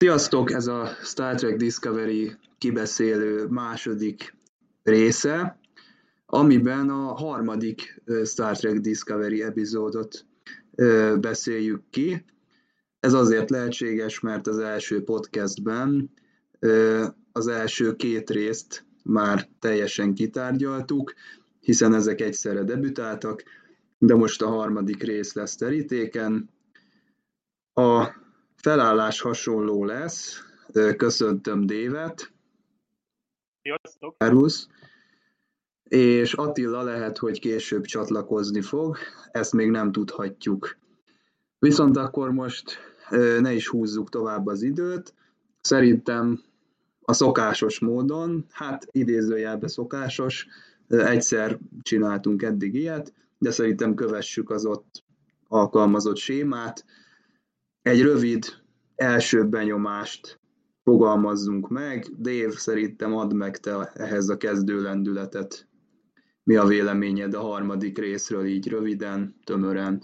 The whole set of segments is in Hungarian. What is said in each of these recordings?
Sziasztok! Ez a Star Trek Discovery kibeszélő második része, amiben a harmadik Star Trek Discovery epizódot beszéljük ki. Ez azért lehetséges, mert az első podcastben az első két részt már teljesen kitárgyaltuk, hiszen ezek egyszerre debütáltak, de most a harmadik rész lesz terítéken. A felállás hasonló lesz. Köszöntöm Dévet. Sziasztok! Szervusz. És Attila lehet, hogy később csatlakozni fog, ezt még nem tudhatjuk. Viszont akkor most ne is húzzuk tovább az időt. Szerintem a szokásos módon, hát idézőjelben szokásos, egyszer csináltunk eddig ilyet, de szerintem kövessük az ott alkalmazott sémát. Egy rövid első benyomást fogalmazzunk meg. Dave, szerintem add meg te ehhez a kezdő lendületet. Mi a véleményed a harmadik részről így röviden, tömören?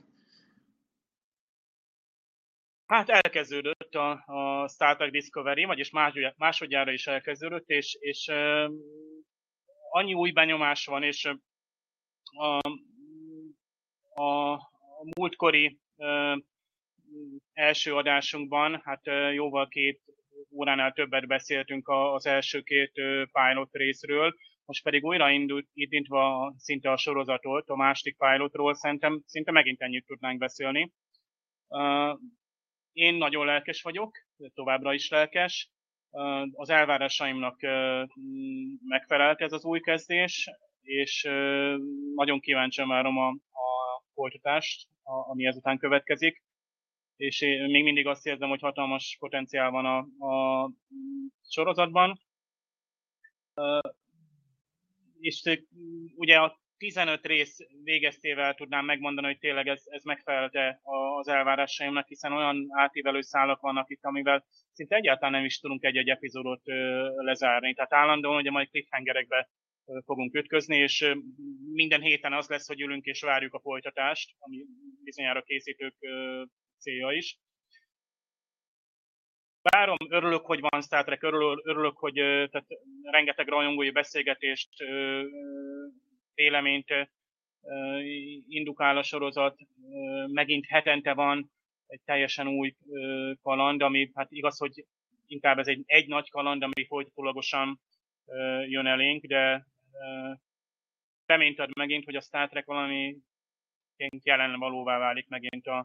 Hát elkezdődött a Star Trek Discovery, vagyis másodjára is elkezdődött, és annyi új benyomás van, és a múltkori első adásunkban, hát jóval 2 óránál többet beszéltünk az első 2 pilot részről, most pedig újra indítva szinte a sorozatot, a második pilotról szerintem szinte megint ennyit tudnánk beszélni. Én nagyon lelkes vagyok, továbbra is lelkes. Az elvárásaimnak megfelelt ez az új kezdés, és nagyon kíváncsian várom a folytatást, ami ezután következik. És én még mindig azt érzem, hogy hatalmas potenciál van a sorozatban. És ugye a 15 rész végeztével tudnám megmondani, hogy tényleg ez megfelelt-e az elvárásaimnak, hiszen olyan átívelő szálak vannak itt, amivel szinte egyáltalán nem is tudunk egy-egy epizódot lezárni. Tehát állandóan ugye majd cliffhangerekbe fogunk ütközni, és minden héten az lesz, hogy ülünk és várjuk a folytatást, ami bizonyára készítők célja is. Várom, örülök, hogy van Star Trek, örülök, hogy tehát rengeteg rajongói beszélgetést, véleményt indukál a sorozat. Megint hetente van egy teljesen új kaland, ami hát igaz, hogy inkább ez egy nagy kaland, ami folytatólagosan jön elénk, de reményt ad megint, hogy a Star Trek valami jelen valóvá válik megint a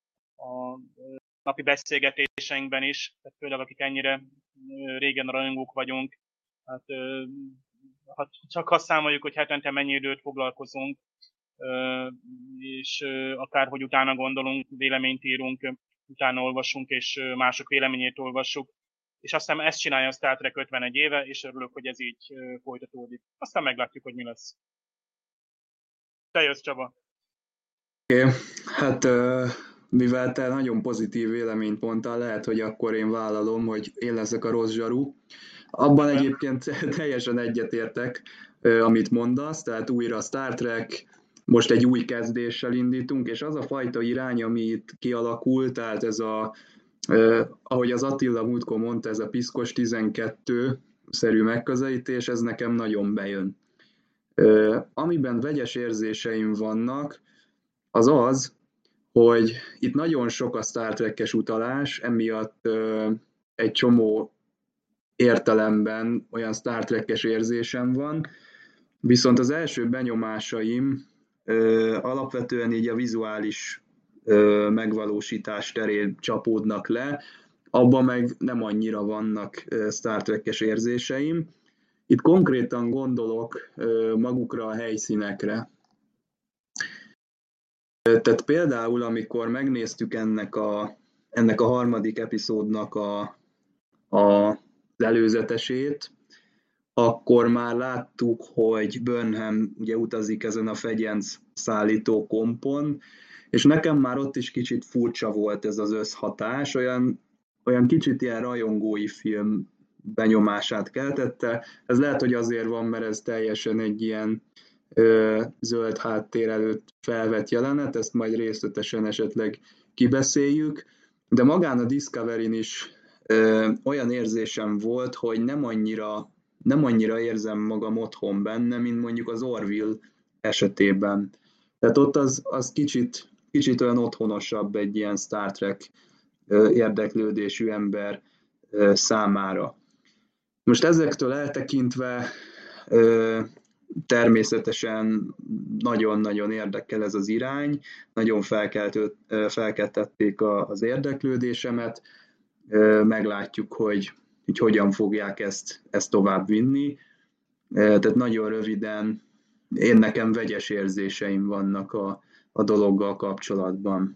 napi beszélgetéseinkben is, tehát főleg akik ennyire régen rajongók vagyunk, hát csak azt számoljuk, hogy hetente mennyi időt foglalkozunk, és akárhogy utána gondolunk, véleményt írunk, utána olvasunk, és mások véleményét olvassuk. És azt hiszem ezt csinálja a Star Trek 51 éve, és örülök, hogy ez így folytatódik. Aztán meglátjuk, hogy mi lesz. Te jössz, Csaba! Oké. Hát mivel te nagyon pozitív véleményt mondtál, lehet, hogy akkor én vállalom, hogy én leszek a rossz zsaru. Abban egyébként teljesen egyetértek, amit mondasz, tehát újra Star Trek, most egy új kezdéssel indítunk, és az a fajta irány, ami itt kialakult, tehát ez ahogy az Attila múltkor mondta, ez a piszkos 12-szerű megközelítés, ez nekem nagyon bejön. Amiben vegyes érzéseim vannak, az az, hogy itt nagyon sok a Star Trek-es utalás, emiatt egy csomó értelemben olyan Star Trek-es érzésem van, viszont az első benyomásaim alapvetően így a vizuális megvalósítás terén csapódnak le, abban meg nem annyira vannak Star Trek-es érzéseim. Itt konkrétan gondolok magukra a helyszínekre. Tehát például, amikor megnéztük ennek a harmadik epizódnak az előzetesét, akkor már láttuk, hogy Burnham ugye utazik ezen a fegyenc szállító kompon, és nekem már ott is kicsit furcsa volt ez az összhatás, olyan kicsit ilyen rajongói film benyomását keltette. Ez lehet, hogy azért van, mert ez teljesen egy ilyen zöld háttér előtt felvett jelenet, ezt majd részletesen esetleg kibeszéljük, de magán a Discovery-n is olyan érzésem volt, hogy nem annyira érzem magam otthon benne, mint mondjuk az Orville esetében. Tehát ott az kicsit olyan otthonosabb egy ilyen Star Trek érdeklődésű ember számára. Most ezektől eltekintve természetesen nagyon-nagyon érdekel ez az irány, nagyon felkeltették az érdeklődésemet, meglátjuk, hogy hogyan fogják ezt tovább vinni. Tehát nagyon röviden, nekem vegyes érzéseim vannak a dologgal kapcsolatban.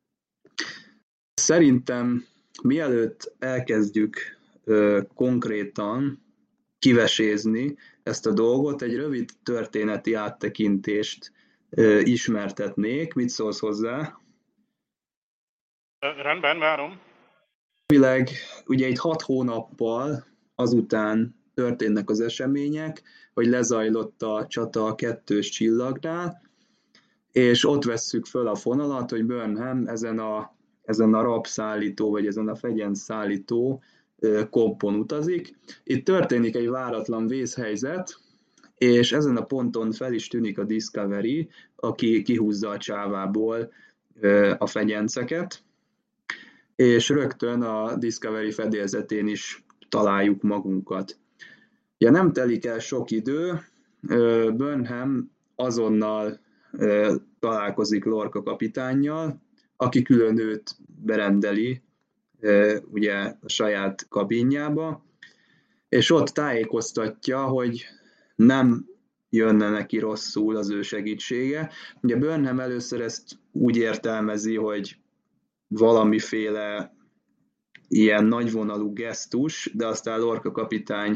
Szerintem mielőtt elkezdjük konkrétan kivesézni ezt a dolgot, egy rövid történeti áttekintést ismertetnék. Mit szólsz hozzá? Rendben, várom. Ugye itt 6 hónappal azután történnek az események, hogy lezajlott a csata a 2. csillagnál, és ott vesszük föl a fonalat, hogy Burnham ezen a rabszállító, vagy ezen a fegyenszállító kompon utazik. Itt történik egy váratlan vészhelyzet, és ezen a ponton fel is tűnik a Discovery, aki kihúzza a csávából a fegyenceket, és rögtön a Discovery fedélzetén is találjuk magunkat. Ugye nem telik el sok idő, Burnham azonnal találkozik Lorca kapitánnyal, aki külön őt berendeli ugye a saját kabinjába, és ott tájékoztatja, hogy nem jönne neki rosszul az ő segítsége. Ugye Burnham először ezt úgy értelmezi, hogy valamiféle ilyen nagyvonalú gesztus, de aztán Lorca kapitány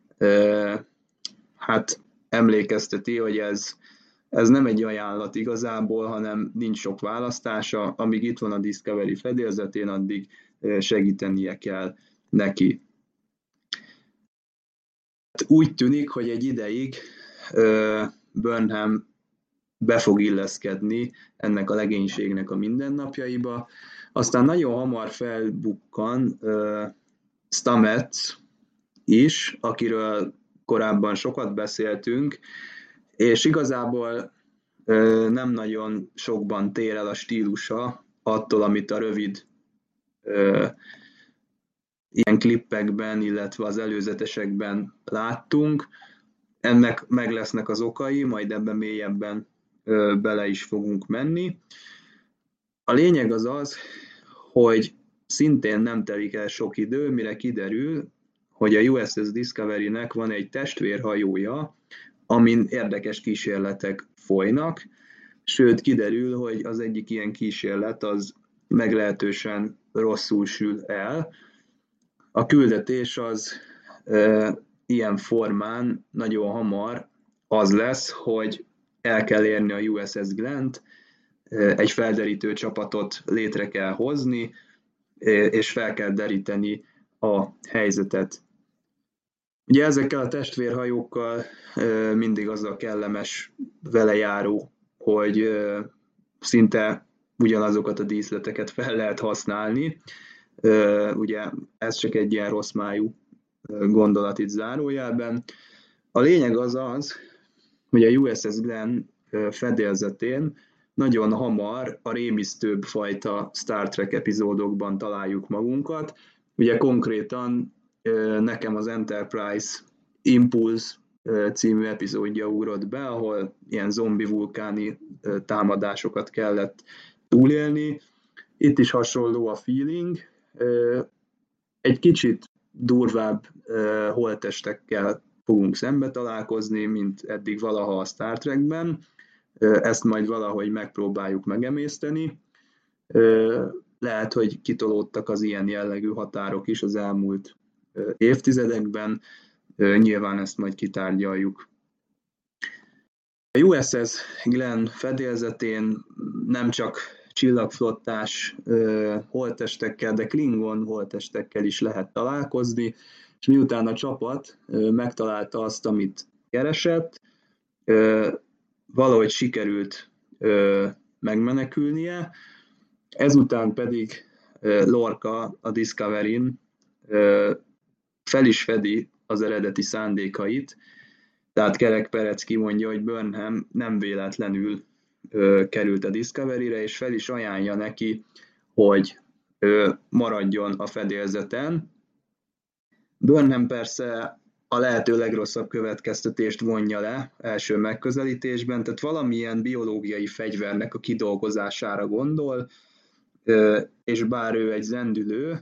hát emlékezteti, hogy ez nem egy ajánlat igazából, hanem nincs sok választása, amíg itt van a Discovery fedélzetén, addig segítenie kell neki. Úgy tűnik, hogy egy ideig Burnham be fog illeszkedni ennek a legénységnek a mindennapjaiba, aztán nagyon hamar felbukkan Stamets is, akiről korábban sokat beszéltünk, és igazából nem nagyon sokban tér el a stílusa attól, amit a rövid ilyen klippekben, illetve az előzetesekben láttunk. Ennek meg lesznek az okai, majd ebben mélyebben bele is fogunk menni. A lényeg az, hogy szintén nem telik el sok idő, mire kiderül, hogy a USS Discovery-nek van egy testvérhajója, amin érdekes kísérletek folynak, sőt kiderül, hogy az egyik ilyen kísérlet az meglehetősen rosszul sül el. A küldetés az ilyen formán nagyon hamar az lesz, hogy el kell érni a USS Glenn-t, egy felderítő csapatot létre kell hozni, és fel kell deríteni a helyzetet. Ugye ezekkel a testvérhajókkal mindig az a kellemes velejáró, hogy szinte ugyanazokat a díszleteket fel lehet használni. Ugye ez csak egy ilyen rossz májú gondolat itt zárójelben. A lényeg az, hogy a USS Glenn fedélzetén nagyon hamar a rémisztőbb fajta Star Trek epizódokban találjuk magunkat. Ugye konkrétan nekem az Enterprise Impulse című epizódja ugrott be, ahol ilyen zombi vulkáni támadásokat kellett túlélni. Itt is hasonló a feeling. Egy kicsit durvább holttestekkel fogunk szembe találkozni, mint eddig valaha a Star Trekben. Ezt majd valahogy megpróbáljuk megemészteni. Lehet, hogy kitolódtak az ilyen jellegű határok is az elmúlt évtizedekben. Nyilván ezt majd kitárgyaljuk. A USS Glenn fedélzetén nem csak csillagflottás holttestekkel, de Klingon holttestekkel is lehet találkozni, és miután a csapat megtalálta azt, amit keresett, valahogy sikerült megmenekülnie, ezután pedig Lorca a Discovery-n fel is fedi az eredeti szándékait, tehát Kerek Perec kimondja, hogy Burnham nem véletlenül került a Discovery-re, és fel is ajánlja neki, hogy maradjon a fedélzeten. Burnham persze a lehető legrosszabb következtetést vonja le első megközelítésben, tehát valamilyen biológiai fegyvernek a kidolgozására gondol, és bár ő egy zendülő,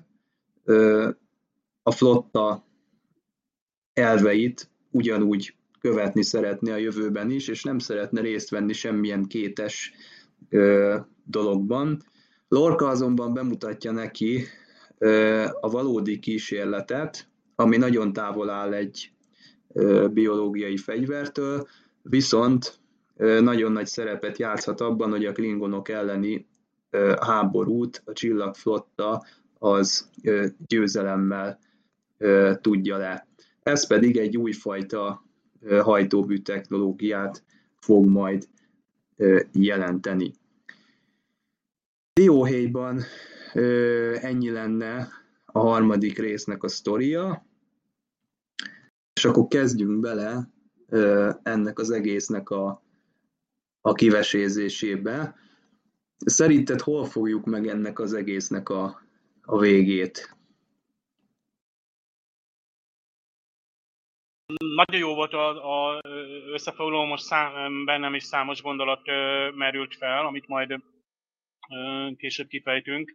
a flotta elveit ugyanúgy követni szeretné a jövőben is, és nem szeretne részt venni semmilyen kétes dologban. Lorca azonban bemutatja neki a valódi kísérletet, ami nagyon távol áll egy biológiai fegyvertől, viszont nagyon nagy szerepet játszhat abban, hogy a klingonok elleni háborút a csillagflotta az győzelemmel tudja le. Ez pedig egy újfajta hajtómű technológiát fog majd jelenteni. Dióhéjban ennyi lenne a harmadik résznek a sztoria, és akkor kezdjünk bele ennek az egésznek a kivesézésébe. Szerinted hol fogjuk meg ennek az egésznek a végét? Nagyon jó volt az összefoglaló, most bennem is számos gondolat merült fel, amit majd később kifejtünk.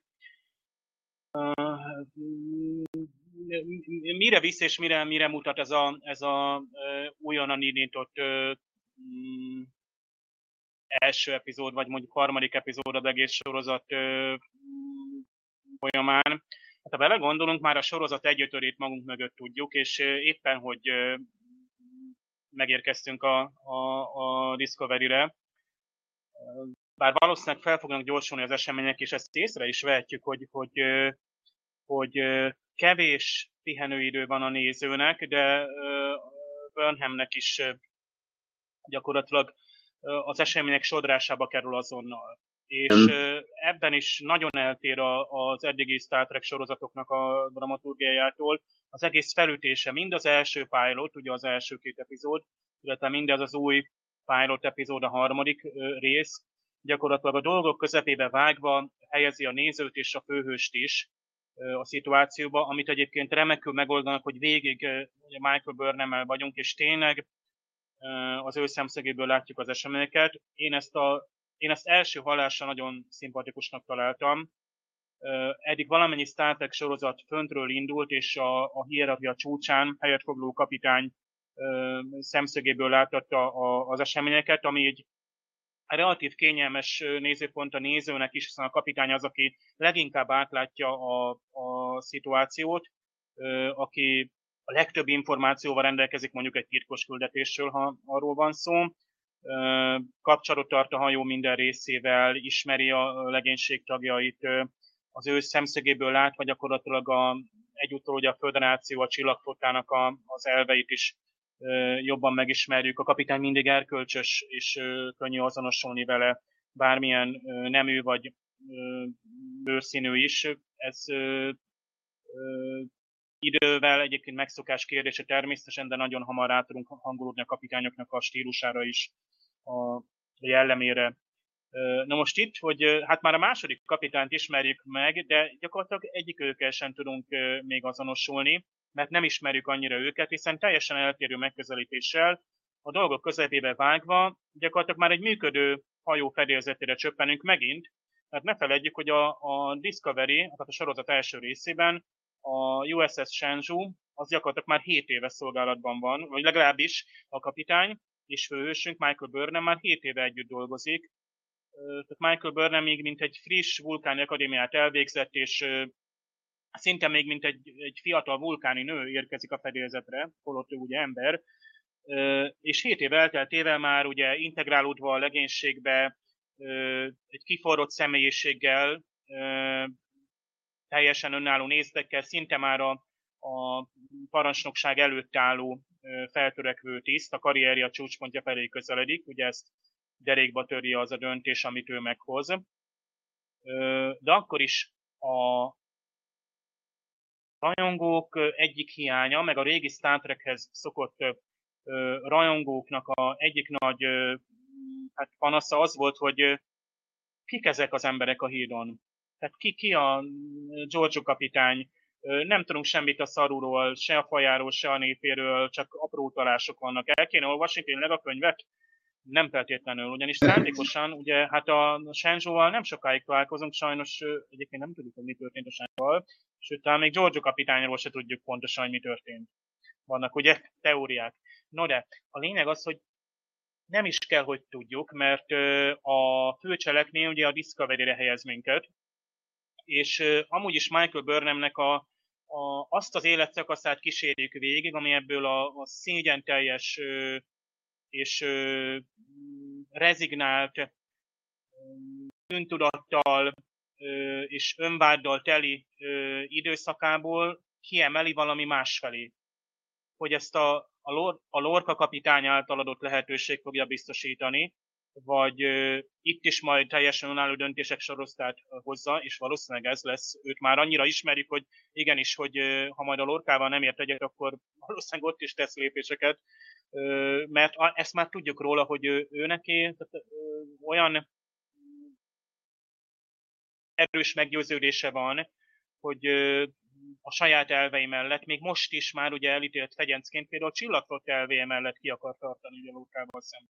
Mire visz és mire mutat ez a újonnan indított első epizód, vagy mondjuk harmadik epizód az egész sorozat folyamán? Hát ha belegondolunk, már a sorozat 1/5-ét magunk mögött tudjuk, és éppen, hogy megérkeztünk a Discovery-re, bár valószínűleg fel fognak gyorsulni az események, és ezt észre is vehetjük, hogy kevés pihenőidő van a nézőnek, de Burnhamnek is gyakorlatilag az események sodrásába kerül azonnal. És ebben is nagyon eltér az eddigi Star Trek sorozatoknak a dramaturgiájától. Az egész felütése, mind az első pilot, ugye az első 2 epizód, illetve mindez az új pilot epizód, a harmadik rész, gyakorlatilag a dolgok közepébe vágva helyezi a nézőt és a főhőst is a szituációba, amit egyébként remekül megoldanak, hogy végig ugye Michael Burnhammel vagyunk, és tényleg az ő szemszögéből látjuk az eseményeket. Én ezt első hallásra nagyon szimpatikusnak találtam. Eddig valamennyi Star Trek sorozat föntről indult, és a hierarchia csúcsán helyet foglaló kapitány szemszögéből láttatta az eseményeket, ami egy relatív kényelmes nézőpont a nézőnek is, hiszen a kapitány az, aki leginkább átlátja a szituációt, aki a legtöbb információval rendelkezik mondjuk egy titkos küldetésről, ha arról van szó. Kapcsolatot tart a hajó minden részével, ismeri a legénység tagjait, az ő szemszögéből látva gyakorlatilag egyúttal ugye a föderáció, a csillagflottának az elveit is jobban megismerjük. A kapitány mindig erkölcsös, és könnyű azonosulni vele, bármilyen nemű vagy bőrszínű is. Ez idővel egyébként megszokás kérdése természetesen, de nagyon hamar rá tudunk hangolódni a kapitányoknak a stílusára is, a jellemére. Na most itt, hogy hát már a második kapitányt ismerjük meg, de gyakorlatilag egyikőkkel sem tudunk még azonosulni, mert nem ismerjük annyira őket, hiszen teljesen eltérő megközelítéssel, a dolgok közepébe vágva, gyakorlatilag már egy működő hajó fedélzetére csöppenünk megint, mert ne feledjük, hogy a Discovery, tehát a sorozat első részében a USS Shenzhou, az gyakorlatilag már 7 éve szolgálatban van, vagy legalábbis a kapitány és főhősünk Michael Burnham már 7 éve együtt dolgozik. Tehát Michael Burnham még mint egy friss vulkáni akadémiát elvégzett, és szinte még mint egy fiatal vulkáni nő érkezik a fedélzetre, holott ő ugye ember, és 7 év elteltével már ugye integrálódva a legénységbe, egy kiforrott személyiséggel, teljesen önálló nézetekkel, szinte már a parancsnokság előtt álló feltörekvő tiszt, a karrierje csúcspontja felé közeledik, ugye ezt derékba törje az a döntés, amit ő meghoz. De akkor is rajongók egyik hiánya, meg a régi Star Trekhez szokott rajongóknak egyik nagy hát panasza az volt, hogy kik ezek az emberek a hídon. Tehát ki a Giorgio kapitány, nem tudunk semmit a Saruról, se a fajáról, se a népéről, csak apró utalások vannak. El kéne olvasni tényleg a könyvet? Nem feltétlenül, ugyanis szándékosan, ugye, hát a Shenzhou-val nem sokáig találkozunk, sajnos egyébként nem tudjuk, hogy mi történt a Shenzhou-val, sőt, talán még Giorgio kapitányról se tudjuk pontosan, hogy mi történt. Vannak ugye teóriák. No de, a lényeg az, hogy nem is kell, hogy tudjuk, mert a főcselekmény ugye a Discovery-re helyez minket, és amúgy is Michael Burnhamnek azt az életszakaszát kísérjük végig, ami ebből a szégyenteljes és rezignált, öntudattal és önváddal teli időszakából kiemeli valami másfelé. Hogy ezt a Lorca kapitány által adott lehetőség fogja biztosítani, vagy itt is majd teljesen önálló döntések sorosztát hozza, és valószínűleg ez lesz. Őt már annyira ismerjük, hogy igenis, hogy ha majd a Lorcával nem ért egyet, akkor valószínűleg ott is tesz lépéseket, mert ezt már tudjuk róla, hogy ő neki olyan erős meggyőződése van, hogy a saját elvei mellett, még most is már ugye elítélt fegyencként például a csillagflotta elvéje mellett ki akar tartani a Lorcával szemben.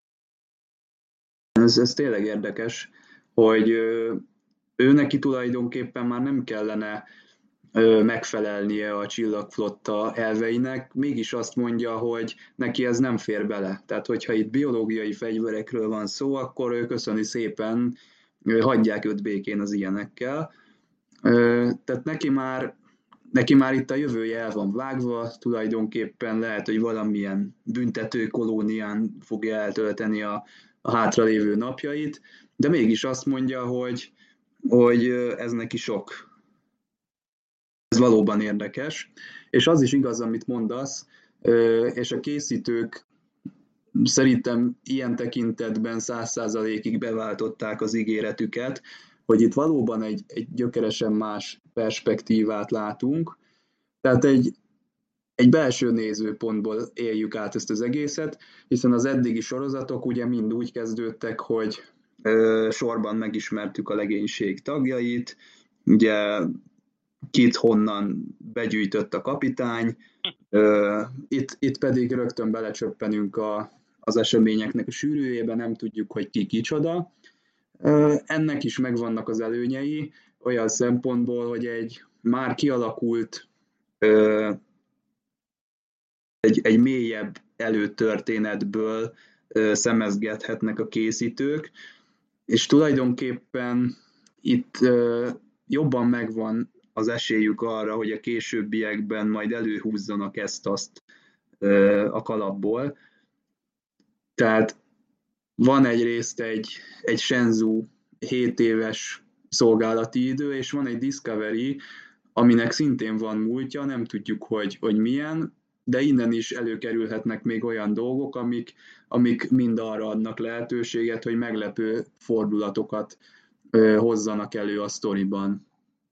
Ez tényleg érdekes, hogy ő neki tulajdonképpen már nem kellene megfelelnie a csillagflotta elveinek, mégis azt mondja, hogy neki ez nem fér bele. Tehát, hogyha itt biológiai fegyverekről van szó, akkor ő köszöni szépen, hagyják őt békén az ilyenekkel. Tehát neki már itt a jövője el van vágva, tulajdonképpen lehet, hogy valamilyen büntető kolónián fogja eltölteni a hátralévő napjait, de mégis azt mondja, hogy ez neki sok. Ez valóban érdekes, és az is igaz, amit mondasz, és a készítők szerintem ilyen tekintetben 100%-ig beváltották az ígéretüket, hogy itt valóban egy gyökeresen más perspektívát látunk, tehát egy belső nézőpontból éljük át ezt az egészet, hiszen az eddigi sorozatok ugye mind úgy kezdődtek, hogy sorban megismertük a legénység tagjait, ugye Kit honnan begyűjtött a kapitány, itt pedig rögtön belecsöppenünk az eseményeknek a sűrűjébe, nem tudjuk, hogy ki kicsoda. Ennek is megvannak az előnyei, olyan szempontból, hogy egy már kialakult, egy mélyebb előtörténetből szemezgethetnek a készítők, és tulajdonképpen itt jobban megvan az esélyük arra, hogy a későbbiekben majd előhúzzanak ezt-azt a kalapból. Tehát van egyrészt egy Shenzhou 7 éves szolgálati idő, és van egy Discovery, aminek szintén van múltja, nem tudjuk, hogy milyen, de innen is előkerülhetnek még olyan dolgok, amik mind arra adnak lehetőséget, hogy meglepő fordulatokat hozzanak elő a sztoriban.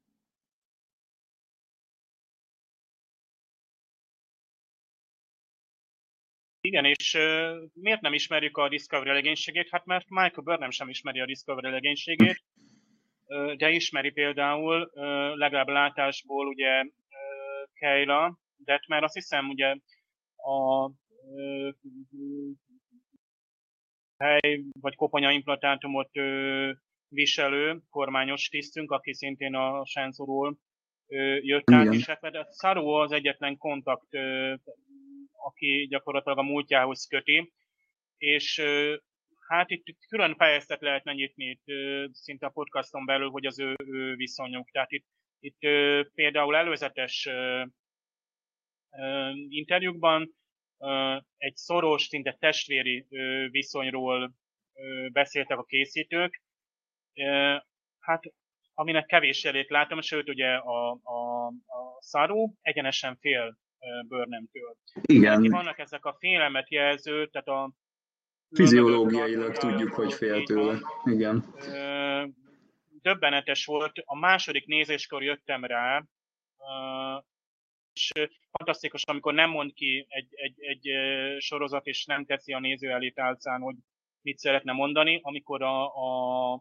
Igen, és miért nem ismerjük a Discovery legénységét? Hát mert Michael Burnham sem ismeri a Discovery legénységét, de ismeri például legalább látásból ugye Keyla, de mert azt hiszem ugye a hely vagy koponyaimplantátumot viselő kormányos tisztünk, aki szintén a Shenzhou-ról jött át, és hát a Saru az egyetlen kontakt, aki gyakorlatilag a múltjához köti, és hát itt külön fejezetet lehetne nyitni itt, szinte a podcaston belül, hogy az ő viszonyuk. Tehát itt például előzetes interjúkban egy szoros, szinte testvéri viszonyról beszéltek a készítők. Hát aminek kevés jelét látom, sőt ugye a Saru egyenesen fél Burnhamtől. Igen. Vannak ezek a félelmet jelző, tehát a fiziológiailag tudjuk, hogy fél tőle. Igen. Döbbenetes volt. A második nézéskor jöttem rá, és fantasztikus, amikor nem mond ki egy sorozat, és nem teszi a néző elé tálcán, hogy mit szeretne mondani, amikor a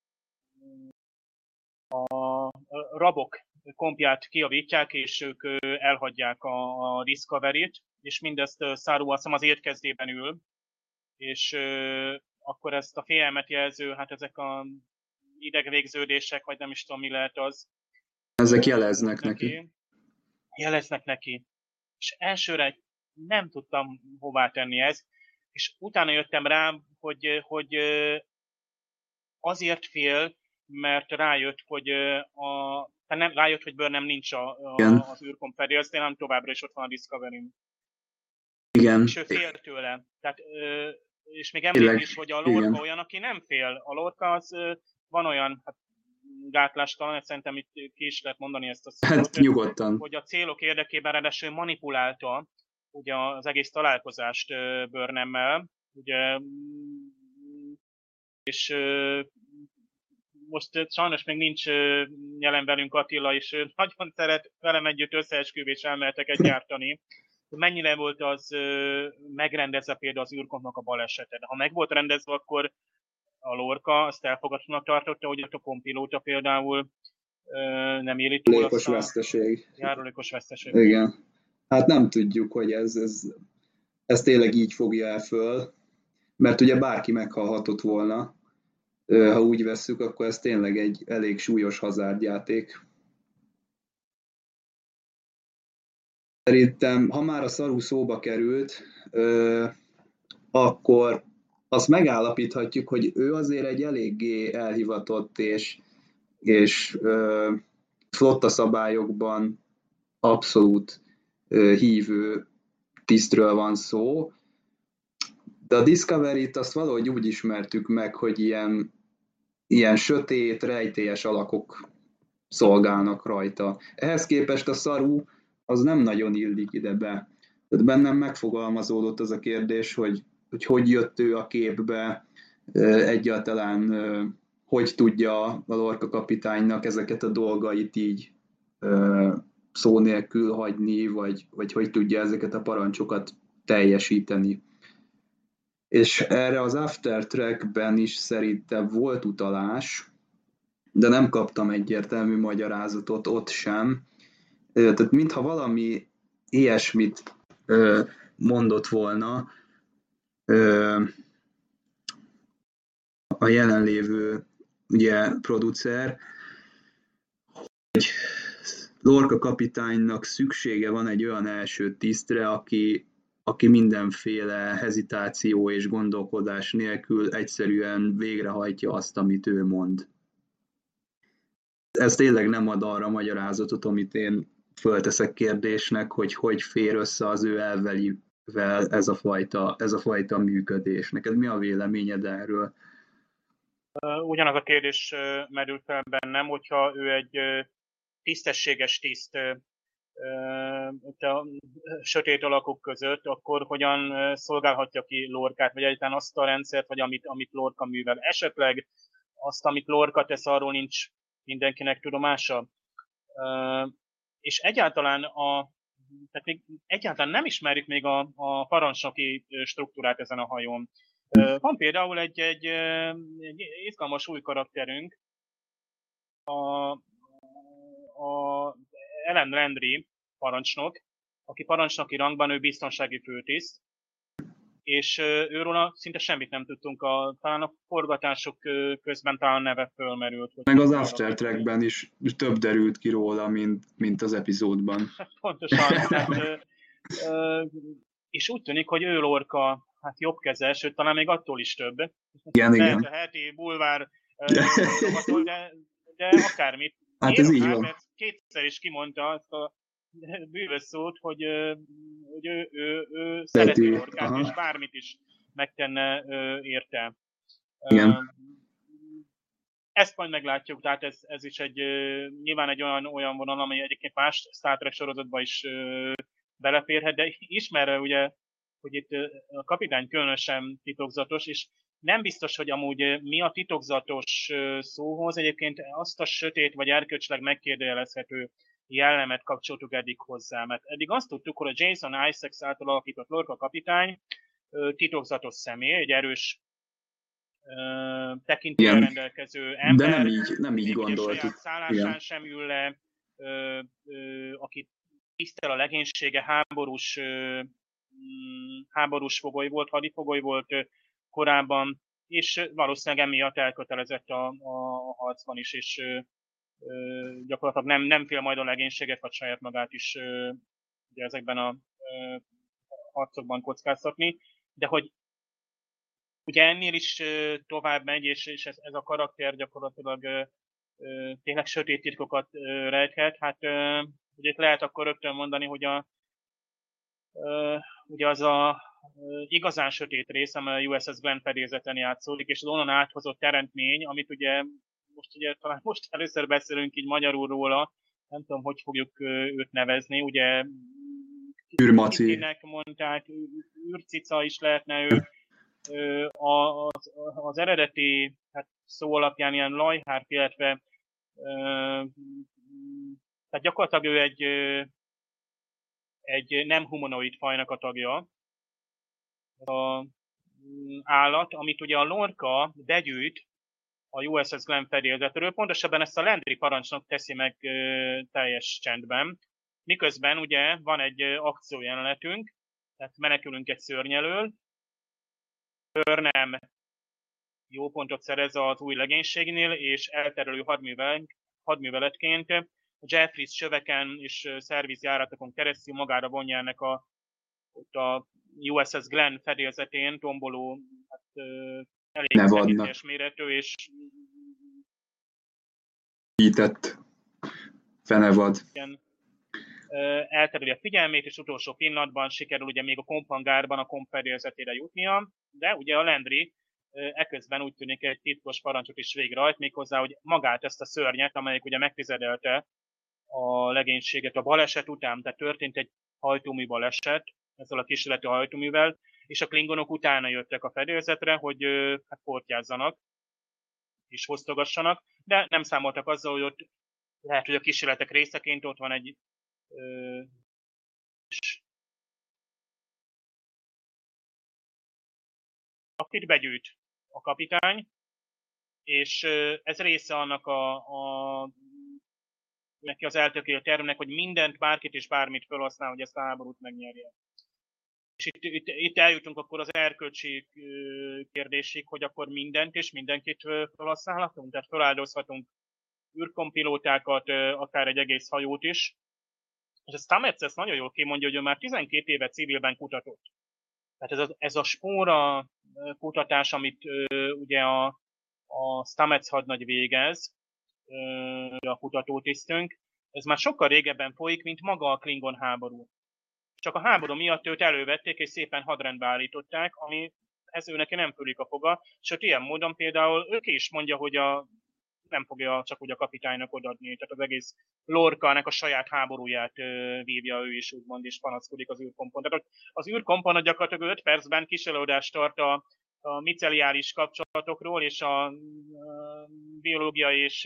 rabok kompját kiavítják, és ők elhagyják a Discovery-t, és mindezt Saru azt hiszem az étkezdében ül, és akkor ezt a félelmet jelző, hát ezek a idegvégződések, vagy nem is tudom, mi lehet az. Ezek jeleznek neki. Jeleznek neki. És elsőre nem tudtam hová tenni ez, és utána jöttem rá, hogy azért fél, mert rájött, hogy nem rájött, hogy Burnham nincs az űrkom felé, az tényleg továbbra is ott van a Discovery-n. Igen. És ő fél tőle. Tehát, és még emlék is, hogy a Lorca olyan, aki nem fél. A Lorca az van olyan, hát gátlástalan, szerintem itt ki is lehet mondani ezt a szót. Hát nyugodtan. Hogy a célok érdekében ráadásul manipulálta ugye az egész találkozást Burnhammel, ugye, és most sajnos még nincs jelen velünk Attila, és nagyon szeret velem együtt összeesküvés elméleteket gyártani. Mennyire volt az megrendezve például az űrkompnak a balesete. De ha meg volt rendezve, akkor a Lorca azt elfogadónak tartotta, hogy a kompilóta például nem éri túl járulékos veszteség. Járulékos veszteség. Igen. Hát nem tudjuk, hogy ez tényleg így fogja el föl, mert ugye bárki meghalhatott volna. Ha úgy vesszük, akkor ez tényleg egy elég súlyos hazárdjáték. Szerintem, ha már a Saru szóba került, akkor azt megállapíthatjuk, hogy ő azért egy eléggé elhivatott és flotta szabályokban abszolút hívő tisztről van szó, de a Discovery-t azt valahogy úgy ismertük meg, hogy ilyen sötét, rejtélyes alakok szolgálnak rajta. Ehhez képest a Saru az nem nagyon illik ide be. Tehát bennem megfogalmazódott az a kérdés, hogy jött ő a képbe, egyáltalán hogy tudja a Lorca kapitánynak ezeket a dolgait így szó nélkül hagyni, vagy hogy tudja ezeket a parancsokat teljesíteni. És erre az After Trackben is szerintem volt utalás, de nem kaptam egyértelmű magyarázatot ott sem. Tehát mintha valami ilyesmit mondott volna a jelenlévő ugye, producer, hogy Lorca kapitánynak szüksége van egy olyan első tisztre, aki mindenféle hezitáció és gondolkodás nélkül egyszerűen végrehajtja azt, amit ő mond. Ez tényleg nem ad arra magyarázatot, amit én fölteszek kérdésnek, hogy fér össze az ő elveivel ez a fajta működés. Neked mi a véleményed erről? Ugyanaz a kérdés merült fel bennem, hogyha ő egy tisztességes tiszt a sötét alakok között, akkor hogyan szolgálhatja ki Lorcát, vagy egyáltalán azt a rendszert, vagy amit Lorca művel. Esetleg azt, amit Lorca tesz, arról nincs mindenkinek tudomása. És egyáltalán egyáltalán nem ismerjük még a parancsnoki struktúrát ezen a hajón. Van például egy izgalmas új karakterünk, a Ellen Landry parancsnok, aki parancsnoki rangban, ő biztonsági főtiszt, és őról szinte semmit nem tudtunk, talán a forgatások közben talán neve fölmerült. Meg az After Trackben is több derült ki róla, mint az epizódban. Pontosan. Tehát, és úgy tűnik, hogy ő Lorca hát jobb keze, sőt talán még attól is több. Igen. A heti bulvár rovatól, de akármit. Hát ez így van. Mert kétszer is kimondta azt a bűvös szót, hogy ő szereti Lorcát, és bármit is megtenne érte. Igen. Ezt majd meglátjuk, tehát ez is nyilván egy olyan vonal, ami egyébként más Star Trek sorozatban is beleférhet, de ismerve ugye, hogy itt a kapitány különösen titokzatos, és nem biztos, hogy amúgy mi a titokzatos szóhoz, egyébként azt a sötét vagy erkölcsileg megkérdőjelezhető jellemet kapcsoltuk eddig hozzá, mert eddig azt tudtuk, hogy a Jason Isaacs által alakított Lorca kapitány titokzatos személy, egy erős tekintéllyel rendelkező ember, de nem így gondoltuk. Saját szállásán sem ül le, aki tisztel a legénysége, háborús fogoly volt, hadifogoly volt korábban, és valószínűleg emiatt elkötelezett a harcban is, és gyakorlatilag nem fél majd a legénységet, vagy saját magát is ugye ezekben a harcokban kockáztatni, de hogy ugye ennél is tovább megy, és ez a karakter gyakorlatilag tényleg sötét titkokat rejthet. Hát ugye itt lehet akkor rögtön mondani, hogy ugye az a igazán sötét rész, amely a USS Glenn fedélzeten játszódik, és az onnan áthozott teremtmény, amit ugye talán most először beszélünk így magyarul róla, nem tudom, hogy fogjuk őt nevezni, ugye űrmacinek mondták, űrcica is lehetne ő. Az eredeti szó alapján ilyen lajhár, illetve tehát gyakorlatilag ő egy nem humanoid fajnak a tagja, az állat, amit ugye a Lorca begyűjt a USS Glenn fedélzetről, pontosabban ezt a Landry parancsnok teszi meg teljes csendben, miközben ugye van egy akciójelenetünk, tehát menekülünk egy szörny elől, Burnham jó pontot szerez az új legénységnél, és elterelő hadműveletként a Jeffries csöveken és szervizjáratokon keresztül magára vonja ennek a USS Glenn fedélzetén tomboló, elég szegélyes méretű és hített fenevad. Eltereli a figyelmét, és utolsó pillanatban sikerül ugye még a komphangárban a komp fedélzetére jutnia, de ugye a Landry eközben úgy tűnik egy titkos parancsot is végrehajt, méghozzá, hogy magát ezt a szörnyet, amelyik ugye megtizedelte a legénységet a baleset után, tehát történt egy hajtómű baleset ezzel a kísérleti hajtóművel, és a klingonok utána jöttek a fedélzetre, hogy portyázzanak és fosztogassanak, de nem számoltak azzal, hogy ott lehet, hogy a kísérletek részeként ott van egy akit begyűjt a kapitány, és ez része annak neki az eltökélt tervnek, hogy mindent, bárkit és bármit felhasznál, hogy ezt a háborút megnyerje. És itt eljutunk akkor az erkölcsi kérdésig, hogy akkor mindent és mindenkit felhasználhatunk, tehát feláldozhatunk űrkompilótákat, akár egy egész hajót is. És a Stamets ezt nagyon jól kimondja, hogy ő már 12 éve civilben kutatott. Tehát ez a spóra kutatás, amit ugye a Stamets hadnagy végez, a kutatótisztünk, ez már sokkal régebben folyik, mint maga a Klingon háború. Csak a háború miatt őt elővették, és szépen hadrendbe állították, ami ez ő neki nem fülik a foga. Sőt, ilyen módon például ő ki is mondja, hogy nem fogja csak úgy a kapitánynak odaadni, tehát az egész Lorca-nek a saját háborúját vívja ő is, úgymond, és panaszkodik az űrkompon. Tehát az űrkompon gyakorlatilag 5 percben kiselőadást tart a miceliális kapcsolatokról, és a biológiai és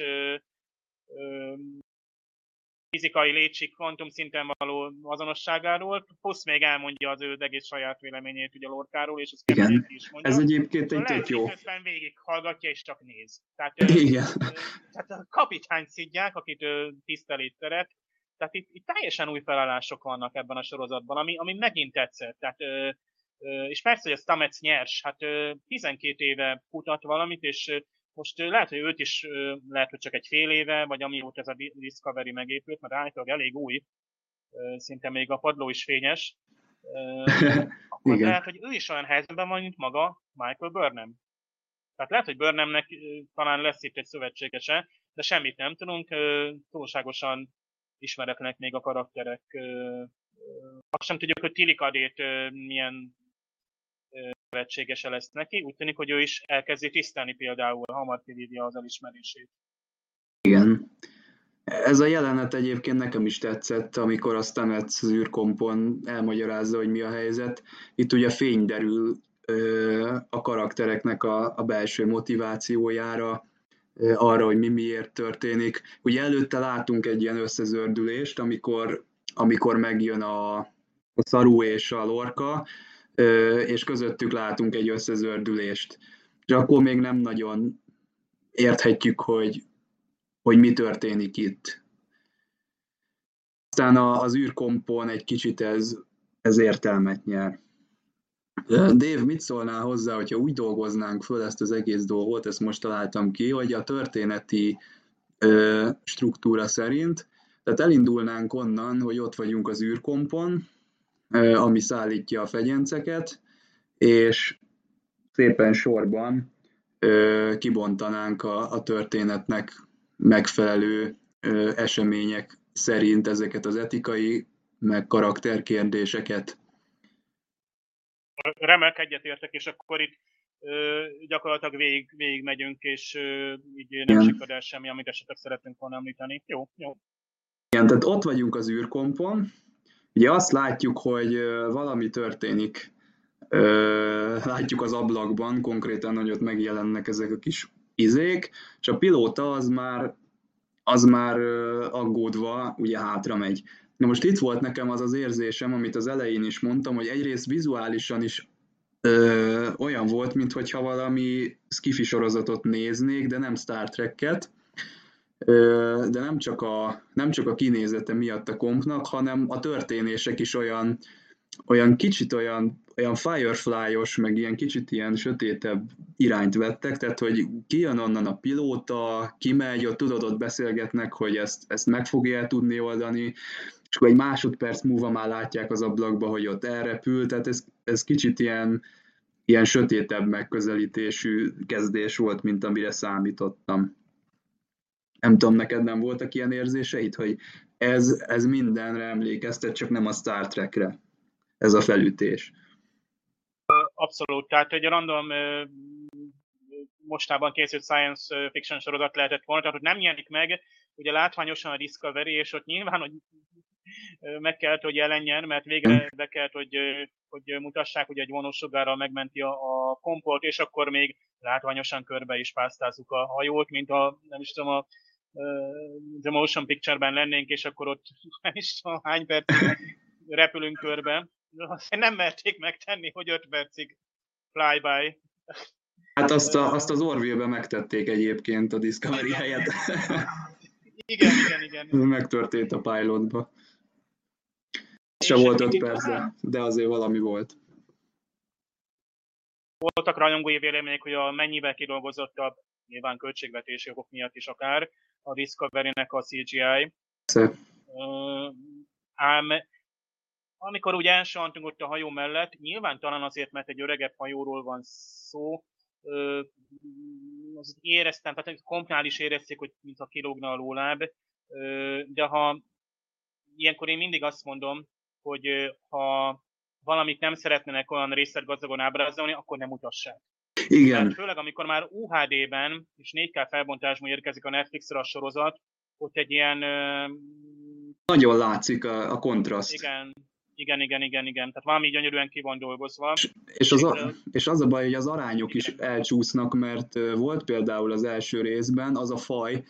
fizikai létszik kvantum szinten való azonosságáról, plusz még elmondja az ő egész saját véleményét ugye Lorcáról, és ezt igen, is mondja. Ez egyébként egy tök jó. Közben végig hallgatja és csak néz. Tehát, igen. Tehát a kapitányt szidják, akit tisztelét szeret. Tehát itt teljesen új felállások vannak ebben a sorozatban, ami megint tetszett. Tehát, és persze, hogy a Stamets nyers, hát 12 éve kutat valamit, és most lehet, hogy őt is lehet, hogy csak egy fél éve, vagy amióta ez a Discovery megépült, mert állítólag elég új, szinte még a padló is fényes. Akkor lehet, hogy ő is olyan helyzetben van, mint maga Michael Burnham. Tehát lehet, hogy Burnhamnek talán lesz itt egy szövetségese, de semmit nem tudunk, túlságosan ismeretlenek még a karakterek. Azt sem tudjuk, hogy Tilikadét milyen szövetségese lesz neki. Úgy tűnik, hogy ő is elkezdi tisztelni például, hamar kivívja az elismerését. Igen. Ez a jelenet egyébként nekem is tetszett, amikor a Stamets az űrkompon elmagyarázza, hogy mi a helyzet. Itt ugye fény derül a karaktereknek a belső motivációjára, arra, hogy mi miért történik. Ugye előtte látunk egy ilyen összezördülést, amikor megjön a Saru és a Lorca, és közöttük látunk egy összezördülést. És akkor még nem nagyon érthetjük, hogy mi történik itt. Aztán az űrkompon egy kicsit ez értelmet nyer. Dave, mit szólnál hozzá, hogyha úgy dolgoznánk föl ezt az egész dolgot, ezt most találtam ki, hogy a történeti struktúra szerint, tehát elindulnánk onnan, hogy ott vagyunk az űrkompon, ami szállítja a fegyenceket, és szépen sorban kibontanánk a történetnek megfelelő események szerint ezeket az etikai, meg karakterkérdéseket. Remek, egyetértek, és akkor itt gyakorlatilag végig megyünk, és így nem sikad el semmi, amit esetleg szeretnénk volna említeni. Jó. Igen, tehát ott vagyunk az űrkompon, ugye azt látjuk, hogy valami történik, látjuk az ablakban, konkrétan, hogy ott megjelennek ezek a kis izék, és a pilóta az már aggódva ugye hátra megy. Na most itt volt nekem az az érzésem, amit az elején is mondtam, hogy egyrészt vizuálisan is olyan volt, mintha valami sci-fi sorozatot néznék, de nem Star Trek-et, de nem csak a kinézete miatt a kompnak, hanem a történések is olyan kicsit olyan Firefly-os, meg ilyen kicsit ilyen sötétebb irányt vettek, tehát hogy kijön onnan a pilóta, kimegy, ott beszélgetnek, hogy ezt meg fogja tudni oldani, és akkor egy másodperc múlva már látják az ablakba, hogy ott elrepül, tehát ez kicsit ilyen sötétebb megközelítésű kezdés volt, mint amire számítottam. Nem tudom, neked nem voltak ilyen érzéseid, hogy ez mindenre emlékeztet, csak nem a Star Trekre, ez a felütés. Abszolút, tehát egy random mostában készült science fiction sorozat lehetett volna, tehát hogy nem jelenik meg, ugye látványosan a Discovery, és ott nyilván, hogy meg kellett, hogy jelenjen, mert végre be kellett, hogy mutassák, hogy egy vonósugárral megmenti a kompot, és akkor még látványosan körbe is pásztázzuk a hajót, mint nem is tudom, a The Motion Picture-ben lennénk, és akkor ott nem is tudom hány percig repülünk körbe. Nem merték megtenni, hogy 5 percig flyby. Hát azt az Orville-ben megtették egyébként a Discovery helyett. Igen. Megtörtént a pilotba. Se volt 5 perc, de azért valami volt. Voltak rajongói vélemények, hogy a mennyivel kidolgozottabb, nyilván költségvetési okok miatt is akár, a Discovery-nek a CGI. Ám amikor úgy elsalantunk ott a hajó mellett, nyilván talán azért, mert egy öregebb hajóról van szó, az éreztem, tehát kompnál is érezték, hogy mintha kilógna a lóláb, de ha ilyenkor én mindig azt mondom, hogy ha valamit nem szeretnének olyan részletgazdagon ábrázolni, akkor nem mutassák. Igen. Tehát főleg amikor már UHD-ben és 4K felbontásban érkezik a Netflixre a sorozat, ott egy ilyen... Nagyon látszik a kontraszt. Igen. Tehát valami gyönyörűen ki van dolgozva. És az a baj, hogy az arányok is elcsúsznak, mert volt például az első részben az a faj,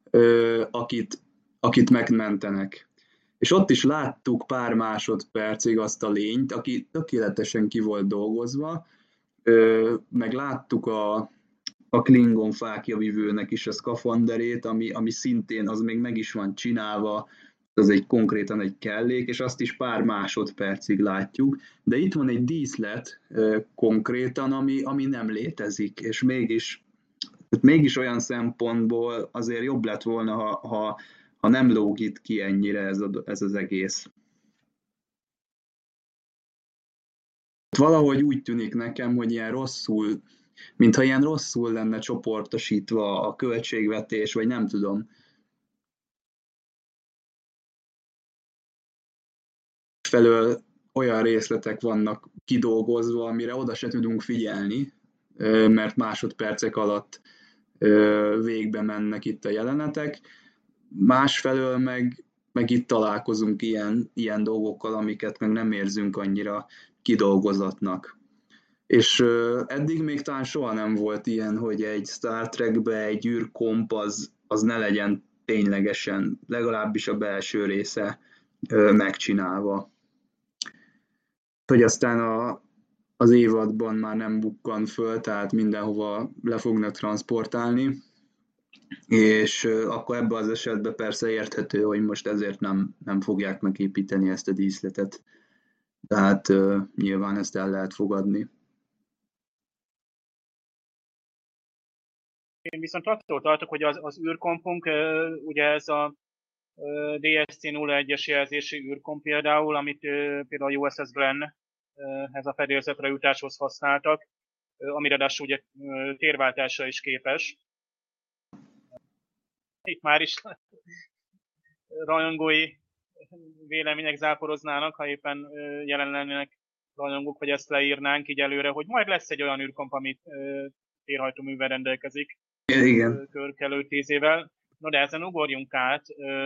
akit megmentenek. És ott is láttuk pár másodpercig azt a lényt, aki tökéletesen ki volt dolgozva, meg láttuk a Klingon fákjavivőnek is a szkafanderét, ami szintén az még meg is van csinálva, az konkrétan egy kellék, és azt is pár másodpercig látjuk, de itt van egy díszlet konkrétan, ami nem létezik, és mégis olyan szempontból azért jobb lett volna, ha nem lógít ki ennyire ez az egész. Valahogy úgy tűnik nekem, hogy mintha ilyen rosszul lenne csoportosítva a költségvetés, vagy nem tudom. Felől olyan részletek vannak kidolgozva, amire oda se tudunk figyelni, mert másodpercek alatt végbe mennek itt a jelenetek. Másfelől meg itt találkozunk ilyen dolgokkal, amiket meg nem érzünk annyira kidolgozatnak. És eddig még talán soha nem volt ilyen, hogy egy Star Trekbe egy űrkomp az ne legyen ténylegesen, legalábbis a belső része megcsinálva. Hogy aztán az évadban már nem bukkan föl, tehát mindenhova le fognak transportálni, és akkor ebben az esetben persze érthető, hogy most ezért nem fogják megépíteni ezt a díszletet. Tehát nyilván ezt el lehet fogadni. Én viszont attól tartok, hogy az űrkompunk, ugye ez a DSC-01-es jelzésű űrkomp például, amit például a USS Glenn ez a fedélzetre jutáshoz használtak, ami ráadásul ugye térváltásra is képes. Itt már is rajongói vélemények záporoznának, ha éppen jelen lennének rajongók, hogy ezt leírnánk így előre, hogy majd lesz egy olyan űrkomp, amit térhajtóművel rendelkezik. Igen. Körk előtt 10 évvel. No, de ezen ugorjunk át.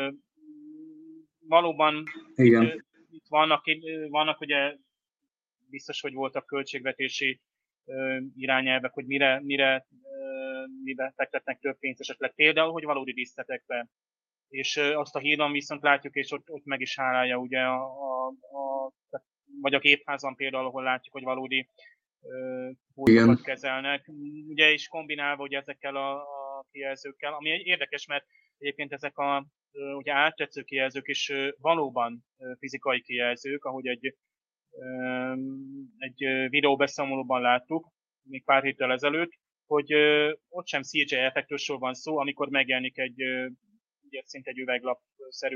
Valóban Igen. itt vannak ugye biztos, hogy voltak költségvetési irányelvek, hogy mire fektetnek több pénzt esetleg. Például, hogy valódi díszletekbe. És azt a hídon viszont látjuk, és ott meg is hálálja ugye vagy a képházan például, ahol látjuk, hogy valódi pultokat kezelnek. Ugye is kombinálva ugye ezekkel a kijelzőkkel, ami érdekes, mert egyébként ezek a ugye áttetsző kijelzők is valóban fizikai kijelzők, ahogy egy videóbeszámolóban láttuk, még pár héttel ezelőtt, hogy ott sem CGI effektusról van szó, amikor megjelenik egy ugye szinte egy üveglapszerű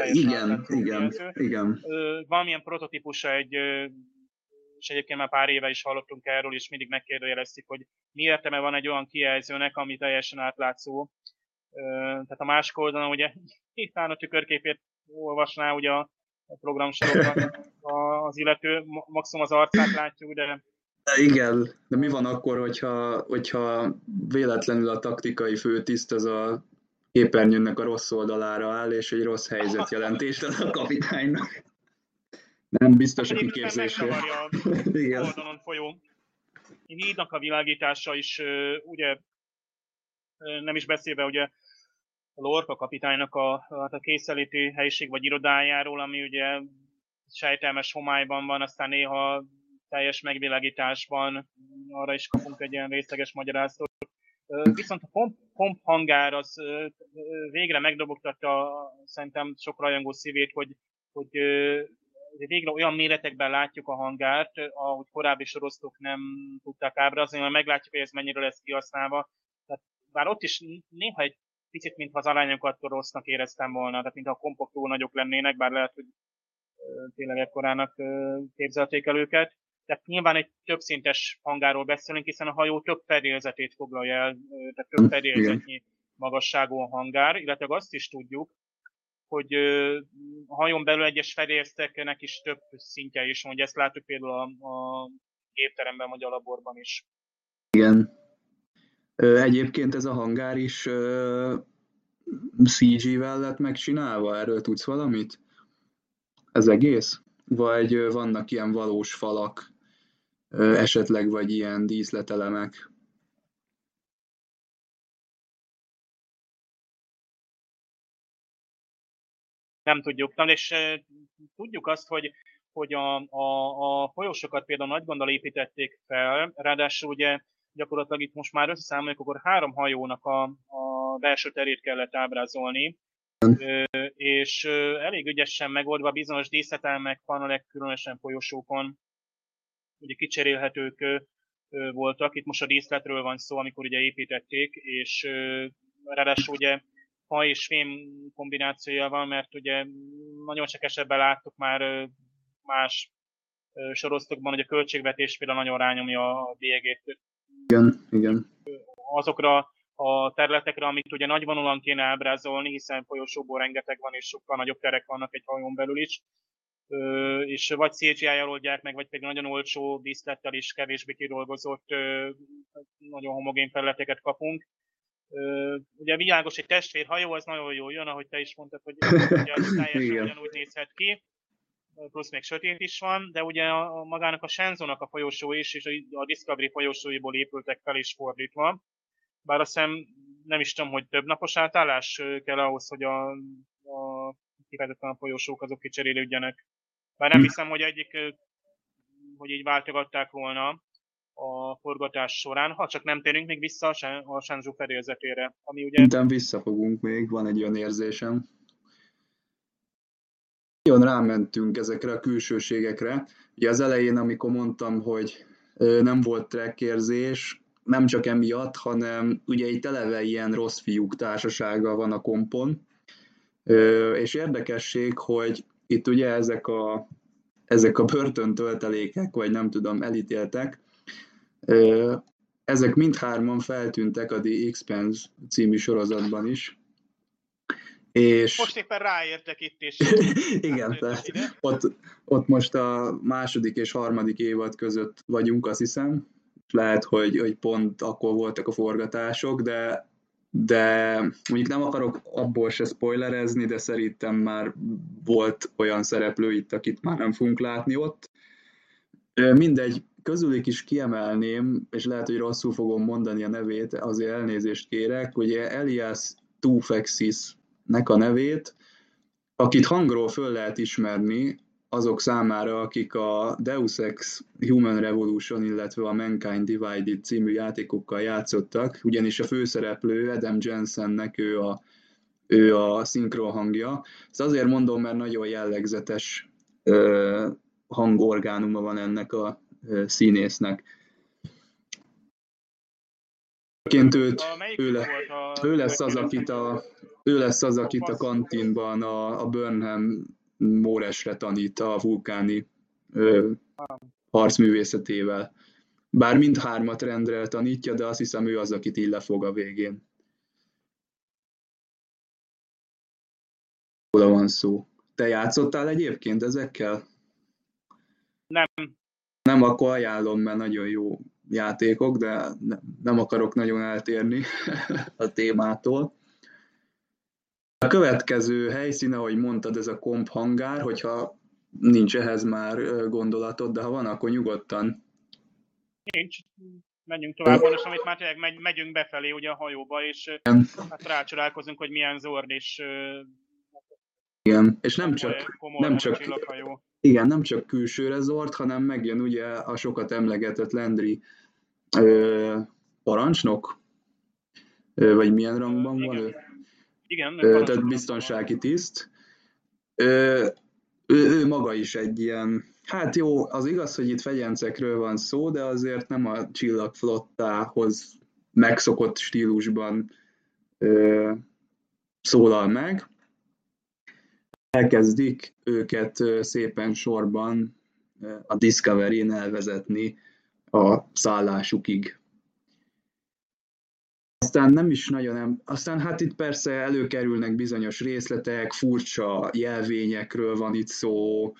Igen. Valamilyen prototípusa és egyébként már pár éve is hallottunk erről, és mindig megkérdőjelezték, hogy mi értelme van egy olyan kijelzőnek, ami teljesen átlátszó. Tehát a másik oldalon ugye éppen a tükörképét olvasná ugye a programsoroknak az illető, maximum az arcát látjuk, de... Igen, de mi van akkor, hogyha véletlenül a taktikai főtiszt az a képernyőnek a rossz oldalára áll, és egy rossz helyzetjelentést ad a kapitánynak? Nem biztos a kiképzésre. Megzavarja a oldalon folyó hídnak a világítása is, ugye nem is beszélve ugye a Lorca kapitánynak a készeléti helyiség vagy irodájáról, ami ugye sejtelmes homályban van, aztán néha teljes megvilágításban, arra is kapunk egy ilyen részleges magyarázatot. Viszont a pomp hangár az végre megdobogtatta szerintem sok rajongó szívét, hogy végre olyan méretekben látjuk a hangárt, ahogy korábbi sorosztok nem tudták ábrázni, mert meglátjuk, hogy ez mennyire lesz kihasználva. Tehát, bár ott is néha egy picit, mintha az arányokat rossznak éreztem volna, tehát mintha a kompok túl nagyok lennének, bár lehet, hogy tényleg ekkorának képzelték el őket. Tehát nyilván egy többszintes hangáról beszélünk, hiszen a hajó több fedélzetét foglalja el, tehát több fedélzetnyi magasságú a hangár, illetve azt is tudjuk, hogy a hajón belül egyes fedélzeteknek is több szintje is van, hogy ezt látjuk például a gépteremben vagy a laborban is. Igen. Egyébként ez a hangár is CG-vel lett megcsinálva? Erről tudsz valamit? Ez egész? Vagy vannak ilyen valós falak, esetleg vagy ilyen díszletelemek? Nem tudjuk, és tudjuk azt, hogy a folyósokat például nagy gonddal építették fel, ráadásul ugye gyakorlatilag itt most már összeszámoljuk, akkor 3 hajónak a belső terét kellett ábrázolni, és elég ügyesen megoldva bizonyos díszletelemek, panelek, különösen folyosókon, ugye kicserélhetők voltak. Itt most a díszletről van szó, amikor ugye építették, és ráadásul ugye fa és fém kombinációja van, mert ugye nagyon csak esetben láttuk már más sorosztokban, hogy a költségvetés például nagyon rányomja a bélyegét. Igen. Azokra a területekre, amit ugye nagyvonalúan kéne ábrázolni, hiszen folyosóból rengeteg van, és sokkal nagyobb terek vannak egy hajón belül is, és vagy CGI-jal oldják meg, vagy pedig nagyon olcsó díszlettel is kevésbé kidolgozott, nagyon homogén felületeket kapunk. Ugye világos, egy testvérhajó, az nagyon jól jön, ahogy te is mondtad, hogy az teljesen ugyanúgy nézhet ki. plusz még sötét is van, de ugye magának a Shenzhou-nak a folyosó is, és a Discovery folyosóiból épültek fel is fordítva. Bár azt hiszem, nem is tudom, hogy több napos átállás kell ahhoz, hogy kifejezetten a folyosók azok kicserélődjenek. Bár nem hiszem, hogy hogy így váltogatták volna a forgatás során, ha csak nem térünk még vissza a Shenzhou fedélzetére, ami ugye... Szerintem visszafogunk még, van egy olyan érzésem. Nagyon rámentünk ezekre a külsőségekre. Ugye az elején, amikor mondtam, hogy nem volt trekkérzés, nem csak emiatt, hanem ugye itt eleve ilyen rossz fiúk társasága van a kompon. És érdekesség, hogy itt ugye ezek a börtöntöltelékek, vagy nem tudom, elítéltek, ezek mindhárman feltűntek a The Expanse című sorozatban is. És... Most éppen ráértek itt is. Igen, tehát ott most a második és harmadik évad között vagyunk, azt hiszem. Lehet, hogy pont akkor voltak a forgatások, de mondjuk nem akarok abból se spoilerezni, de szerintem már volt olyan szereplő itt, akit már nem fogunk látni ott. Mindegy, közülük is kiemelném, és lehet, hogy rosszul fogom mondani a nevét, azért elnézést kérek, ugye Elias Toufexis-nek a nevét, akit hangról föl lehet ismerni, azok számára, akik a Deus Ex Human Revolution, illetve a Mankind Divided című játékokkal játszottak, ugyanis a főszereplő Adam Jensennek ő a szinkron hangja. Ezt azért mondom, mert nagyon jellegzetes hangorgánuma van ennek a színésznek. Ő lesz az, akit a kantinban a Burnham Móresre tanít a vulkáni harcművészetével. Bár mindhármat rendre tanítja, de azt hiszem ő az, akit így lefog a végén. Hol van szó? Te játszottál egyébként ezekkel? Nem. Nem, akkor ajánlom, mert nagyon jó játékok, de nem akarok nagyon eltérni a témától. A következő helyszín, ahogy mondtad, ez a komp hangár, hogyha nincs ehhez már gondolatod, de ha van, akkor nyugodtan. Nincs. Menjünk tovább, most amit már tényleg megyünk befelé ugye a hajóba, és hát rácsodálkozunk, hogy milyen Zord és igen, és nem csak külsőre Zord, hanem megjön ugye a sokat emlegetett Landry parancsnok, vagy milyen rangban van ő? Igen, tehát biztonsági tiszt. Ő maga is egy ilyen, hát jó, az igaz, hogy itt fegyencekről van szó, de azért nem a csillagflottához megszokott stílusban szólal meg. Elkezdik őket szépen sorban a Discovery-n elvezetni a szállásukig. Aztán hát itt persze előkerülnek bizonyos részletek, furcsa jelvényekről van itt szó,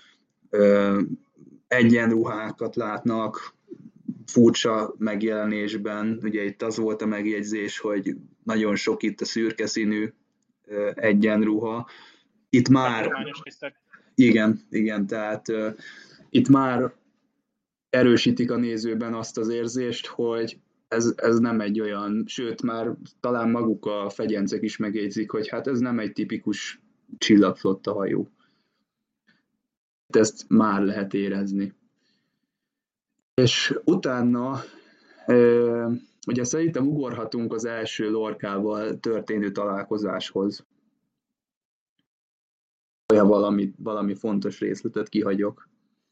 egyenruhákat látnak furcsa megjelenésben. Ugye itt az volt a megjegyzés, hogy nagyon sok itt a szürke színű egyenruha. Itt már... Igen, tehát itt már erősítik a nézőben azt az érzést, hogy ez nem egy olyan, sőt már talán maguk a fegyencek is megjegyzik, hogy hát ez nem egy tipikus csillagflotta hajó. Ezt már lehet érezni. És utána, ugye szerintem ugorhatunk az első Lorcával történő találkozáshoz. Olyan valami fontos részletet kihagyok.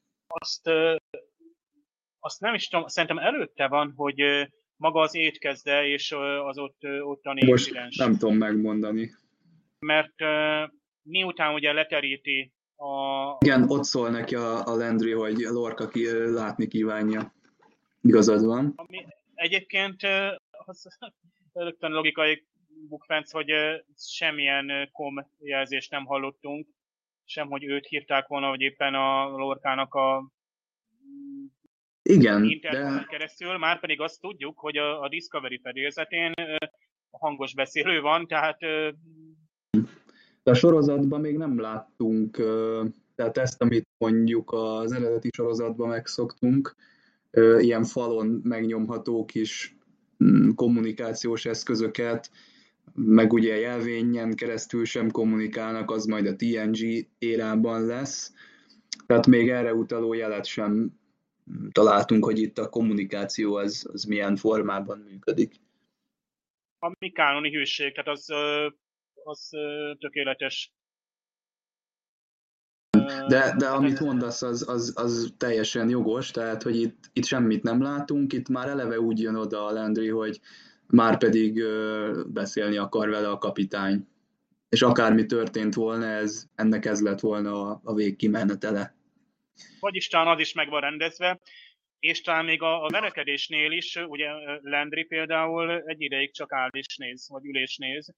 Azt nem is tudom, szerintem előtte van, hogy maga az étkezde és az ottani incidens. Nem tudom megmondani. Mert miután ugye leteríti Igen, ott szól neki a Landry, hogy Lorca látni kívánja. Igazad van. Ami egyébként az rögtön logikai bukfenc, hogy semmilyen jelzést nem hallottunk, sem hogy őt hívták volna, vagy éppen a Lorcának a interneten keresztül, már pedig azt tudjuk, hogy a Discovery fedélzetén hangos beszélő van, tehát... De a sorozatban még nem láttunk Tehát ezt, amit mondjuk az eredeti sorozatban megszoktunk, ilyen falon megnyomható kis kommunikációs eszközöket, meg ugye jelvényen keresztül sem kommunikálnak, az majd a TNG érában lesz. Tehát még erre utaló jelet sem találtunk, hogy itt a kommunikáció az milyen formában működik. Ami kánoni hűség, tehát az tökéletes. De amit mondasz, az teljesen jogos, tehát hogy itt semmit nem látunk, itt már eleve úgy jön oda a Landry, hogy már pedig beszélni akar vele a kapitány. És akármi történt volna, ennek ez lett volna a végkimenetele. Vagyis talán az is meg van rendezve, és talán még a verekedésnél is, ugye Landry például egy ideig csak áll és néz, vagy ül és néz.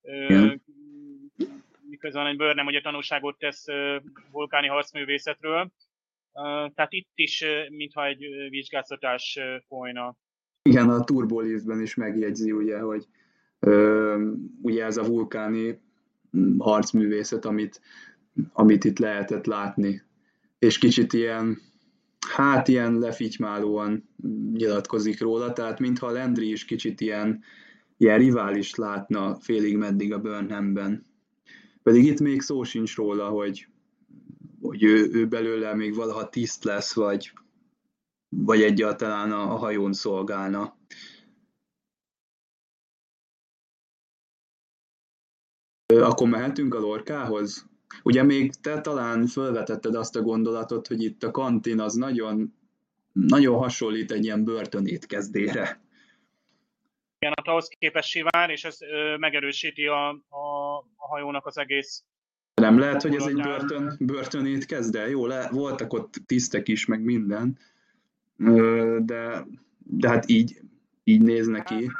Miközben egy Burnham ugye tanúságot tesz vulkáni harcművészetről. Tehát itt is, mintha egy vizsgáztatás folyna. Igen, a Turbolizben is megjegyzi, ugye, hogy ugye ez a vulkáni harcművészet, amit itt lehetett látni. És kicsit ilyen lefitymálóan nyilatkozik róla, tehát mintha a Landry is kicsit ilyen riválist látna félig meddig a Burnhamben. Pedig itt még szó sincs róla, hogy ő belőle még valaha tiszt lesz, vagy egyáltalán a hajón szolgálna. Akkor mehetünk a Lorcához? Ugye még te talán felvetetted azt a gondolatot, hogy itt a kantin az nagyon, nagyon hasonlít egy ilyen börtönétkezdére. Igen, ahhoz képest sivár, és ez megerősíti a hajónak az egész. Nem lehet, hogy ez egy börtönétkezde? Jó, voltak ott tisztek is, meg minden, de hát így néz neki.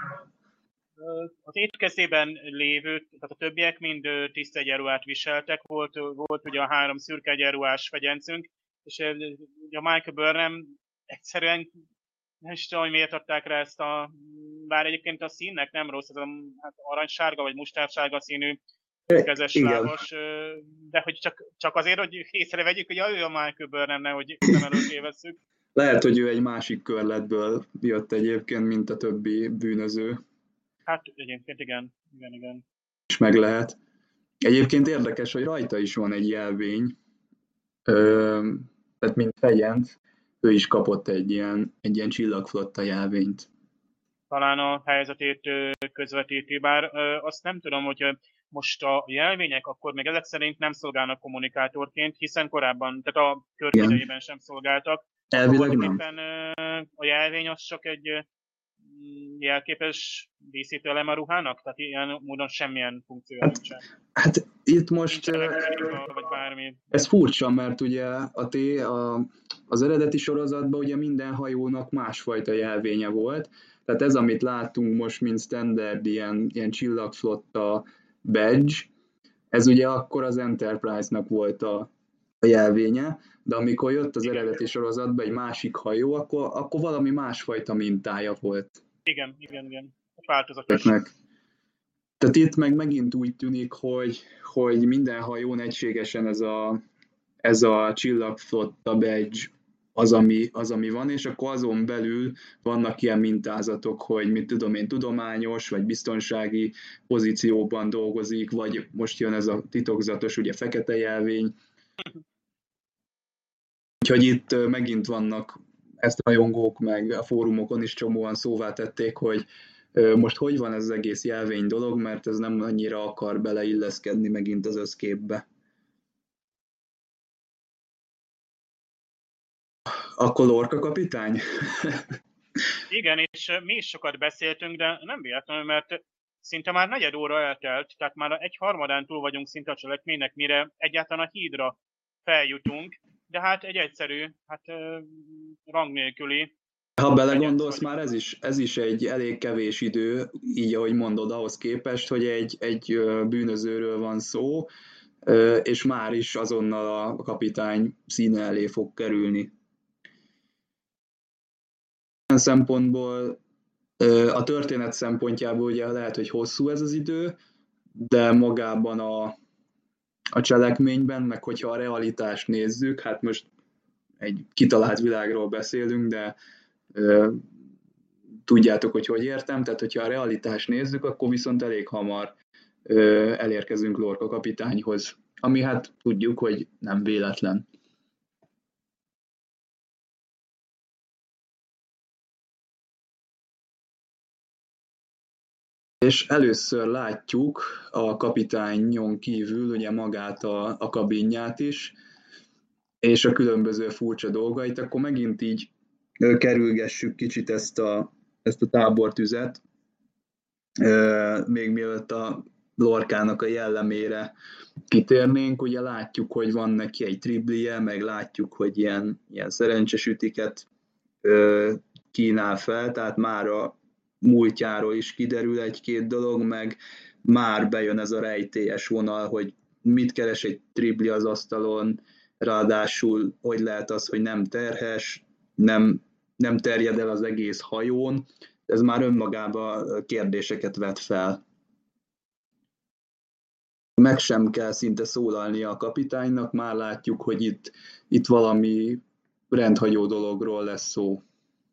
Az étkezében lévő, tehát a többiek mind tisztegyenruhát viseltek, volt ugye a 3 szürke egyenruhás fegyencünk, és ugye a Michael Burnham egyszerűen nem is tudom, hogy miért adták rá ezt bár egyébként a színnek nem rossz, ez a aranysárga vagy mustársárga színű kezes lábas, de hogy csak azért, hogy észrevegyük, hogy ő a Michael Burnham, nehogy nem előtt évesszük. Lehet, hogy ő egy másik körletből jött egyébként, mint a többi bűnöző. Hát egyébként igen. És meg lehet. Egyébként érdekes, hogy rajta is van egy jelvény, tehát mint fegyenc, ő is kapott egy ilyen csillagflotta jelvényt. Talán a helyzetét közvetíti, bár azt nem tudom, hogy most a jelvények akkor még ezek szerint nem szolgálnak kommunikátorként, hiszen korábban, tehát a Kirk idejében sem szolgáltak. Elvileg nem. A jelvény az csak egy jelképes díszítő elem a ruhának? Tehát ilyen módon semmilyen funkciója nincsen. Hát itt most vagy bármi. Ez furcsa, mert ugye az eredeti sorozatban ugye minden hajónak másfajta jelvénye volt. Tehát ez, amit láttunk most, mint standard ilyen csillagflotta badge, ez ugye akkor az Enterprise-nak volt a jelvénye, de amikor jött az eredeti sorozatban egy másik hajó, akkor valami másfajta mintája volt. Igen. Változatos. Tehát itt meg megint úgy tűnik, hogy minden hajón egységesen ez a csillagflotta badge az, ami van, és akkor azon belül vannak ilyen mintázatok, hogy mit tudom én, tudományos vagy biztonsági pozícióban dolgozik, vagy most jön ez a titokzatos, ugye fekete jelvény. Úgyhogy itt megint vannak ezt rajongók, meg a fórumokon is csomóan szóvá tették, hogy most hogy van ez az egész jelvény dolog, mert ez nem annyira akar beleilleszkedni megint az összképbe. Akkor Lorca kapitány? Igen, és mi is sokat beszéltünk, de nem véletlenül, mert szinte már 4 óra eltelt, tehát már 1/3 túl vagyunk szinte a cselekménynek, mire egyáltalán a hídra feljutunk, de hát egy egyszerű, rang nélküli. Ha belegondolsz, már ez is egy elég kevés idő, így ahogy mondod, ahhoz képest, hogy egy bűnözőről van szó, és már is azonnal a kapitány színe elé fog kerülni. Ilyen szempontból, a történet szempontjából ugye lehet, hogy hosszú ez az idő, de magában a cselekményben, meg hogyha a realitást nézzük, hát most egy kitalált világról beszélünk, de tudjátok, hogy értem, tehát hogyha a realitást nézzük, akkor viszont elég hamar elérkezünk Lorca kapitányhoz, ami hát tudjuk, hogy nem véletlen. És először látjuk a kapitányon kívül ugye magát a kabinját is, és a különböző furcsa dolgait, akkor megint így kerülgessük kicsit ezt a tábortüzet, még mielőtt a Lorcának a jellemére kitérnénk, ugye látjuk, hogy van neki egy triblie, meg látjuk, hogy ilyen szerencsesütiket kínál fel, tehát már a múltjáról is kiderül egy-két dolog, meg már bejön ez a rejtélyes vonal, hogy mit keres egy tribli az asztalon, ráadásul hogy lehet az, hogy nem terhes, nem terjed el az egész hajón, ez már önmagában kérdéseket vet fel. Meg sem kell szinte szólalnia a kapitánynak, már látjuk, hogy itt valami rendhagyó dologról lesz szó.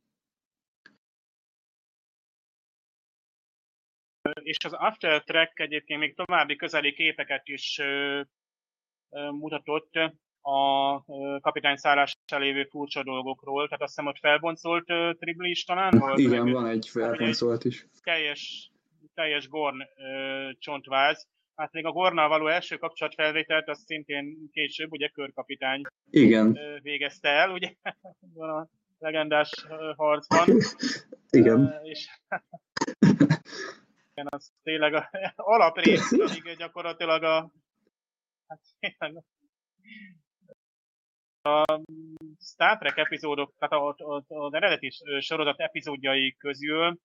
És az After Track egyébként még további közeli képeket is mutatott a kapitány szállásán lévő furcsa dolgokról. Tehát azt hiszem, ott felboncolt tribli is talán volt. Igen, meg, van egy felboncolt is. Teljes Gorn csontváz. Hát még a Gornnal való első kapcsolatfelvételt azt szintén később, ugye körkapitány végezte el, ugye a legendás harcban. Igen. És igen, az tényleg az alaprész, amíg gyakorlatilag a Star Trek epizódok, tehát az eredeti sorozat epizódjai közül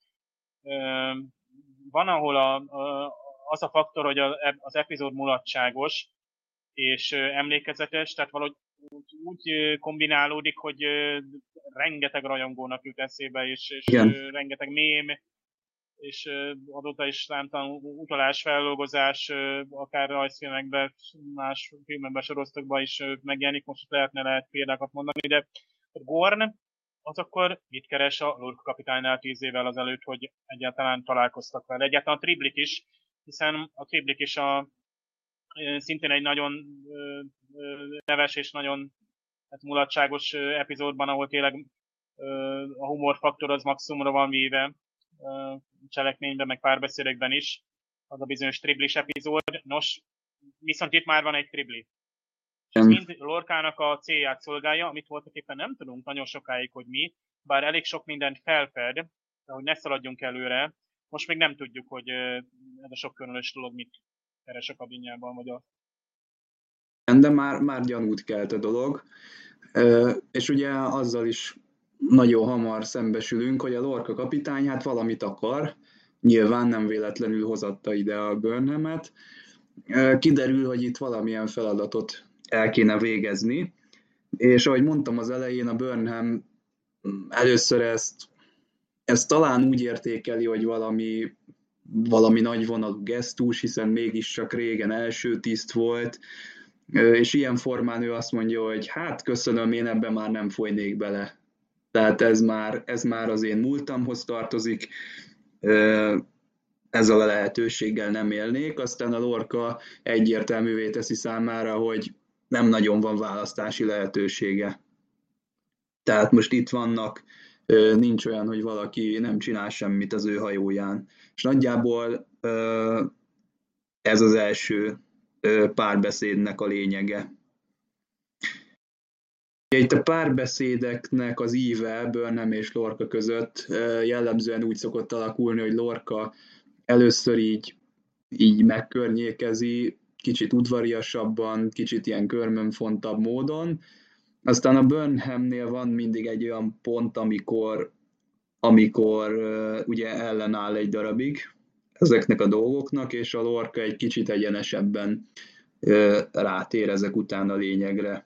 van, ahol az a faktor, hogy az epizód mulatságos és emlékezetes, tehát valahogy úgy kombinálódik, hogy rengeteg rajongónak jut eszébe, és rengeteg mém, és adott is számtalan utalás, feldolgozás, akár rajzfilmekben, más filmekben, sorozatokban is megjelenik, most lehet példákat mondani, de a Gorn az akkor mit keres a Lorca kapitánynál 10 évvel azelőtt, hogy egyáltalán találkoztak vele. Egyáltalán a Triblik is, hiszen a Triblik is szintén egy nagyon neves és nagyon mulatságos epizódban, ahol tényleg a humorfaktor az maximumra van véve cselekményben, meg párbeszédekben is, az a bizonyos triblis epizód. Nos, viszont itt már van egy tribli. Ez mind Lorcának a célját szolgálja, amit voltak éppen nem tudunk nagyon sokáig, hogy mi, bár elég sok mindent felfed, de hogy ne szaladjunk előre, most még nem tudjuk, hogy ez a sok különös dolog mit keres a kabinjában, vagy a... De már gyanút kelt a dolog, és ugye azzal is nagyon hamar szembesülünk, hogy a Lorca kapitány hát valamit akar, nyilván nem véletlenül hozatta ide a Burnhamet. Kiderül, hogy itt valamilyen feladatot el kéne végezni, és ahogy mondtam az elején, a Burnham először ezt talán úgy értékeli, hogy valami nagyvonalú gesztus, hiszen mégiscsak régen első tiszt volt, és ilyen formán ő azt mondja, hogy hát köszönöm, én ebben már nem folynék bele. Tehát ez már az én múltamhoz tartozik, ezzel a lehetőséggel nem élnék. Aztán a Lorca egyértelművé teszi számára, hogy nem nagyon van választási lehetősége. Tehát most itt vannak, nincs olyan, hogy valaki nem csinál semmit az ő hajóján. És nagyjából ez az első párbeszédnek a lényege. Itt a párbeszédeknek az íve Burnham és Lorca között jellemzően úgy szokott alakulni, hogy Lorca először így megkörnyékezi, kicsit udvariasabban, kicsit ilyen körmönfontabb módon. Aztán a Burnhamnél van mindig egy olyan pont, amikor ugye ellenáll egy darabig ezeknek a dolgoknak, és a Lorca egy kicsit egyenesebben rátér ezek után a lényegre.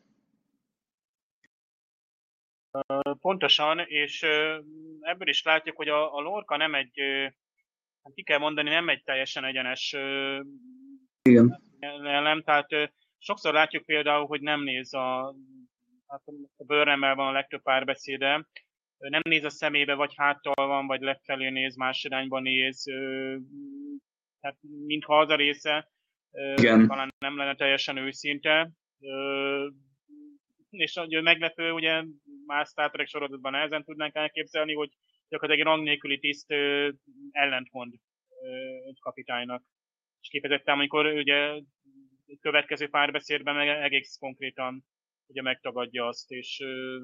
Pontosan, és ebből is látjuk, hogy a Lorca nem egy, ki kell mondani, nem egy teljesen egyenes Igen. elem, tehát sokszor látjuk például, hogy nem néz hát a Burnham-mel van a legtöbb párbeszéde, nem néz a szemébe, vagy háttal van, vagy lefelé néz, más irányba néz, tehát mintha az a része, Igen. talán nem lenne teljesen őszinte. És ugye meglepő, ugye más Star Trek sorozatban nehezen tudnánk elképzelni, hogy gyakorlatilag egy rang nélküli tiszt ellentmond egy kapitánynak. És kifejezetten, amikor ugye következő párbeszédben meg egész konkrétan ugye megtagadja azt, és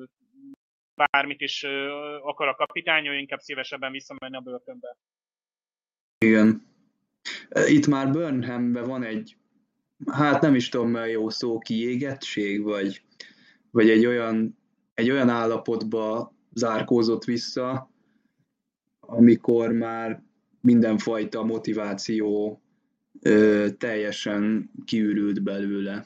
bármit is akar a kapitány, ő inkább szívesebben visszamenne a börtönbe. Igen. Itt már Burnhamben van egy, hát nem is tudom, jó szó, kiégettség, vagy egy olyan állapotba zárkózott vissza, amikor már mindenfajta motiváció teljesen kiürült belőle.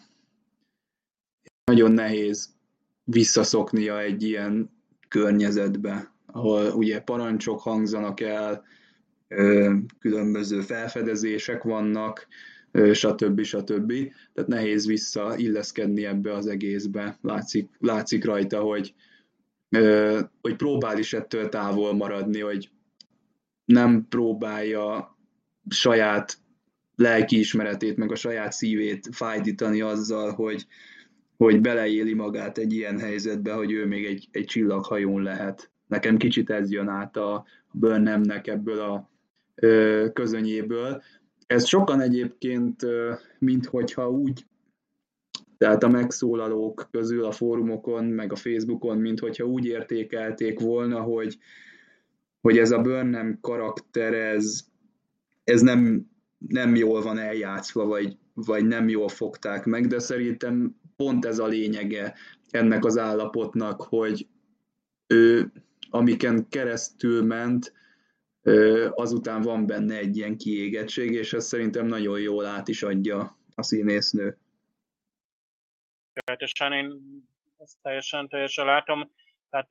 Nagyon nehéz visszaszoknia egy ilyen környezetbe, ahol ugye parancsok hangzanak el, különböző felfedezések vannak, stb. Tehát nehéz visszailleszkedni ebbe az egészbe. Látszik rajta, hogy próbál is ettől távol maradni, hogy nem próbálja saját lelkiismeretét, meg a saját szívét fájdítani azzal, hogy beleéli magát egy ilyen helyzetbe, hogy ő még egy csillaghajón lehet. Nekem kicsit ez jön át a Burnhamnek ebből a közönyéből. Ez sokan egyébként, minthogyha úgy, tehát a megszólalók közül a fórumokon, meg a Facebookon, minthogyha úgy értékelték volna, hogy ez a Burnham karakter, ez nem jól van eljátszva, vagy nem jól fogták meg, de szerintem pont ez a lényege ennek az állapotnak, hogy ő, amiken keresztül ment, azután van benne egy ilyen kiégettség, és ez szerintem nagyon jól át is adja a színésznő. Követősen én ezt teljesen látom. Tehát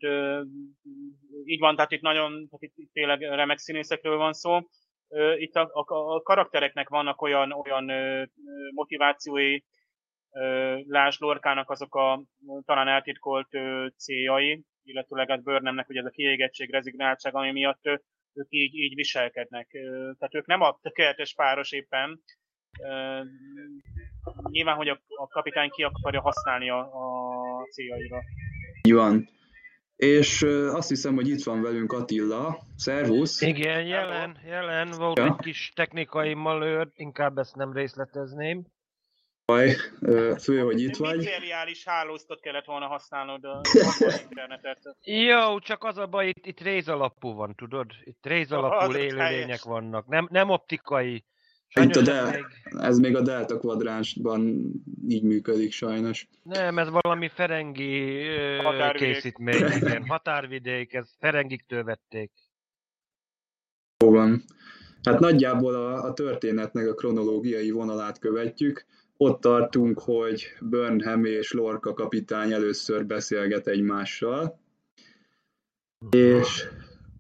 így van, tehát itt itt tényleg remek színészekről van szó. Itt a karaktereknek vannak olyan motivációi, lásd Lorkának azok a talán eltitkolt céljai, illetőleg a Burnhamnek ugye ez a kiégettség, rezignáltság, ami miatt ők így viselkednek. Tehát ők nem a tökéletes páros éppen. Nyilván, hogy a kapitány ki akarja használni a céljaira. Így van. És azt hiszem, hogy itt van velünk Attila. Szervusz! Igen, jelen volt egy kis technikai malőr, inkább ezt nem részletezném. Fő, hogy itt vagy. Miceliális hálóztat kellett volna használnod az internetet. Jó, csak az a baj, itt réz alapú van, tudod? Itt réz alapú élőlények vannak, nem optikai. Itt ez még a delta kvadránsban így működik sajnos. Nem, ez valami ferengi készítmény, igen. Határvidék, ez ferengiktől vették. Jó van. Hát nagyjából a történetnek a kronológiai vonalát követjük. Ott tartunk, hogy Burnham és Lorca kapitány először beszélget egymással. És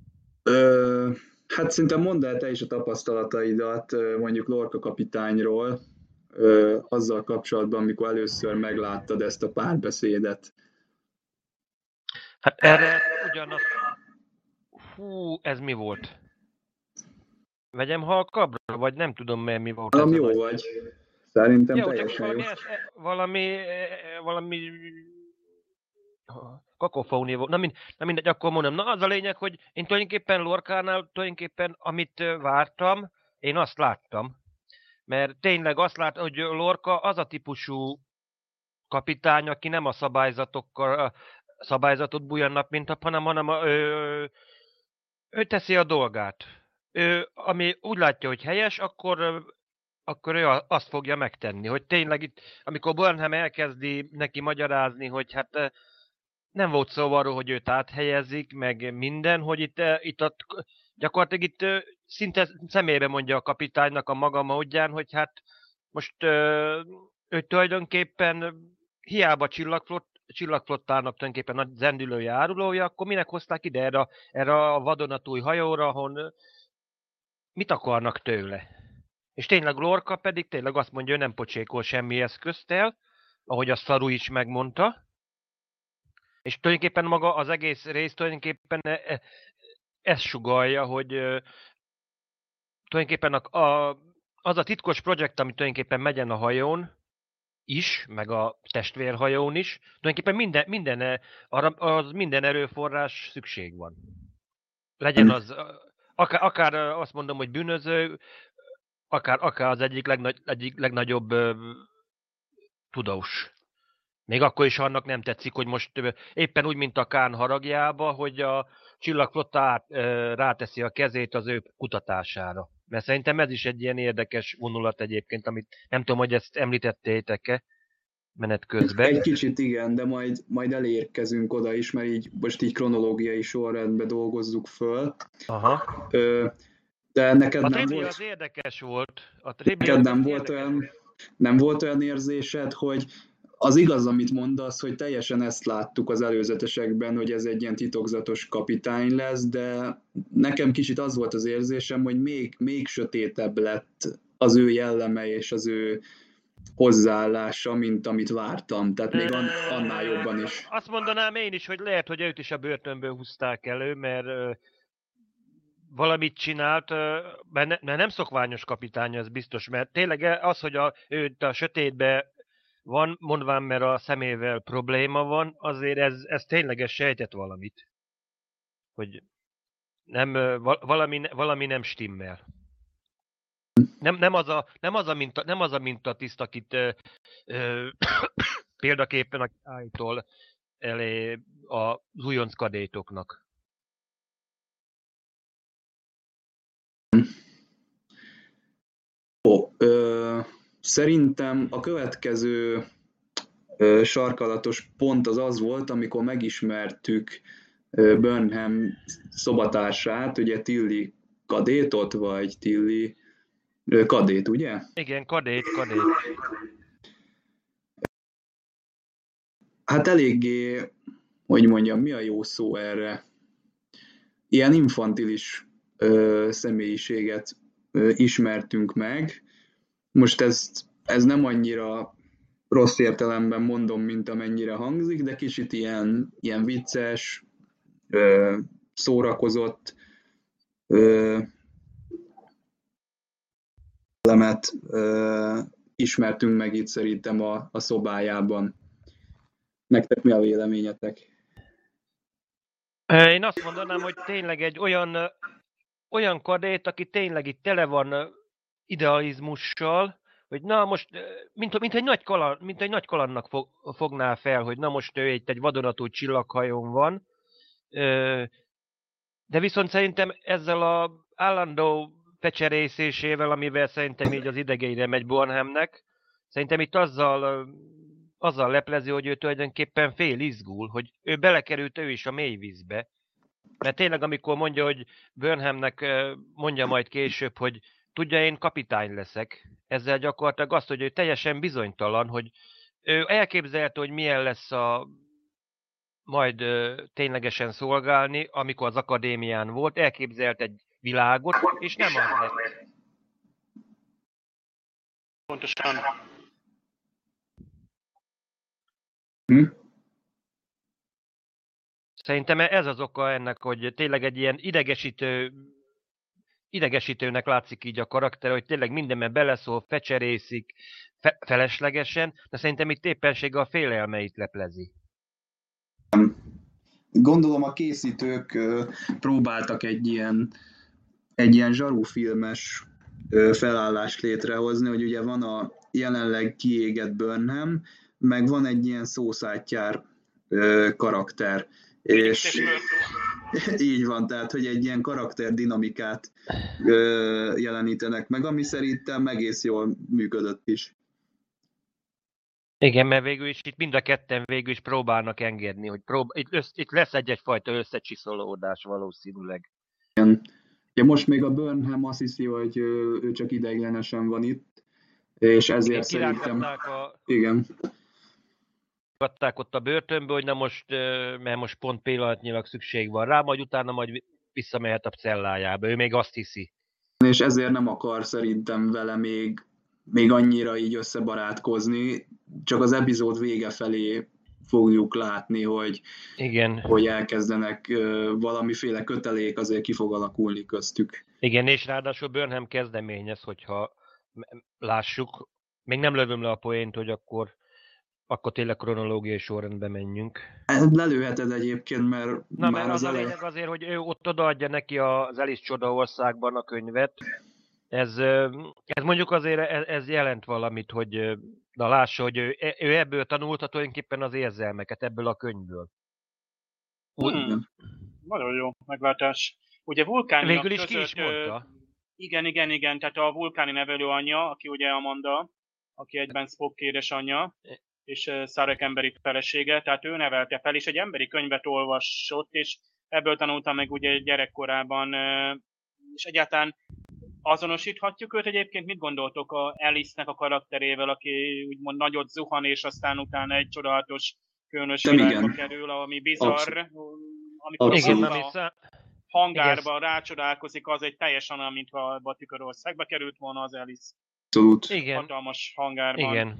hát szinte mondd el te is a tapasztalataidat mondjuk Lorca kapitányról, azzal kapcsolatban, amikor először megláttad ezt a párbeszédet. Hát erre ugyanaz... ez mi volt? Vegyem halkabbra, vagy nem tudom, mi volt. Valami jó vagy. Szerintem jó, teljesen jó. Valami kakofónia volt. Na mindegy, akkor mondom. Na az a lényeg, hogy én tulajdonképpen Lorcánál amit vártam, én azt láttam. Mert tényleg azt láttam, hogy Lorca az a típusú kapitány, aki nem a szabályzatot bújja nap mint nap, hanem ő teszi a dolgát. Ami úgy látja, hogy helyes, akkor ő azt fogja megtenni, hogy tényleg itt, amikor Burnham elkezdi neki magyarázni, hogy hát nem volt szó arról, hogy őt áthelyezik, meg minden, hogy itt gyakorlatilag itt szinte személyre mondja a kapitánynak a maga módján, hogy hát most ő tulajdonképpen hiába csillagflottának tulajdonképpen a zendülője, árulója, akkor minek hozták ide erre a vadonatúj hajóra, ahol mit akarnak tőle? És tényleg Lorca pedig tényleg azt mondja, hogy nem pocsékol semmi eszközt el, ahogy a Saru is megmondta. És tulajdonképpen maga az egész rész tulajdonképpen ezt sugallja, hogy tulajdonképpen az a titkos projekt, ami tulajdonképpen megyen a hajón is, meg a testvérhajón is, tulajdonképpen minden erőforrás szükség van. Legyen az, akár azt mondom, hogy bűnöző, akár az egyik legnagyobb tudós. Még akkor is annak nem tetszik, hogy most éppen úgy, mint a Kán haragjába, hogy a csillagflotta ráteszi a kezét az ő kutatására. Mert szerintem ez is egy ilyen érdekes vonulat egyébként, amit nem tudom, hogy ezt említettétek-e menet közben. Egy kicsit igen, de majd elérkezünk oda is, mert így most így kronológiai sorrendben dolgozzuk föl. Aha. De neked a nem volt... az érdekes volt. Neked nem volt olyan érzésed, hogy az igaz, amit mondasz, hogy teljesen ezt láttuk az előzetesekben, hogy ez egy ilyen titokzatos kapitány lesz, de nekem kicsit az volt az érzésem, hogy még sötétebb lett az ő jelleme és az ő hozzáállása, mint amit vártam. Tehát még annál jobban is. Azt mondanám én is, hogy lehet, hogy őt is a börtönből húzták elő, mert valamit csinált, mert nem szokványos kapitány, ez biztos, mert tényleg az, hogy őt a sötétbe van, mondván, mert a szemével probléma van, azért ez tényleges sejtett valamit. Hogy valami nem stimmel. Nem az a mintatiszt, akit példaképpen állítol elé az újonc kadétoknak. Szerintem a következő sarkalatos pont az volt, amikor megismertük Burnham szobatársát, ugye Tilly kadétot, vagy Tilly kadét, ugye? Igen, kadét. Hát eléggé, hogy mondjam, mi a jó szó erre? Ilyen infantilis személyiséget ismertünk meg. Most ez nem annyira rossz értelemben mondom, mint amennyire hangzik, de kicsit ilyen vicces, szórakozott elemet ismertünk meg itt szerintem a szobájában. Nektek mi a véleményetek? Én azt mondanám, hogy tényleg egy olyan kadét, aki tényleg itt tele van idealizmussal, hogy na most, mint egy nagy kalandnak fognál fel, hogy na most ő egy vadonatúj csillaghajón van, de viszont szerintem ezzel az állandó fecserészésével, amivel szerintem így az idegeire megy Burnhamnek, szerintem itt azzal leplezi, hogy ő tulajdonképpen fél izgul, hogy ő belekerült ő is a mély vízbe. Mert tényleg, amikor mondja, hogy Burnhamnek mondja majd később, hogy tudja, én kapitány leszek, ezzel gyakorlatilag azt, hogy ő teljesen bizonytalan, hogy ő elképzelte, hogy milyen lesz majd ténylegesen szolgálni, amikor az akadémián volt, elképzelt egy világot, és nem az lett. Pontosan. Szerintem ez az oka ennek, hogy tényleg egy ilyen idegesítőnek látszik így a karakter, hogy tényleg mindenben beleszól, fecserészik, feleslegesen, de szerintem itt éppenséggel a félelmeit leplezi. Gondolom a készítők próbáltak egy ilyen zsarufilmes felállást létrehozni, hogy ugye van a jelenleg kiégett Burnham, meg van egy ilyen szószáttyár karakter. És így van, tehát, hogy egy ilyen karakterdinamikát jelenítenek meg, ami szerintem egész jól működött is. Igen, mert végül is itt mind a ketten végül is próbálnak engedni, hogy itt lesz egyfajta összecsiszolódás valószínűleg. Igen. Ja, most még a Burnham azt hiszi, hogy ő csak ideiglenesen van itt, és ezért szerintem... Igen. Kirakták ott a börtönbe, hogy na most, mert most pont pillanatnyilag szükség van rá, majd utána visszamehet a cellájába. Ő még azt hiszi. És ezért nem akar szerintem vele még még annyira így összebarátkozni, csak az epizód vége felé fogjuk látni, Igen. hogy elkezdenek valamiféle kötelék azért ki fog alakulni köztük. Igen, és ráadásul Burnham kezdeményez, hogyha lássuk, még nem lövöm le a poént, hogy akkor tényleg kronológiai sorrendben menjünk. Lelőheted egyébként, mert Na, már mert az a elej... lényeg azért, hogy ő ott odaadja neki az Alice Csodaországban a könyvet. Ez mondjuk azért ez jelent valamit, hogy na lássa, hogy ő ebből tanulta tulajdonképpen az érzelmeket, ebből a könyvből. Nagyon jó meglátás. Ugye vulkániak Végül is között... ki is mondta. Igen, tehát a vulkáni nevelőanyja, aki ugye Amanda, aki egyben Spock édesanyja, és Sarek emberi felesége, tehát ő nevelte fel, és egy emberi könyvet olvasott, és ebből tanulta meg ugye gyerekkorában, és egyáltalán azonosíthatjuk őt egyébként, mit gondoltok a Alice-nek a karakterével, aki úgymond nagyot zuhan, és aztán utána egy csodálatos különös világba kerül, ami bizarr, amikor a hangárba rácsodálkozik, az egy teljesen olyan, mintha a Tükörországba került volna az Alice. Abszolút. Igen. Hatalmas hangárban. Igen.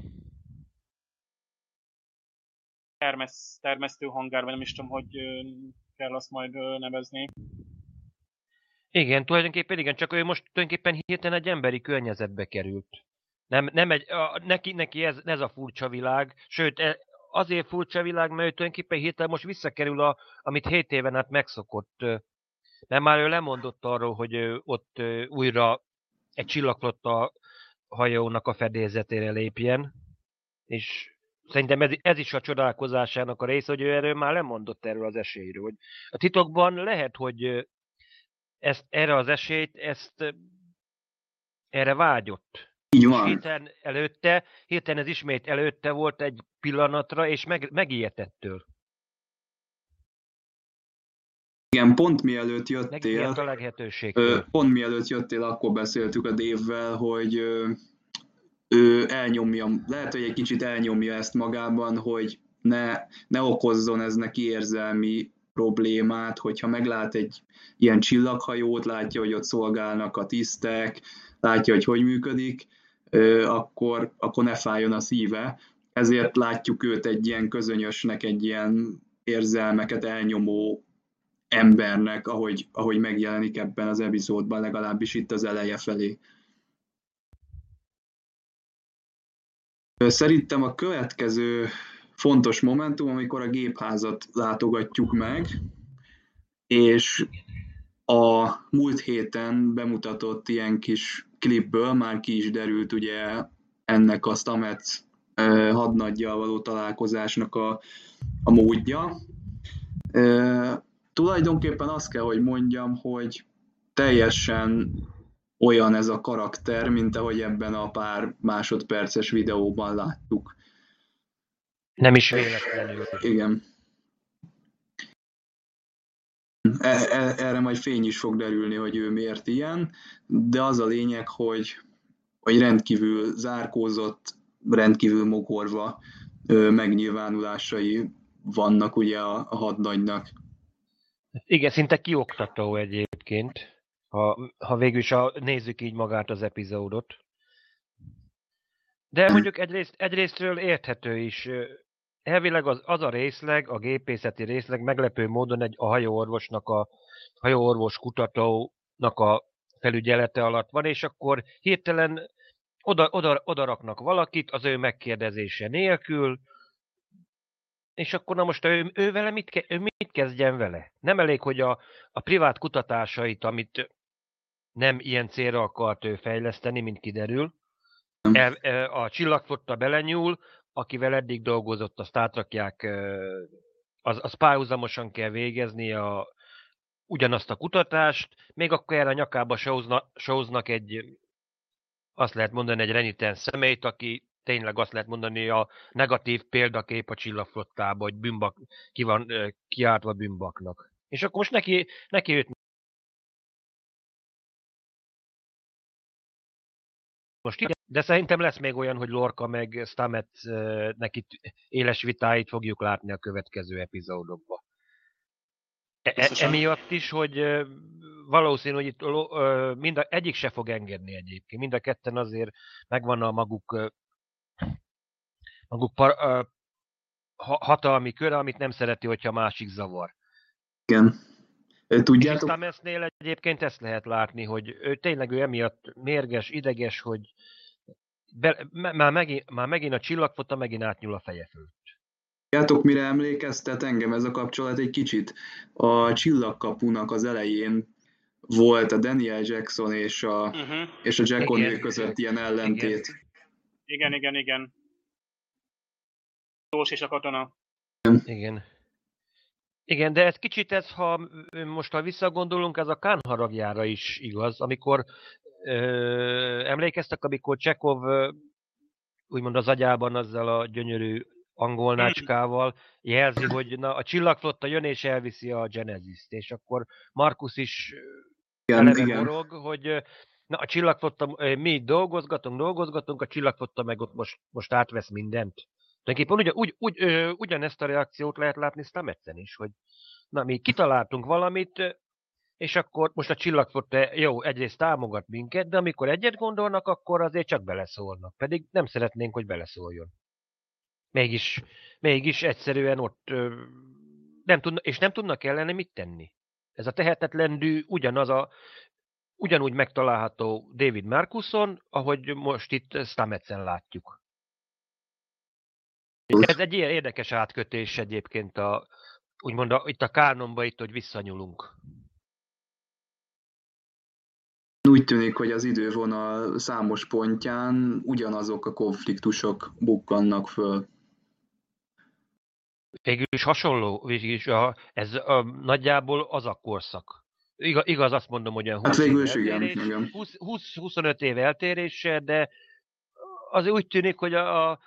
Termesztő hangárban, nem is tudom, hogy kell azt majd nevezni. Igen, tulajdonképpen igen, csak ő most tulajdonképpen hirtelen egy emberi környezetbe került. Nem neki ez a furcsa világ, sőt, azért furcsa világ, mert ő tulajdonképpen hirtelen most visszakerül, amit 7 éven át megszokott. Mert már ő lemondott arról, hogy ott újra egy csillagflotta hajónak a fedélzetére lépjen, és szerintem ez is a csodálkozásának a része, hogy ő erről már lemondott erről az esélyről. Hogy a titokban lehet, hogy erre az esélyt, erre vágyott. Így van. Hirtelen ez ismét előtte volt egy pillanatra, és megijedtettől. Igen, pont mielőtt jöttél, a leghetőségtől. Pont mielőtt jöttél, akkor beszéltük a Dave-vel, hogy ő elnyomja, lehet, hogy egy kicsit elnyomja ezt magában, hogy ne okozzon ez neki érzelmi problémát, hogyha meglát egy ilyen csillaghajót, látja, hogy ott szolgálnak a tisztek, látja, hogy működik, akkor ne fájjon a szíve. Ezért látjuk őt egy ilyen közönyösnek, egy ilyen érzelmeket elnyomó embernek, ahogy megjelenik ebben az epizódban, legalábbis itt az eleje felé. Szerintem a következő fontos momentum, amikor a gépházat látogatjuk meg, és a múlt héten bemutatott ilyen kis klipből már ki is derült ugye ennek a Stamets hadnaggyal való találkozásnak a módja. Tulajdonképpen azt kell, hogy mondjam, hogy teljesen olyan ez a karakter, mint ahogy ebben a pár másodperces videóban láttuk. Nem is véletlenül. Igen. Erre majd fény is fog derülni, hogy ő miért ilyen, de az a lényeg, hogy rendkívül zárkózott, rendkívül mogorva megnyilvánulásai vannak ugye a hadnagynak. Igen, szinte kioktató egyébként, ha végül is nézzük így magát az epizódot. De mondjuk egyrésztről érthető is. Elvileg az a részleg, a gépészeti részleg meglepő módon a hajóorvos kutatónak a felügyelete alatt van, és akkor hirtelen oda raknak valakit az ő megkérdezése nélkül, és akkor na most ő vele mit kezdjen vele? Nem elég, hogy a privát kutatásait, amit nem ilyen célra akart ő fejleszteni, mint kiderül, a csillagflotta belenyúl, akivel eddig dolgozott, azt átrakják, az párhuzamosan kell végezni ugyanazt a kutatást, még akkor erre a nyakába sóznak azt lehet mondani, egy renitens személyt, aki tényleg azt lehet mondani, a negatív példakép a csillagflottában, hogy ki van kiáltva bűnbaknak. És akkor most neki őt most igen, de szerintem lesz még olyan, hogy Lorca meg Stamets itt éles vitáit fogjuk látni a következő epizódokban. Emiatt is, hogy valószínű, hogy itt egyik se fog engedni egyébként. Mind a ketten azért megvan a maguk hatalmi köre, amit nem szereti, hogyha másik zavar. Igen. És Tudjátok? Stametsnél egyébként ezt lehet látni, hogy ő emiatt mérges, ideges, hogy már megint a csillagfota megint átnyúl a feje fölött. Tudjátok, mire emlékeztet engem ez a kapcsolat egy kicsit? A Csillagkapunak az elején volt a Daniel Jackson és a Jack O'Neill között ilyen ellentét. Igen. Tós és a katona. Igen, de ez kicsit ha visszagondolunk, ez a Khan haragjára is igaz, amikor emlékeztek, amikor Csekov úgymond az agyában azzal a gyönyörű angol nácskával jelzi, hogy na, a csillagflotta jön és elviszi a Genesis-t, és akkor Markus is eleve morog, hogy na, a csillagflotta, mi dolgozgatunk, a csillagflotta meg ott most átvesz mindent. Tulajdonképpen ugyanezt a reakciót lehet látni Stametsen is, hogy na, mi kitaláltunk valamit, és akkor most a csillagflotta jó, egyrészt támogat minket, de amikor egyet gondolnak, akkor azért csak beleszólnak. Pedig nem szeretnénk, hogy beleszóljon. Mégis egyszerűen ott nem tudnak ellene mit tenni. Ez a tehetetlen dű ugyanúgy megtalálható David Markuson, ahogy most itt Stametsen látjuk. Ez egy ilyen érdekes átkötés egyébként itt a kánonba, hogy visszanyúlunk. Úgy tűnik, hogy az idővonal számos pontján ugyanazok a konfliktusok bukkannak föl. Végül is hasonló, ez nagyjából az a korszak. Igaz, azt mondom, hogy olyan 20-25 év eltérése, de az úgy tűnik, hogy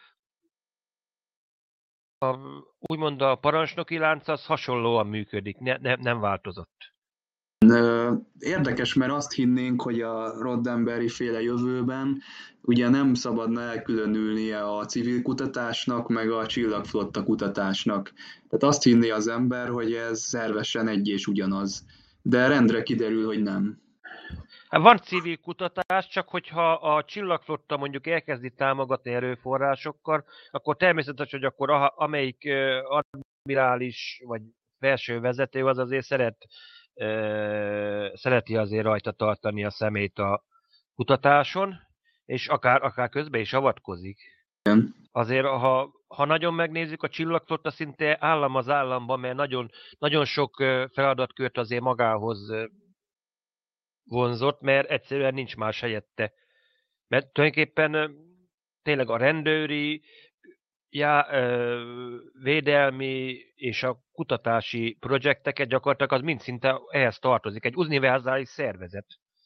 úgymond a parancsnoki lánc az hasonlóan működik, nem változott. Érdekes, mert azt hinnénk, hogy a Roddenberry féle jövőben ugye nem szabadna elkülönülnie a civil kutatásnak, meg a csillagflotta kutatásnak. Tehát azt hinné az ember, hogy ez szervesen egy és ugyanaz. De rendre kiderül, hogy nem. Hát van civil kutatás, csak hogyha a csillagflotta mondjuk elkezdi támogatni erőforrásokkal, akkor természetes, hogy akkor amelyik admirális vagy felső vezető az azért szereti azért rajta tartani a szemét a kutatáson, és akár közben is avatkozik. Igen. Azért, ha nagyon megnézzük, a csillagflotta szinte állam az államban, mert nagyon, nagyon sok feladatkört azért magához vonzott, mert egyszerűen nincs más helyette. Mert tulajdonképpen tényleg a rendőri, védelmi és a kutatási projekteket gyakorlatilag az mind szinte ehhez tartozik, egy univerzális szervezet.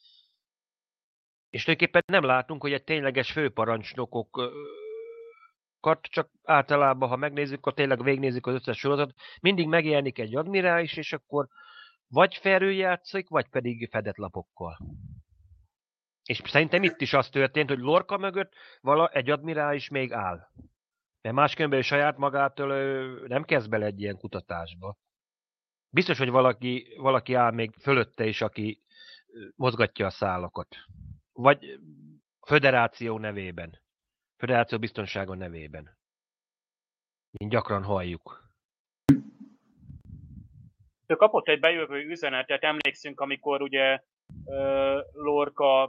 És tulajdonképpen nem látunk, hogy egy tényleges főparancsnokokat, csak általában, ha megnézzük, akkor tényleg végignézzük az összes sorozatot, mindig megjelenik egy admirális, és akkor vagy felüljátszik, vagy pedig fedett lapokkal. És szerintem itt is az történt, hogy Lorca mögött egy admirális még áll. Mert máskülönben ő saját magától nem kezd bele egy ilyen kutatásba. Biztos, hogy valaki áll még fölötte is, aki mozgatja a szálakat. Vagy föderáció nevében. Föderáció biztonsága nevében. Mint gyakran halljuk. Ő kapott egy bejövő üzenetet, emlékszünk, amikor ugye Lorca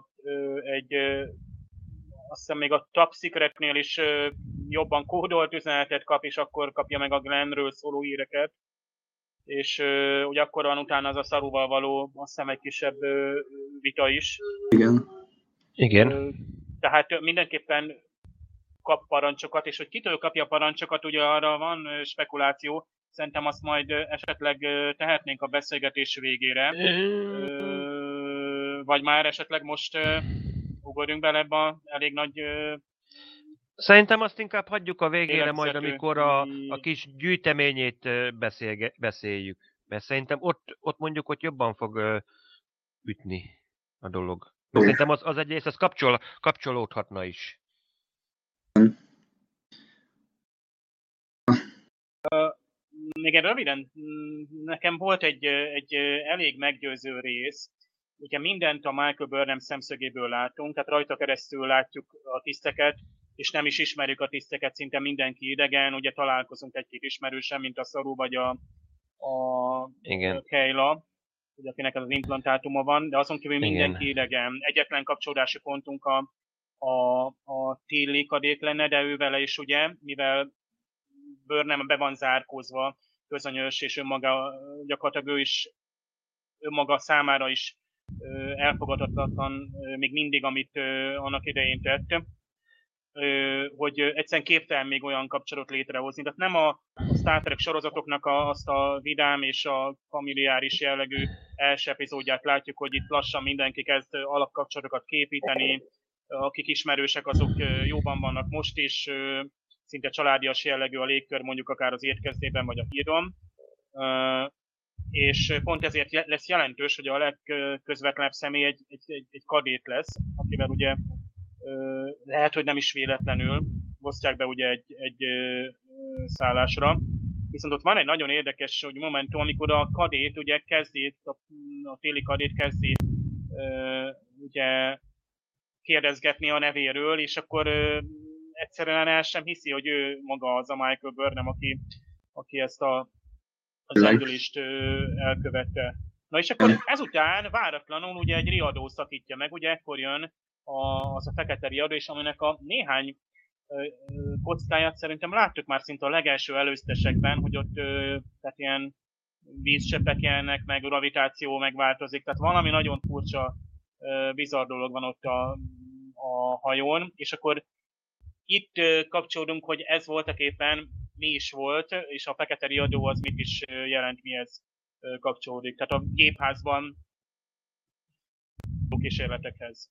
azt hiszem még a Top Secretnél is jobban kódolt üzenetet kap, és akkor kapja meg a Glennről szóló híreket. És ugye akkor van utána az a Saruval való, azt hiszem egy kisebb vita is. Igen. Tehát mindenképpen kap parancsokat, és hogy kitől kapja parancsokat, ugye arra van spekuláció. Szerintem azt majd esetleg tehetnénk a beszélgetés végére. Vagy már esetleg most ugorjunk bele ebbe a elég nagy... Szerintem azt inkább hagyjuk a végére majd, amikor a kis gyűjteményét beszéljük. Mert szerintem ott mondjuk, hogy jobban fog ütni a dolog. Mert szerintem az egyrészt az kapcsolódhatna is. Még röviden, nekem volt egy elég meggyőző rész, ugye mindent a Michael Burnham szemszögéből látunk, tehát rajta keresztül látjuk a tiszteket, és nem is ismerjük a tiszteket, szinte mindenki idegen, ugye találkozunk egy-két ismerősen, mint a Saru vagy a Kayla, ugye, akinek ez az implantátuma van, de azon kívül mindenki idegen. Egyetlen kapcsolódási pontunk a Tilly kadét lenne, de ő vele is ugye, mivel Burnham be van zárkózva, közönyös, és önmaga gyakorlatilag ő is önmaga számára is elfogadhatatlan még mindig, amit annak idején tett, hogy egyszerűen képtelen még olyan kapcsolatot létrehozni. Tehát nem a Star Trek sorozatoknak azt a vidám és a familiáris jellegű első epizódját látjuk, hogy itt lassan mindenki kezd alapkapcsolatokat képíteni, akik ismerősek, azok jóban vannak most is, szinte családias jellegű a légkör, mondjuk akár az étkezdében vagy a hídon. És pont ezért lesz jelentős, hogy a legközvetlenebb személy egy kadét lesz, akivel ugye lehet, hogy nem is véletlenül osztják be ugye egy szállásra. Viszont ott van egy nagyon érdekes hogy momentum, amikor a kadét ugye a téli kadét kezdi ugye kérdezgetni a nevéről, és akkor egyszerűen el sem hiszi, hogy ő maga az a Michael Burnham, aki ezt az lendülést elkövette. Na és akkor ezután váratlanul ugye egy riadó szakítja meg, ugye ekkor jön az a fekete riadó, és aminek a néhány kockáját szerintem láttuk már szinte a legelső előztesekben, hogy ott tehát ilyen vízcseppek jelennek, meg gravitáció megváltozik, tehát valami nagyon furcsa, bizarr dolog van ott a hajón, és akkor itt kapcsolódunk, hogy ez voltak éppen mi is volt, és a fekete riadó az mit is jelent, mihez kapcsolódik. Tehát a gépházban kísérletekhez.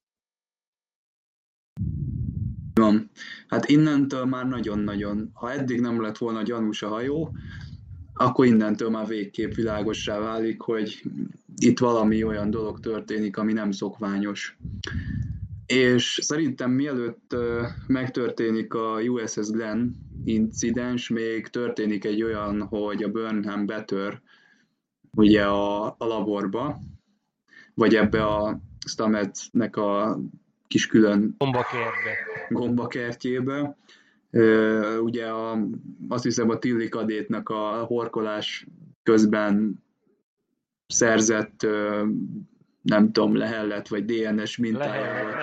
Van. Hát innentől már nagyon-nagyon, ha eddig nem lett volna gyanús a hajó, akkor innentől már végképp világossá válik, hogy itt valami olyan dolog történik, ami nem szokványos. És szerintem mielőtt megtörténik a USS Glenn incidens, még történik egy olyan, hogy a Burnham betör ugye a laborba, vagy ebbe a Stametsnek a kis külön gombakertjébe. Ugye azt hiszem a Tilly kadétnek a horkolás közben szerzett nem tudom, lehellet vagy DNS mintájával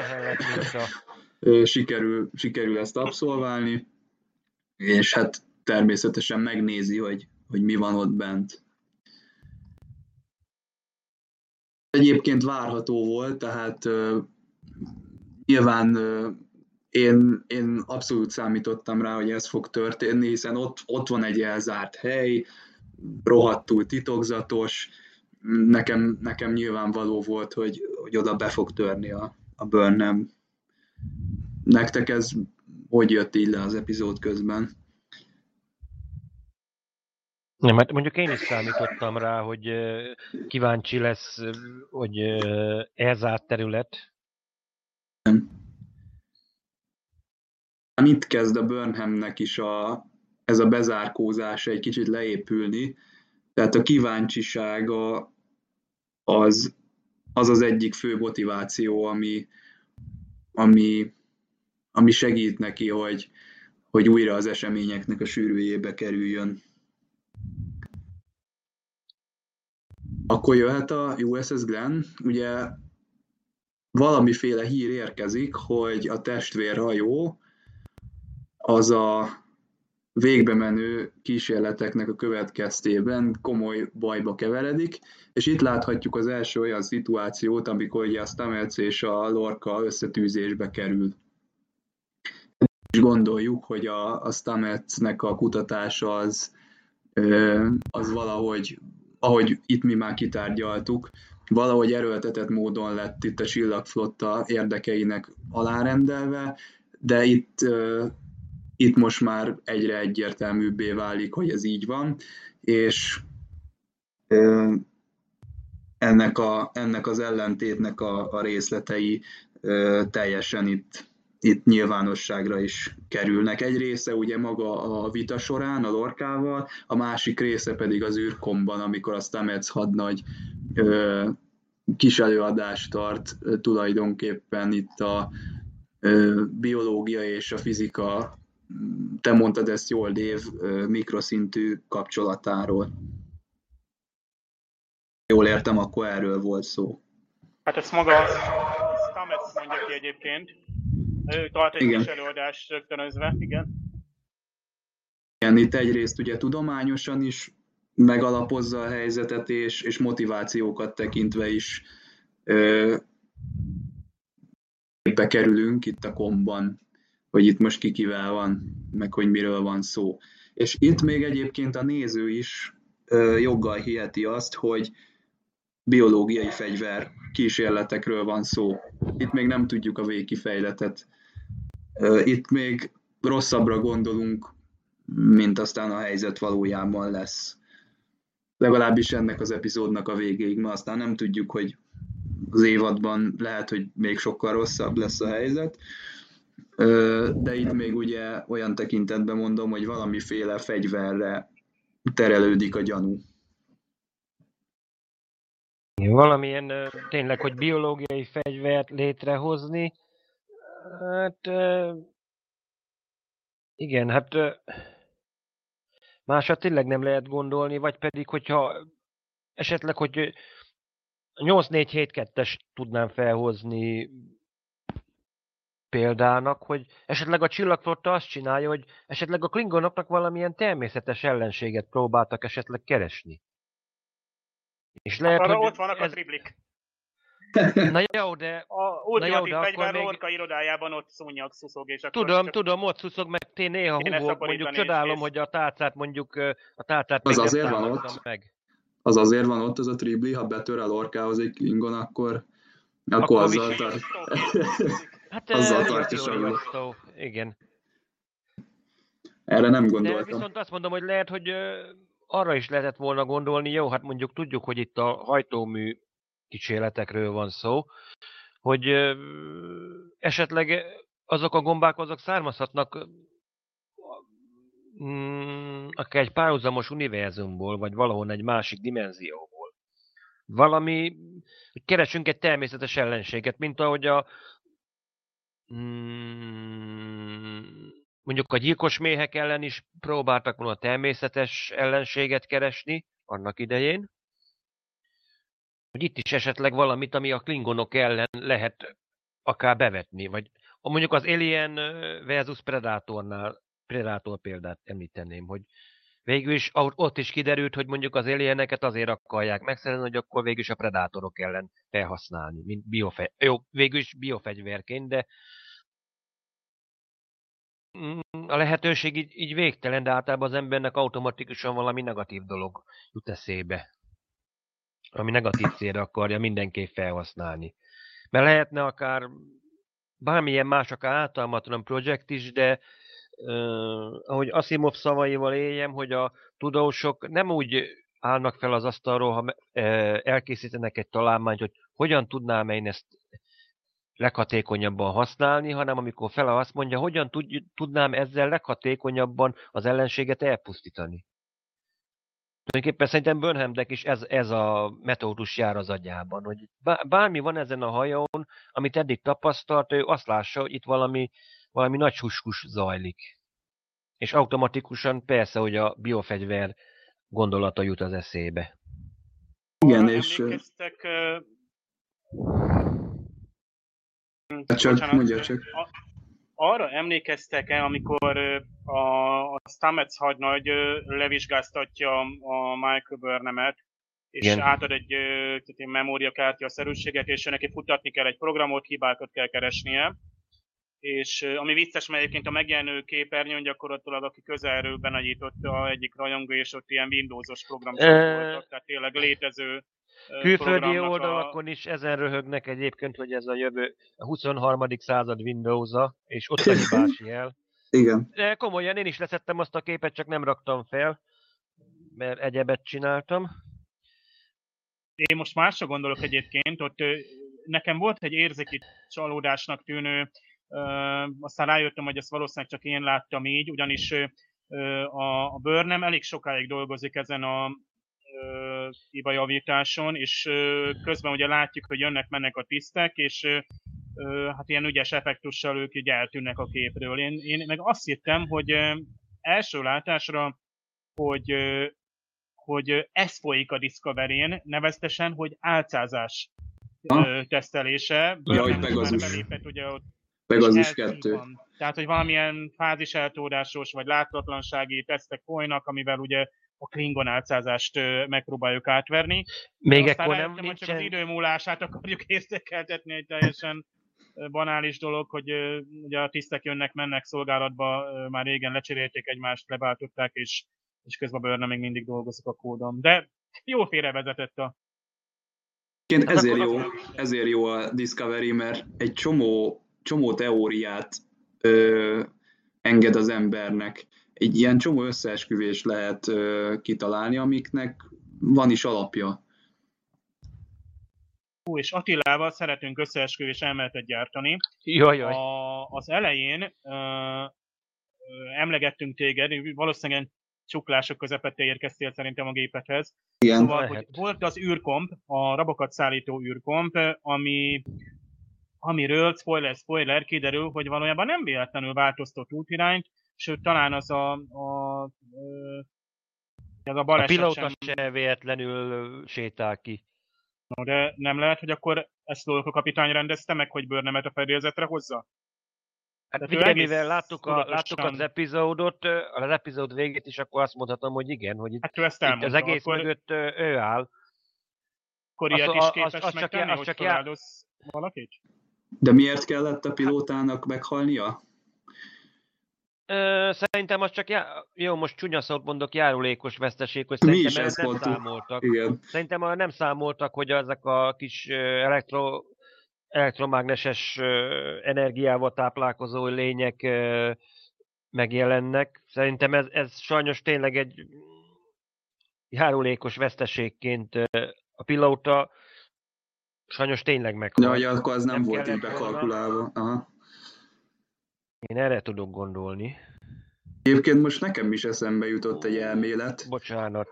sikerül ezt abszolválni, és hát természetesen megnézi, hogy mi van ott bent. Egyébként várható volt, tehát nyilván én abszolút számítottam rá, hogy ez fog történni, hiszen ott van egy elzárt hely, rohadtul titokzatos, nekem nyilvánvaló volt, hogy oda be fog törni a Burnham. Nektek ez hogy jött így le az epizód közben? Nem, hát mondjuk én is számítottam rá, hogy kíváncsi lesz, hogy elzárt terület. Itt kezd a Burnhamnek is ez a bezárkózása egy kicsit leépülni, tehát a kíváncsisága az egyik fő motiváció, ami segít neki, hogy újra az eseményeknek a sűrűjébe kerüljön. Akkor jöhet a USS Glenn, ugye valamiféle hír érkezik, hogy a testvérhajó az a végbe menő kísérleteknek a következtében komoly bajba keveredik, és itt láthatjuk az első olyan szituációt, amikor ugye a Stamets és a Lorca összetűzésbe kerül. És gondoljuk, hogy a Stametsnek a kutatása az valahogy, ahogy itt mi már kitárgyaltuk, valahogy erőltetett módon lett itt a Csillagflotta érdekeinek alárendelve, de itt most már egyre egyértelműbbé válik, hogy ez így van, és ennek az ellentétnek a részletei teljesen itt nyilvánosságra is kerülnek. Egy része ugye maga a vita során a Lorcával, a másik része pedig az űrkomban, amikor a Stamets hadnagy kis előadást tart tulajdonképpen itt a biológia és a fizika, te mondtad ezt jól, Dave, mikroszintű kapcsolatáról. Jól értem, akkor erről volt szó. Hát ezt maga Stamets mondja ki egyébként. Ő tart egy kis előadást rögtönözve, igen. Igen, itt egyrészt ugye tudományosan is megalapozza a helyzetet, és motivációkat tekintve is bekerülünk itt a komban, hogy itt most kivel van, meg hogy miről van szó. És itt még egyébként a néző is joggal hiheti azt, hogy biológiai fegyver kísérletekről van szó. Itt még nem tudjuk a végkifejletet. Itt még rosszabbra gondolunk, mint aztán a helyzet valójában lesz. Legalábbis ennek az epizódnak a végéig, mert aztán nem tudjuk, hogy az évadban lehet, hogy még sokkal rosszabb lesz a helyzet, de itt még ugye olyan tekintetben mondom, hogy valamiféle fegyverre terelődik a gyanú. Valamilyen tényleg, hogy biológiai fegyvert létrehozni, hát igen, hát másra tényleg nem lehet gondolni, vagy pedig, hogyha esetleg, hogy 8-4-7-2-es tudnám felhozni példának, hogy esetleg a csillagflotta azt csinálja, hogy esetleg a klingonoknak valamilyen természetes ellenséget próbáltak esetleg keresni. És lehet, arra hogy ott vannak a triblik. Na jó, de... A ultimatív fegyver még... Lorca irodájában ott szúnyog, szuszog, és akkor... Tudom, ott szuszog, meg én néha húgok, mondjuk csodálom, hogy a tálcát mondjuk, a tálcát az azért van ott. Meg. Az azért van ott, az a tribli, ha betör a Lorcához egy Klingon, akkor azzal tart. Hát azzal tartja igen. Erre nem gondoltam. De viszont azt mondom, hogy lehet, hogy arra is lehetett volna gondolni, jó, hát mondjuk tudjuk, hogy itt a hajtómű kísérletekről van szó, hogy esetleg azok a gombák azok származhatnak akár egy párhuzamos univerzumból, vagy valahol egy másik dimenzióból. Valami, hogy keresünk egy természetes ellenséget, mint ahogy mondjuk a gyilkos méhek ellen is próbáltak volna természetes ellenséget keresni annak idején. Hogy itt is esetleg valamit, ami a klingonok ellen lehet akár bevetni, vagy mondjuk az Alien versus Predator példát említeném, hogy végül is ott is kiderült, hogy mondjuk az alieneket azért akarják megszerezni, hogy akkor végül is a predátorok ellen felhasználni, mint végül is biofegyverként, de a lehetőség így végtelen, de általában az embernek automatikusan valami negatív dolog jut eszébe, ami negatív célra akarja mindenképp felhasználni. Mert lehetne akár bármilyen más, akár általmatlan projekt is, de ahogy Asimov szavaival éljem, hogy a tudósok nem úgy állnak fel az asztalról, ha elkészítenek egy találmányt, hogy hogyan tudnám én ezt leghatékonyabban használni, hanem amikor fele azt mondja, hogyan tudnám ezzel leghatékonyabban az ellenséget elpusztítani. Tulajdonképpen szerintem Burnhamnek is ez a metódus jár az agyában, hogy bármi van ezen a hajón, amit eddig tapasztalt, ő azt lássa, hogy itt valami nagy huskus zajlik. És automatikusan persze, hogy a biofegyver gondolata jut az eszébe. Igen, és... Csak. Arra emlékeztek-e, amikor a Stamets hadnagy levizsgáztatja a Michael Burnhamet, és igen, átad egy memóriakártya-szerűséget, és neki futtatni kell egy programot, hibákat kell keresnie. És ami vicces, mert egyébként a megjelenő képernyőn gyakorlatilag, aki közelről benagyította egyik rajongó, és ott ilyen Windows-os programok voltak, tehát tényleg létező külföldi oldalakon is ezen röhögnek egyébként, hogy ez a jövő a 23. század Windows-a, és ott a hibás jel. Igen. De komolyan én is leszettem azt a képet, csak nem raktam fel, mert egyebet csináltam. Én most másra gondolok egyébként, ott nekem volt egy érzéki csalódásnak tűnő, aztán rájöttem, hogy ezt valószínűleg csak én láttam így, ugyanis a Burnham elég sokáig dolgozik ezen a hibajavításon, és közben ugye látjuk, hogy jönnek-mennek a tisztek, és hát ilyen ügyes effektussal ők így eltűnnek a képről. Én meg azt hittem, hogy első látásra, hogy ez folyik a Discovery-n, nevezetesen, hogy álcázás tesztelése. Ja, hogy Pegasus. Belépett, ugye ott Pegasus 2. Tehát, hogy valamilyen fázis eltódásos vagy láthatatlansági tesztek folynak, amivel ugye a Klingon álcázást megpróbáljuk átverni. Még aztán ekkor nem nincsen... csak az idő múlását akarjuk érzékeltetni, egy teljesen banális dolog, hogy ugye a tisztek jönnek-mennek szolgálatba, már régen lecserélték egymást, leváltották, és közben Burnham még mindig dolgozik a kódon. De jó félrevezetett a... Ezért jó a Discovery, mert egy csomó teóriát enged az embernek. Egy ilyen csomó összeesküvést lehet kitalálni, amiknek van is alapja. És Attilával szeretünk összeesküvés elméletet gyártani. Jaj. Az elején emlegettünk téged, valószínűleg csuklások közepette érkeztél szerintem a gépethez. Igen. Szóval, hogy volt az űrkomp, a rabokat szállító űrkomp, amiről, spoiler, kiderül, hogy valójában nem véletlenül változtott útirányt, sőt talán az a baleset a pilóta se véletlenül sétál ki. No, de nem lehet, hogy akkor ezt a kapitány rendezte meg, hogy Burnhamet a fedélzetre hozza? Hát figyelj, mivel láttuk az epizódot, az epizód végét is, akkor azt mondhatom, hogy igen, hogy hát ő ezt elmondta, itt az egész akkor... mögött ő áll. Akkor ilyet is képes megtenni, hogy feláldoz valakit? De miért kellett a pilótának meghalnia? Szerintem az csak, jó, most csúnya szót mondok, járulékos veszteség, hogy mi szerintem is nem számoltak. Igen. Szerintem nem számoltak, hogy ezek a kis elektromágneses energiával táplálkozó lények megjelennek. Szerintem ez sajnos tényleg egy járulékos veszteségként a pilóta sajnos tényleg meghalt. Ja, akkor az nem volt így bekalkulálva. Aha. Én erre tudok gondolni. Egyébként most nekem is eszembe jutott egy elmélet. Bocsánat.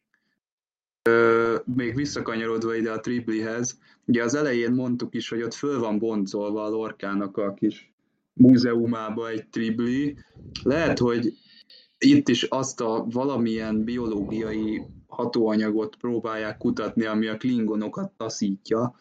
Még visszakanyarodva ide a Triblihez. Ugye az elején mondtuk is, hogy ott föl van boncolva a Lorkának a kis múzeumába egy Tribli. Lehet, hogy itt is azt a valamilyen biológiai hatóanyagot próbálják kutatni, ami a klingonokat taszítja.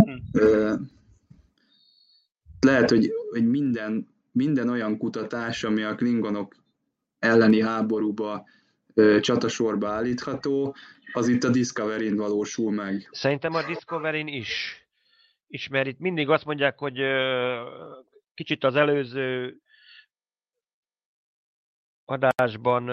Lehet, hogy minden olyan kutatás, ami a klingonok elleni háborúba csatasorba állítható, az itt a Discovery-n valósul meg. Szerintem a Discovery-n is, mert itt mindig azt mondják, hogy kicsit az előző adásban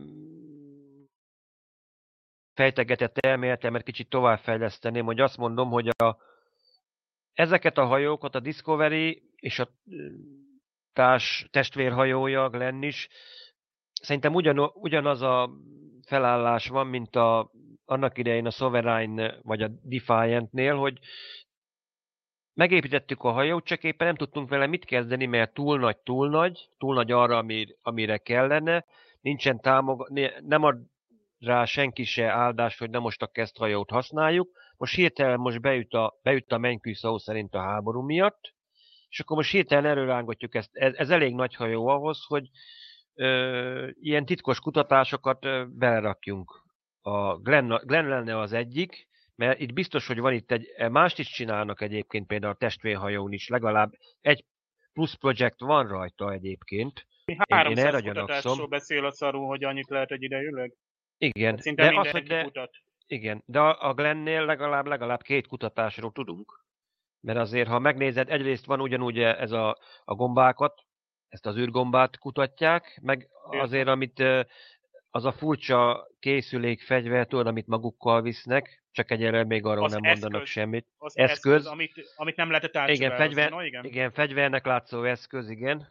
fejtegetett elméletem, mert kicsit továbbfejleszteném, hogy azt mondom, hogy ezeket a hajókat a Discovery és a testvérhajója, Glenn is, szerintem ugyanaz a felállás van, mint annak idején a Sovereign vagy a Defiant-nél, hogy megépítettük a hajót, csak éppen nem tudtunk vele mit kezdeni, mert túl nagy arra, amire kellene, nem ad rá senki se áldást, hogy nem most a hajót használjuk. Most hirtelen beüt a menykű szó szerint a háború miatt, és akkor most hirtelen erőrángatjuk ezt. Ez elég nagy hajó ahhoz, hogy ilyen titkos kutatásokat belerakjunk. A Glenn lenne az egyik, mert itt biztos, hogy van itt mást is csinálnak egyébként, például a testvérhajón is, legalább egy plusz projekt van rajta egyébként. 300 kutatásról beszél a szarú, hogy annyit lehet egy idejűleg? Igen. Szinte mindenki kutat. Igen, de a Glennél legalább 2 kutatásról tudunk. Mert azért, ha megnézed, egyrészt van ugyanúgy ez a gombákat, ezt az űrgombát kutatják, meg azért, amit az a furcsa készülékfegyver, tudod, amit magukkal visznek, csak egyelőre még arról nem mondanak semmit. Az eszköz amit nem lehetett átsugározni. Igen, fegyvernek látszó eszköz, igen.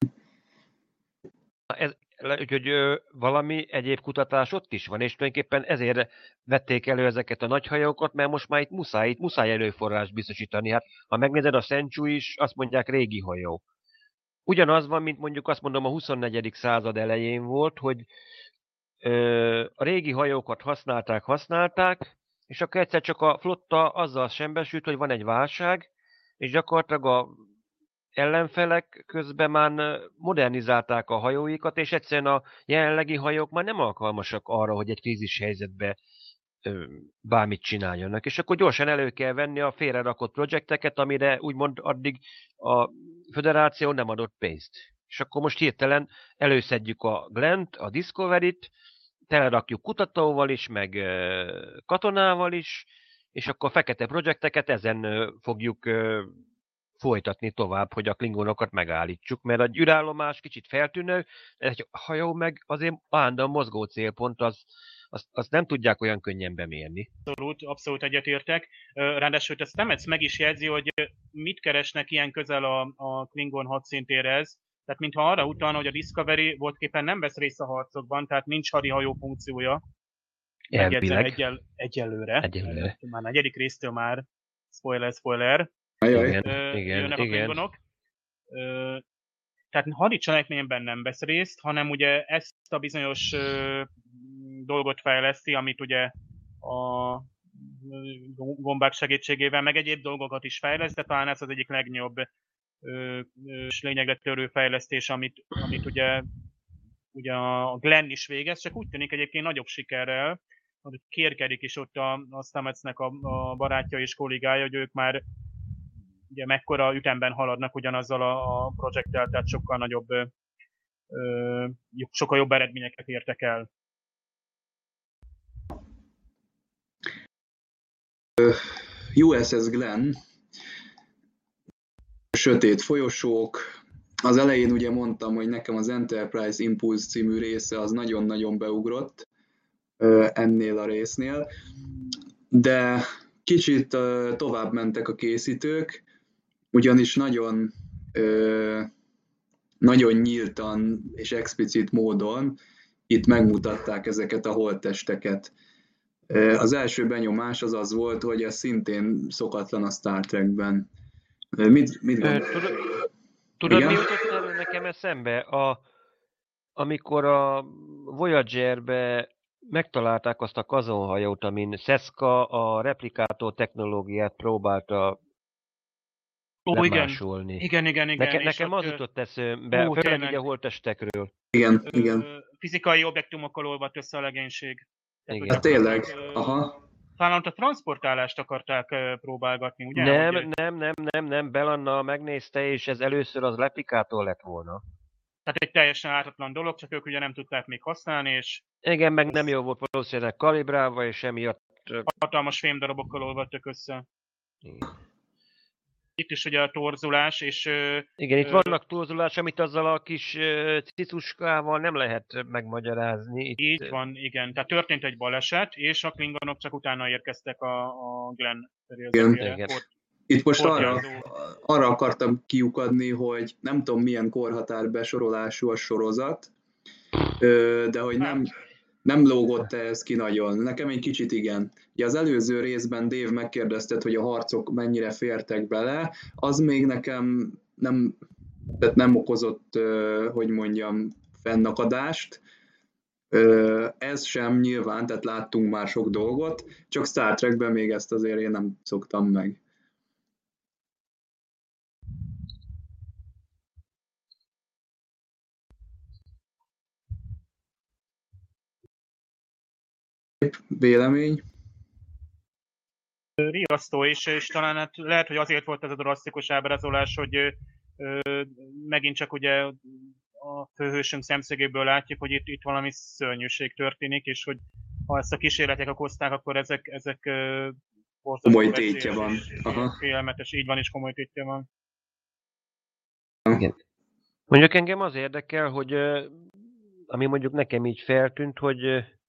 Úgyhogy valami egyéb kutatás ott is van, és tulajdonképpen ezért vették elő ezeket a nagy hajókat, mert most már itt muszáj előforrás biztosítani. Hát, ha megnézed a Senchu is, azt mondják régi hajó. Ugyanaz van, mint mondjuk azt mondom a 24. század elején volt, hogy a régi hajókat használták, és akkor egyszer csak a flotta azzal szembesült, hogy van egy válság, és gyakorlatilag a ellenfelek közben már modernizálták a hajóikat, és egyszerűen a jelenlegi hajók már nem alkalmasak arra, hogy egy krízis helyzetbe bármit csináljanak. És akkor gyorsan elő kell venni a félrerakott projekteket, amire úgymond addig a föderáció nem adott pénzt. És akkor most hirtelen előszedjük a Glenn-t, a Discovery-t, telerakjuk kutatóval is, meg katonával is, és akkor a fekete projekteket ezen fogjuk folytatni tovább, hogy a klingonokat megállítsuk, mert a űrállomás kicsit feltűnő, egy hajó meg azért állandóan mozgó célpont, azt nem tudják olyan könnyen bemérni. Abszolút egyetértek. Ráadásul ezt Stamets meg is jelzi, hogy mit keresnek ilyen közel a Klingon hadszintérhez. Tehát mintha arra utalna, hogy a Discovery voltképpen nem vesz részt a harcokban, tehát nincs hadihajó funkciója. Elvileg. Egyelőre. Már negyedik résztől már spoiler. Igen. A klingonok. Tehát hadicselekményben nem vesz részt, hanem ugye ezt a bizonyos dolgot fejleszti, amit ugye a gombák segítségével, meg egyéb dolgokat is fejleszt, de talán ez az egyik legnagyobb és lényegre törő fejlesztés, amit ugye a Glenn is végez, csak úgy tűnik egyébként nagyobb sikerrel, hogy kérkedik is ott a Stametsnek a barátja és kollégája, hogy ők már ugye mekkora ütemben haladnak ugyanazzal a projekttel, tehát sokkal jobb eredményeket értek el. USS Glenn, sötét folyosók. Az elején ugye mondtam, hogy nekem az Enterprise Impulse című része az nagyon-nagyon beugrott ennél a résznél, de kicsit tovább mentek a készítők, ugyanis nagyon nyíltan és explicit módon itt megmutatták ezeket a holttesteket. Az első benyomás az volt, hogy ez szintén szokatlan a Star Trekben. Mit Tudod, mi jutott el nekem eszembe? Amikor a Voyager-be megtalálták azt a kazonhajót, amin Seska a replikátor technológiát próbálta lemásolni. Igen. Nekem az jutott eszembe, főleg így a holttestekről. Igen. Fizikai objektumokkal olvadt össze a legénység. Hát tényleg, aha. Talán a transportálást akarták próbálgatni, ugye? Nem, Belanna megnézte, és ez először az replikátor lett volna. Tehát egy teljesen ártatlan dolog, csak ők ugye nem tudták még használni, és... Igen, meg nem jó volt valószínűleg kalibrálva, és emiatt... Hatalmas fémdarabokkal olvadtak össze. Igen. Itt is ugye a torzulás, és... Igen, itt vannak torzulás, amit azzal a kis cituskával nem lehet megmagyarázni. Így van, igen. Tehát történt egy baleset, és a klingonok csak utána érkeztek a Glenn igen. Itt most arra akartam kiukadni, hogy nem tudom milyen korhatár besorolású a sorozat, de hogy nem lógott ez ki nagyon. Nekem egy kicsit igen. Ugye az előző részben Dave megkérdezted, hogy a harcok mennyire fértek bele, az még nekem nem okozott, hogy mondjam, fennakadást. Ez sem nyilván, tehát láttunk már sok dolgot, csak Star Trekben még ezt azért én nem szoktam meg. Vélemény? Riasztó, és talán hát lehet, hogy azért volt ez a drasztikus ábrázolás, hogy megint csak ugye a főhősünk szemszögéből látjuk, hogy itt valami szörnyűség történik, és hogy ha ezt a kísérletek okozták, akkor ezek komoly tétje van. Félelmetes, így van, és komoly tétje van. Igen. Mondjuk engem az érdekel, hogy ami mondjuk nekem így feltűnt, hogy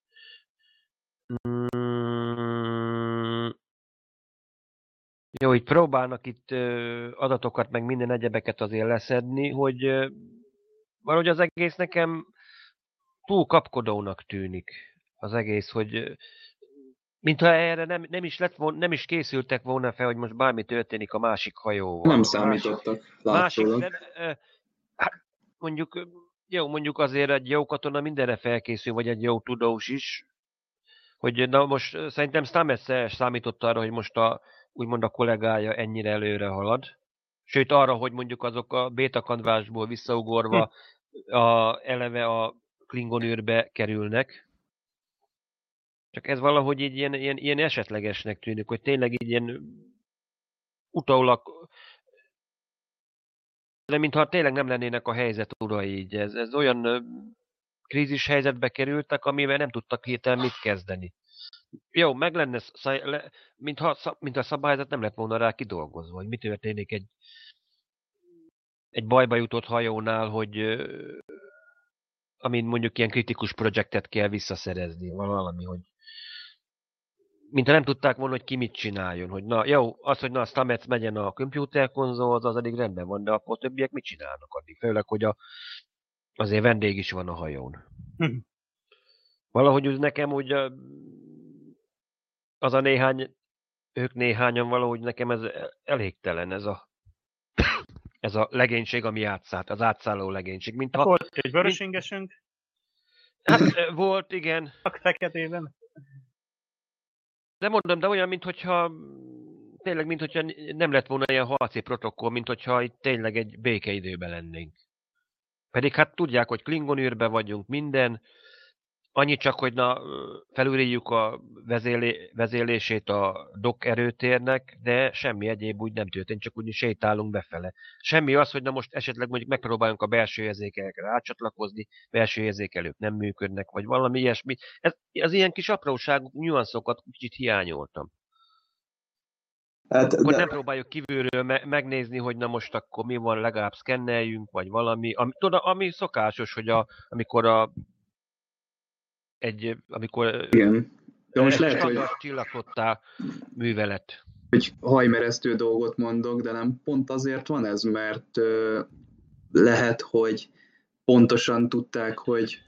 jó, itt próbálnak itt adatokat, meg minden egyebeket azért leszedni, hogy valahogy az egész nekem túl kapkodónak tűnik. Az egész, hogy mintha erre nem is készültek volna fel, hogy most bármi történik a másik hajóval. Nem számítottak, látszólag. Mondjuk jó, mondjuk azért egy jó katona mindenre felkészül, vagy egy jó tudós is, hogy na most szerintem Stamets számított arra, hogy most úgymond a kollégája ennyire előre halad. Sőt arra, hogy mondjuk azok a bétakandvásból visszaugorva eleve a Klingon űrbe kerülnek. Csak ez valahogy így ilyen esetlegesnek tűnik, hogy tényleg így ilyen utólag, de mintha tényleg nem lennének a helyzet urai így. Ez olyan krízis helyzetbe kerültek, amivel nem tudtak hirtelen mit kezdeni. Jó, meg lenne, mintha a szabályzat nem lett volna rá kidolgozva, hogy mi történik egy bajba jutott hajónál, hogy amin mondjuk ilyen kritikus projektet kell visszaszerezni, valami, hogy mintha nem tudták volna, hogy ki mit csináljon, hogy na jó, az, hogy na a Stamets megyen a komputerkonzolhoz, az addig rendben van, de akkor többiek mit csinálnak addig? Főleg, hogy azért vendég is van a hajón. Valahogy úgy nekem úgy az a ők néhányan valahogy nekem ez elégtelen, ez a legénység, ami átszállt, az átszálló legénység. Volt egy vörösingesünk. Hát volt, igen. A feketében. De mondom, de olyan, minthogyha tényleg, minthogyha nem lett volna ilyen harci protokoll, minthogyha itt tényleg egy békeidőben lennénk. Pedig hát tudják, hogy Klingon űrben vagyunk, minden. Annyi csak, hogy na, felülírjuk a vezérlését a Dok erőtérnek, de semmi egyéb úgy nem történt, csak úgy sétálunk befele. Semmi az, hogy na most esetleg mondjuk megpróbáljunk a belső érzékelőkre rácsatlakozni, belső érzékelők nem működnek, vagy valami ilyesmi. Az ilyen kis apróságok, nyuanszokat kicsit hiányoltam. Hát, akkor nem próbáljuk kívülről megnézni, hogy na most akkor mi van, legalább szkenneljünk, vagy valami. Ami szokásos, hogy amikor igen. De most lehet, hogy csillagfottá művelet. Hogy hajmeresztő dolgot mondok, de nem pont azért van ez, mert lehet, hogy pontosan tudták, hogy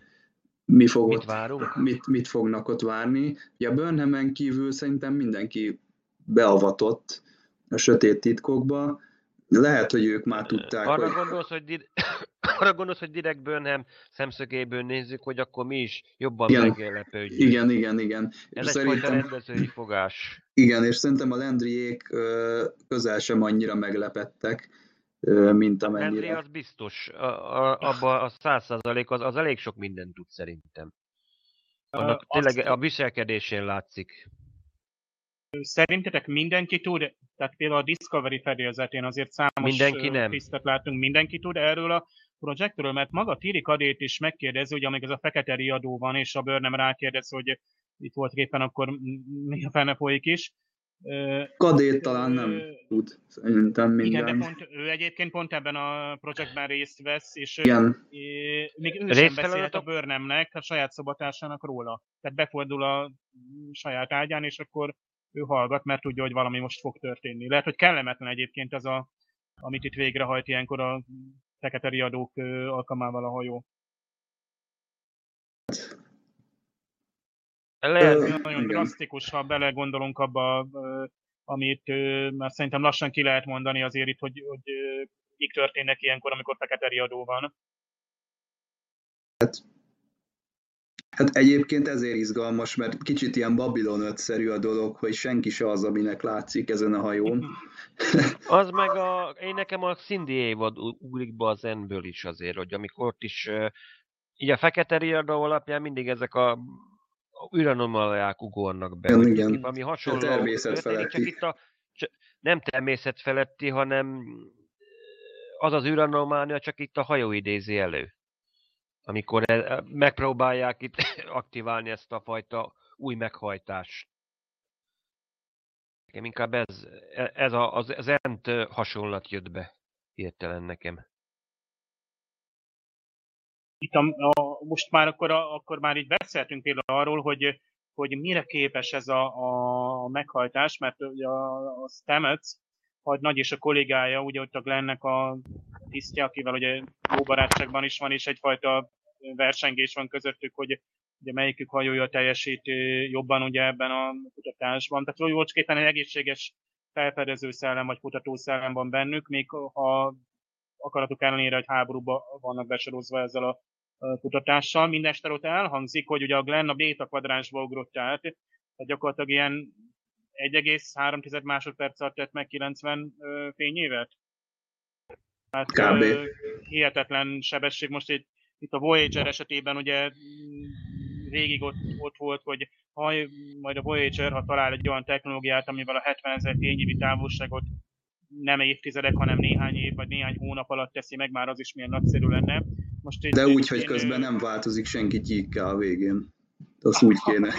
mit fognak ott várni. Ugye a Burnhamen kívül szerintem mindenki beavatott a sötét titkokba. Lehet, hogy ők már tudták, arra gondolsz, hogy direkt Burnham szemszögéből nézzük, hogy akkor mi is jobban meglepődjünk. Igen. Ez egyfajta rendezői fogás. Igen, és szerintem a Landryék közel sem annyira meglepettek, mint amennyire. Landry az biztos. Abban a 100% az elég sok mindent tud szerintem. Annak tényleg a viselkedésén látszik. Szerintetek mindenki tud, tehát például a Discovery fedélzetén azért számos tisztet látunk, mindenki tud erről a projektről, mert maga Tiri Kadét is megkérdezi, hogy amíg ez a fekete riadó van, és a Burnham rákérdez, hogy itt volt éppen akkor mi a fene folyik is. Kadét talán nem tud, szerintem minden. Igen, de pont, ő egyébként pont ebben a projektben részt vesz, és még ő sem beszélt a Burnhamnek, a saját szobatársának róla. Tehát befordul a saját ágyán, és akkor ő hallgat, mert tudja, hogy valami most fog történni. Lehet, hogy kellemetlen egyébként ez amit itt végrehajt ilyenkor a fekete riadók alkalmával a hajó. Nagyon drasztikus, ha belegondolunk abba, amit már szerintem lassan ki lehet mondani azért itt, hogy mik történnek ilyenkor, amikor fekete riadó van. Hát egyébként ezért izgalmas, mert kicsit ilyen Babylon 5-szerű a dolog, hogy senki se az, aminek látszik ezen a hajón. Az meg én nekem a Cindy évad ugrik be az N-ből is azért, hogy amikor ott is így a fekete riadó alapján mindig ezek a űranomaliák ugornak be. Igen. Ami hasonló. Természetfeletti. Nem természetfeletti, hanem az űranomália csak itt a hajó idézi elő. Amikor megpróbálják itt aktiválni ezt a fajta új meghajtást. Nekem inkább az Ent hasonlat jött be hirtelen nekem. Itt most már akkor már így beszéltünk például arról, hogy mire képes ez a meghajtás, mert ugye a Stamets, a Nagy és a kollégája, ugye ott a Glennnek a tisztje, akivel ugye jó barátságban is van, és egyfajta versengés van közöttük, hogy ugye melyikük hajója teljesít jobban ugye ebben a kutatásban. Tehát jócskében egy egészséges felfedező szellem vagy kutató szellem van bennük, még ha akaratuk ellenére, hogy háborúba vannak besorozva ezzel a kutatással. Mindenesetre ott elhangzik, hogy ugye a Glenn a béta kvadránsba ugrott át, tehát gyakorlatilag ilyen 1,3 másodperc alatt tett meg 90 fényévet. Hát Kb. Hihetetlen sebesség. Most itt a Voyager esetében ugye végig ott volt, hogy majd a Voyager, ha talál egy olyan technológiát, amivel a 70 000 fényévi távolságot nem évtizedek, hanem néhány év vagy néhány hónap alatt teszi meg, már az is milyen nagyszerű lenne. Most De úgy, hogy közben nem változik senki gyíkká a végén. Azt úgy kéne.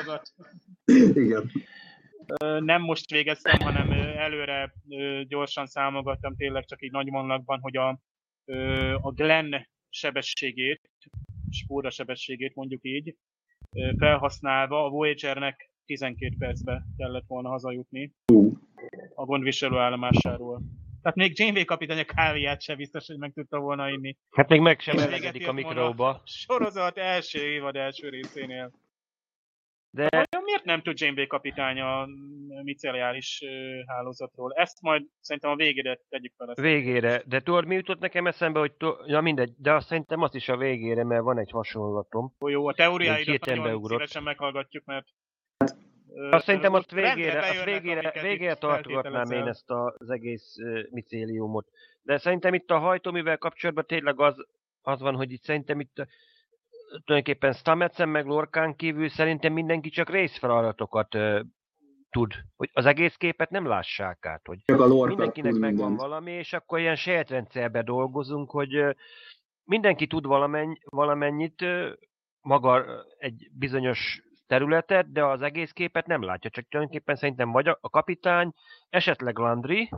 Igen. Nem most végeztem, hanem előre gyorsan számolgattam tényleg csak így nagy vonalakban, hogy a Glenn sebességét, spóra sebességét mondjuk így, felhasználva a Voyagernek 12 percbe kellett volna hazajutni a gondviselő állomásáról. Tehát még Janeway kapitány a kávéját sem biztos, hogy meg tudta volna inni. Hát még meg sem elegedik a mikróba. Sorozat első évad első részénél. De vajon miért nem tud Janeway kapitány a miceliális hálózatról? Ezt majd szerintem a végére tegyük fel. Végére. De tudod, mi jutott nekem eszembe, hogy ja mindegy, de azt szerintem azt is a végére, mert van egy hasonlatom. Jó, a teóriáidat nagyon szívesen meghallgatjuk, mert azt szerintem azt végére tartogatnám én ezt az egész micéliumot. De szerintem itt a hajtóművel kapcsolatban tényleg az van, hogy itt szerintem itt tulajdonképpen Stamets-en meg Lorcán kívül szerintem mindenki csak részfeladatokat tud. Hogy az egész képet nem lássák át. Hogy mindenkinek megvan valami, és akkor ilyen sejtrendszerbe dolgozunk, hogy mindenki tud valamennyit, maga egy bizonyos területet, de az egész képet nem látja. Csak tulajdonképpen szerintem vagy a kapitány, esetleg Landry,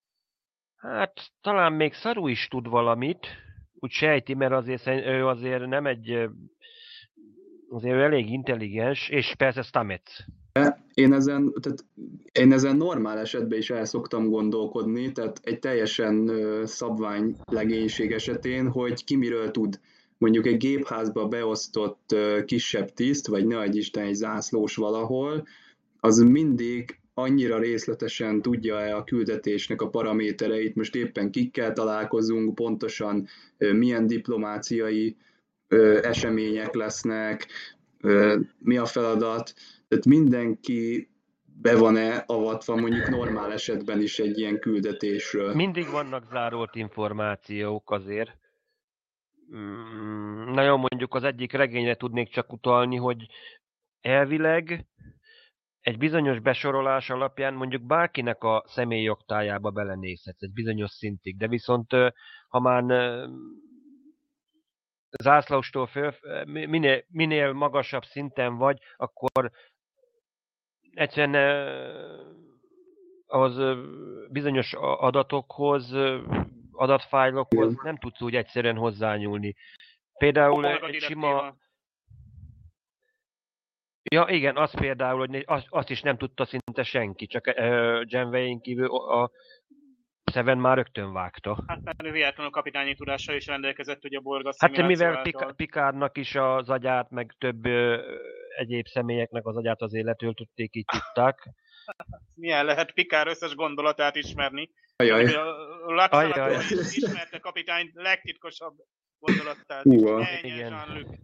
hát talán még Saru is tud valamit, úgy sejti, mert azért ő azért nem azért ő elég intelligens, és persze Stamets. Én ezen normál esetben is el szoktam gondolkodni, tehát egy teljesen szabvány legénység esetén, hogy ki miről tud. Mondjuk egy gépházba beosztott kisebb tiszt, vagy ne adj Isten egy zászlós valahol, az mindig annyira részletesen tudja-e a küldetésnek a paramétereit, most éppen kikkel találkozunk, pontosan milyen diplomáciai események lesznek, mi a feladat, tehát mindenki be van-e avatva mondjuk normál esetben is egy ilyen küldetésről. Mindig vannak zárolt információk azért. Nagyon mondjuk az egyik regényre tudnék csak utalni, hogy elvileg egy bizonyos besorolás alapján mondjuk bárkinek a személyi oktájába belenézhetsz egy bizonyos szintig, de viszont ha már zászlóstól föl, minél magasabb szinten vagy, akkor egyszerűen az bizonyos adatokhoz, adatfájlokhoz nem tudsz úgy egyszerűen hozzányúlni. Például egy sima... Ja igen, az például, hogy azt is nem tudta szinte senki, csak Janeway-n kívül a Seven már rögtön vágta. Hát mert ő véletlenül kapitányi tudással is rendelkezett, ugye a Borg hát mivel Picardnak is az agyát, meg több egyéb személyeknek az agyát azért letöltötték, így tudták. Milyen lehet Picard összes gondolatát ismerni? Ajaj. Laxalatot ismerte kapitány legtitkosabb gondolatát. Igen.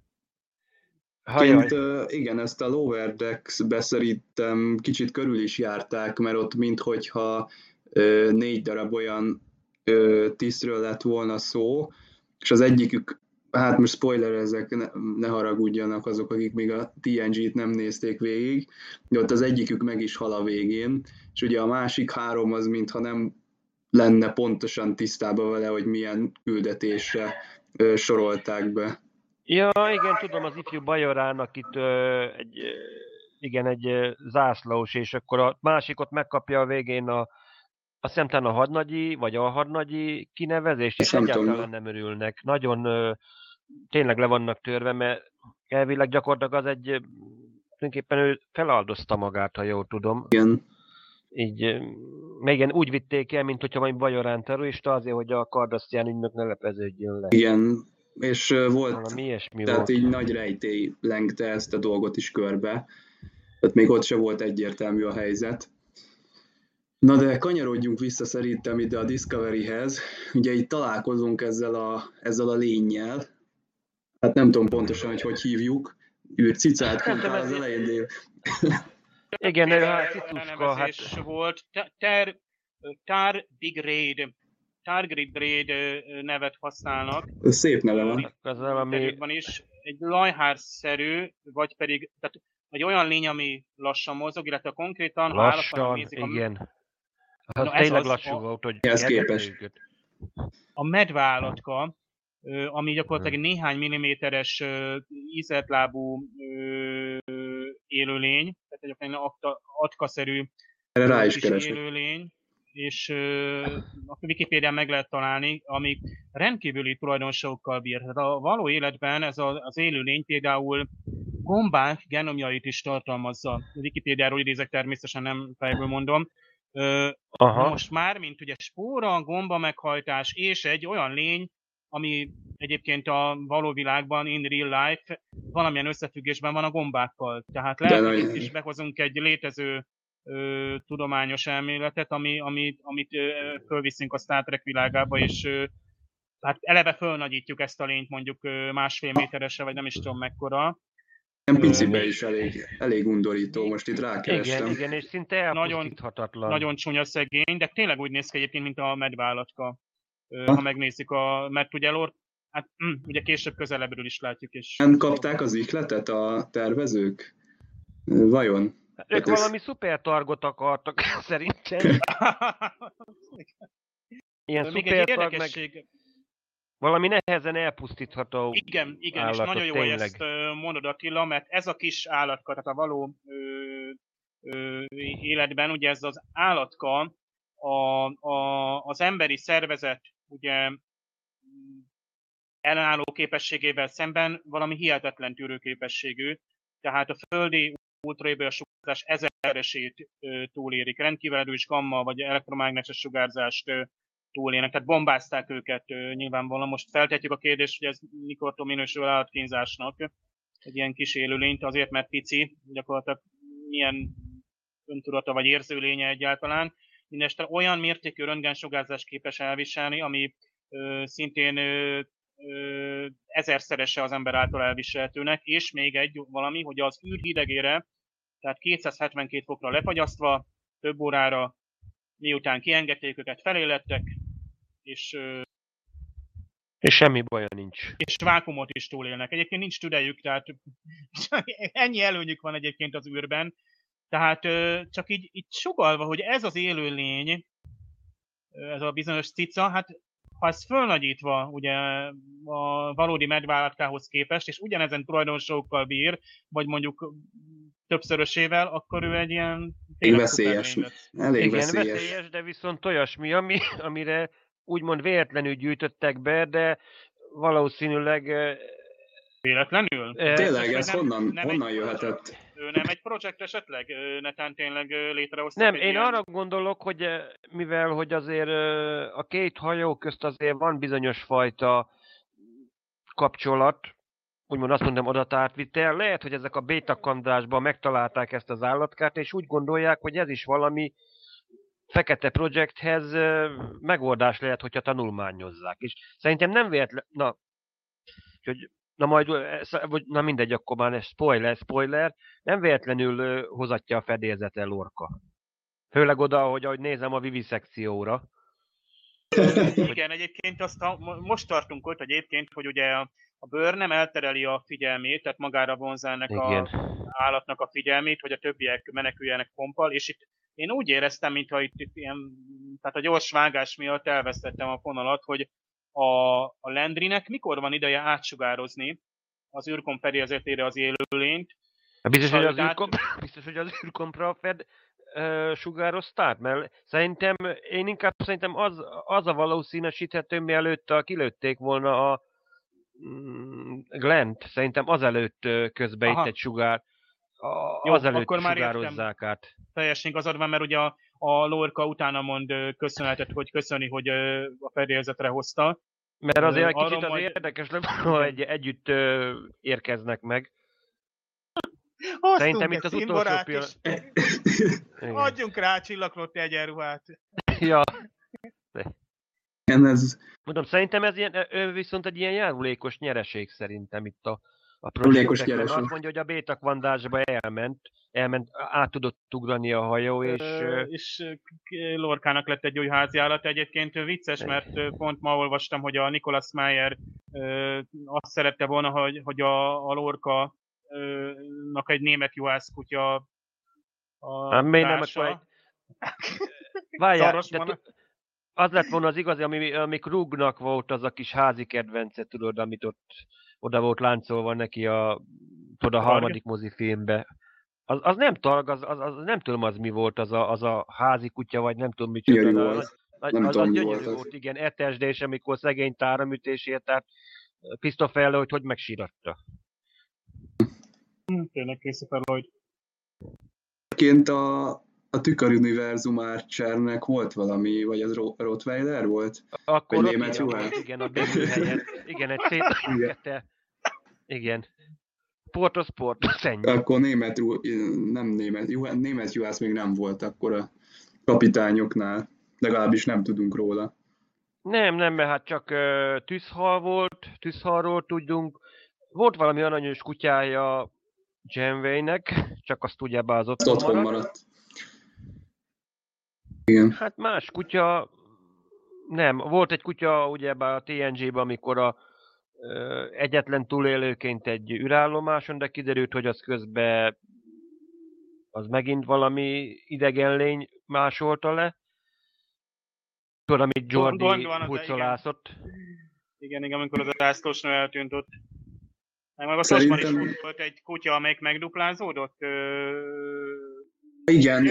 Igen, ezt a Lower Decks-be szerintem kicsit körül is járták, mert ott minthogyha 4 darab olyan tisztről lett volna szó, és az egyikük, hát most spoiler ezek, ne haragudjanak azok, akik még a TNG-t nem nézték végig, de ott az egyikük meg is hal a végén, és ugye a másik 3 az mintha nem lenne pontosan tisztában vele, hogy milyen küldetésre sorolták be. Ja, igen, tudom, az ifjú Bajorának itt egy zászlós, és akkor a másikot megkapja a végén azt hiszem talán a hadnagyi, vagy a hadnagyi kinevezést, és egyáltalán nem örülnek. Nagyon tényleg le vannak törve, mert elvileg gyakorlatilag az tulajdonképpen ő feláldozta magát, ha jól tudom. Igen. Így, igen, úgy vitték el, mint hogyha valami Bajorán terrorista, azért, hogy a Cardassian ügynök ne lepeződjön le. Igen, és volt, tehát volt. így nagy rejtély lengte ezt a dolgot is körbe. Tehát még ott se volt egyértelmű a helyzet. Na de kanyarodjunk vissza szerintem ide a Discoveryhez. Ugye itt találkozunk ezzel a lénnyel. Hát nem tudom pontosan, hogy hívjuk. Cicát Szerintem mondtál ez az elején, Dév. igen, hát cicuska, Elnevezés hát volt. Tardigrade nevet használnak. Szép neve van. az valami Interjúkban is. Egy lajhárszerű, vagy pedig tehát egy olyan lény, ami lassan mozog, illetve konkrétan, ha állatlanul lassan, nézik, igen. Az No, ez tényleg az, lassú volt, hogy Ez kiengedte képes. őket. a medveállatka, ami gyakorlatilag néhány milliméteres ízeltlábú élőlény, tehát egyébként atkaszerű Erre rá is kis keresek. élőlény, és a Wikipédián meg lehet találni, ami rendkívüli tulajdonságokkal bír. Tehát a való életben ez az élőlény például gombák genomjait is tartalmazza. A Wikipédiáról idézek, természetesen nem fejből mondom. Na Aha, most már, mint ugye spóra, gomba meghajtás és egy olyan lény, ami egyébként a való világban, in real life, valamilyen összefüggésben van a gombákkal. Tehát lehet, hogy itt is behozunk egy létező tudományos elméletet, amit fölviszünk a Star Trek világába, és hát eleve fölnagyítjuk ezt a lényt mondjuk másfél méteresre, vagy nem is tudom mekkora. Nem picibe is elég undorító, most itt rákerestem. igen, és szinte elpusztíthatatlan. Nagyon csúnya szegény, de tényleg úgy néz ki egyébként, mint a medveállatka. Ha megnézzük mert ugye hát ugye később közelebbről is látjuk. És Nem kapták az ihletet a tervezők? Vajon? Ők valami szuper targot akartak, szerintem. Ilyen szuper targ, meg valami nehezen elpusztítható Igen, állatot, és nagyon jó, tényleg. hogy ezt mondod, Attila, mert ez a kis állatka, tehát a való életben, ugye ez az állatka az emberi szervezet ugye ellenálló képességével szemben valami hihetetlen tűrőképességű, tehát a földi ultraéből sugárzás ezeresét túlérik, rendkívül erős gamma vagy elektromágneses sugárzást túlélnek, tehát bombázták őket nyilvánvalóan. Most feltetjük a kérdést, hogy ez mikortól minősül állatkínzásnak, egy ilyen kis élőlényt, azért mert pici, gyakorlatilag milyen öntudata vagy érzőlénye egyáltalán. Mindenesetre olyan mértékű röntgensugárzást képes elviselni, ami szintén ezerszerese az ember által elviselhetőnek, és még egy valami, hogy az űr hidegére, tehát 272 fokra lefagyasztva, több órára, miután kiengedték őket, felélettek, és semmi baja nincs. És vákumot is túlélnek. Egyébként nincs tüdejük, tehát ennyi előnyük van egyébként az űrben. Tehát csak így sugallva, hogy ez az élőlény, ez a bizonyos cica, hát ha ez fölnagyítva ugye a valódi medveállatkához képest, és ugyanezen tulajdonságokkal bír, vagy mondjuk többszörösével, akkor ő egy ilyen veszélyes. Elég veszélyes, de viszont olyasmi, amire úgymond véletlenül gyűjtöttek be, de valószínűleg... Véletlenül? Tényleg, ez honnan jöhetett? Ő nem egy projekt esetleg? Netán tényleg létrehoztak? Nem, én arra gondolok, hogy mivel hogy azért a két hajó közt azért van bizonyos fajta kapcsolat, úgymond azt mondom adatátvitel, lehet, hogy ezek a bétakandásban megtalálták ezt az állatkát, és úgy gondolják, hogy ez is valami fekete projekthez megoldás lehet, hogyha tanulmányozzák. És szerintem nem véletlen... Na mindegy, akkor már spoiler, nem véletlenül hozatja a fedélzetre Lorca. Főleg oda, hogy ahogy nézem a viviszekcióra. Igen, egyébként most tartunk ott egyébként, hogy ugye a bőr nem eltereli a figyelmét, tehát magára vonzá ennek az állatnak a figyelmét, hogy a többiek meneküljenek pompal, és itt én úgy éreztem, mintha itt ilyen, tehát a gyors vágás miatt elvesztettem a fonalat, hogy a Landrynek mikor van ideje átsugározni az űrkomp fedélzetére az élőlényt. Biztos, hogy az űrkompra sugározták, mert szerintem az a valószínűsíthető, mielőtt kilőtték volna a Glenn-t, szerintem azelőtt közben itt egy sugár, azelőtt sugározzák át. Teljesen igazad van, mert ugye a Lorca utána mond köszönetet, hogy köszöni, hogy a fedélzetre hozta. Mert azért kicsit érdekes, ha együtt érkeznek meg. Hoztunk itt egy az utolsó színborát, pillanat. és Igen. adjunk rá csillaklott egyenruhát. Ja. Ez Mondom, szerintem ez ilyen, viszont egy ilyen járulékos nyereség szerintem itt a járulékos projektekben. nyereség. Azt mondja, hogy a Beta kvantásba elment, át tudott ugrani a hajó, És Lorkának lett egy új háziállat. Egyébként vicces, mert pont ma olvastam, hogy a Nicholas Meyer azt szerette volna, hogy a Lorka nak egy német juhász kutya a miért nem, társa. akkor Várjál, Szaros van. az lett volna az igazi, ami Krugnak volt az a kis házi kedvence, tudod, amit oda volt láncolva neki a harmadik mozifilmbe. Az nem targ, az nem tudom az mi volt, az a házi kutya, vagy nem tudom gyönyörű micsoda. volt. Az gyönyörű volt, igen, etesd, és amikor szegény táramütésért, tehát Christopher Lloyd, hogy megsíratta. Tényleg Christopher Lloyd. Egyébként a Tüköruniverzum Archernek volt valami, vagy az Rottweiler volt? Akkor vagy német juhász? Igen, a beműhelyen. Igen, egy szép... Igen. Sport, ennyi. Akkor német juhász még nem volt akkor a kapitányoknál. Legalábbis nem tudunk róla. Nem, mert hát csak tűzhal volt, tűzhalról tudjunk. Volt valami aranyos kutyája Janeway-nek, csak azt ugyebár az otthon maradt. Igen. Hát más kutya... Nem, volt egy kutya ugyebár a TNG-ben, amikor egyetlen túlélőként egy űrállomáson, de kiderült, hogy az közben az megint valami idegen lény másolta le. Tudod, amit Jordi hurcolászott. Igen, amikor az a zászlósnő eltűnt ott. Meg a Sosban is volt egy kutya, amelyik megduplázódott. Igen.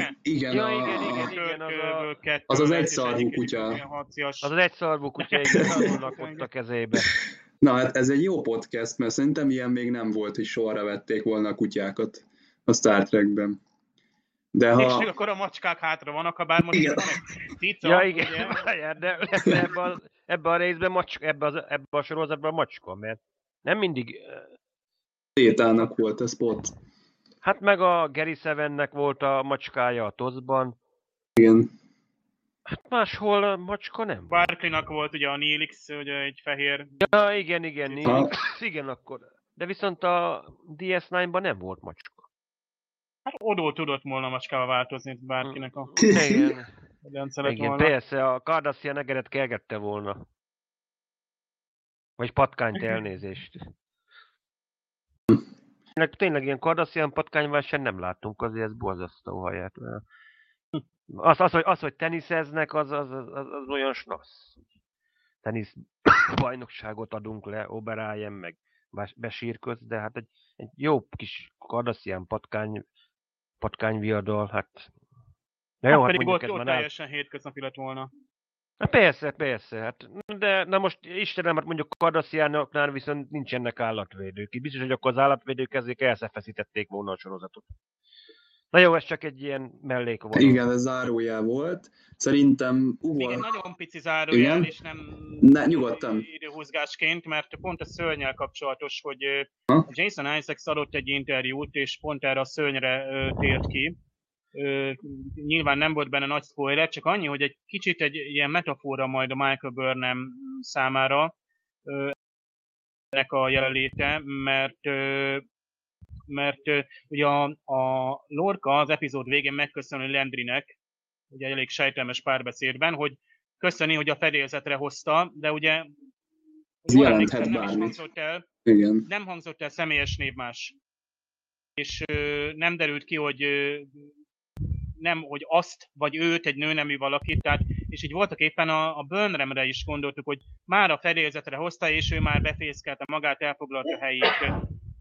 Az az egyszarvú kutya. Az az egyszarvú kutya, igen, azonnak ott a kezébe. Na hát ez egy jó podcast, mert szerintem ilyen még nem volt, hogy sohara vették volna a kutyákat a Star Trekben. De és akkor a macskák hátra vannak, ha bár most van egy cica. Ja, igen, de ebben a részben ebben a sorozatban macska, mert nem mindig... Tétának volt a spot. Hát meg a Gary Sevennek volt a macskája a TOS-ban. Igen. Hát máshol macska nem. Barclaynak volt ugye a Neelix, ugye egy fehér... Ja, igen, Neelix. Igen, akkor. De viszont a DS9-ban nem volt macska. Hát odól tudott volna macskával változni bárkinek a... Igen, persze, a Cardassian egeret kergette volna. Vagy patkányt, elnézést. Tényleg ilyen Cardassian patkányvásár nem láttunk, azért ez borzasztó haját. Az, hogy teniszeznek, az olyan snasz. Tenisz bajnokságot adunk le, Oberályen, meg besírköz, de hát egy jó kis Cardassian patkányviadal, hát... De jó, hát pedig ott teljesen hétköznapi lett volna. Hát persze, hát, de na most Istenem, hát mondjuk Cardassianoknál viszont nincsenek állatvédők. Biztos, hogy akkor az állatvédők ezért elszefeszítették volna a sorozatot. Na jó, ez csak egy ilyen mellék volt. Igen, ez zárójel volt. Szerintem... Igen, nagyon pici zárójel, és nem nyugodtan. Időhúzgásként, mert pont a szörnyel kapcsolatos, hogy Jason Isaacs adott egy interjút, és pont erre a szörnyre tért ki. Nyilván nem volt benne nagy spoiler, csak annyi, hogy egy kicsit egy ilyen metafora majd a Michael Burnham számára ennek a jelenléte, mert ugye a Lorca az epizód végén megköszönő Landrynek, ugye elég sejtelmes párbeszédben, hogy köszöni, hogy a fedélzetre hozta, de ugye jelenthet bármit. Nem hangzott el személyes névmás. És nem derült ki, hogy hogy azt, vagy őt, egy nőnemű valakit, tehát, és így voltak éppen a Burnhamre is gondoltuk, hogy már a fedélzetre hozta, és ő már befészkelte magát, elfoglalta a helyét.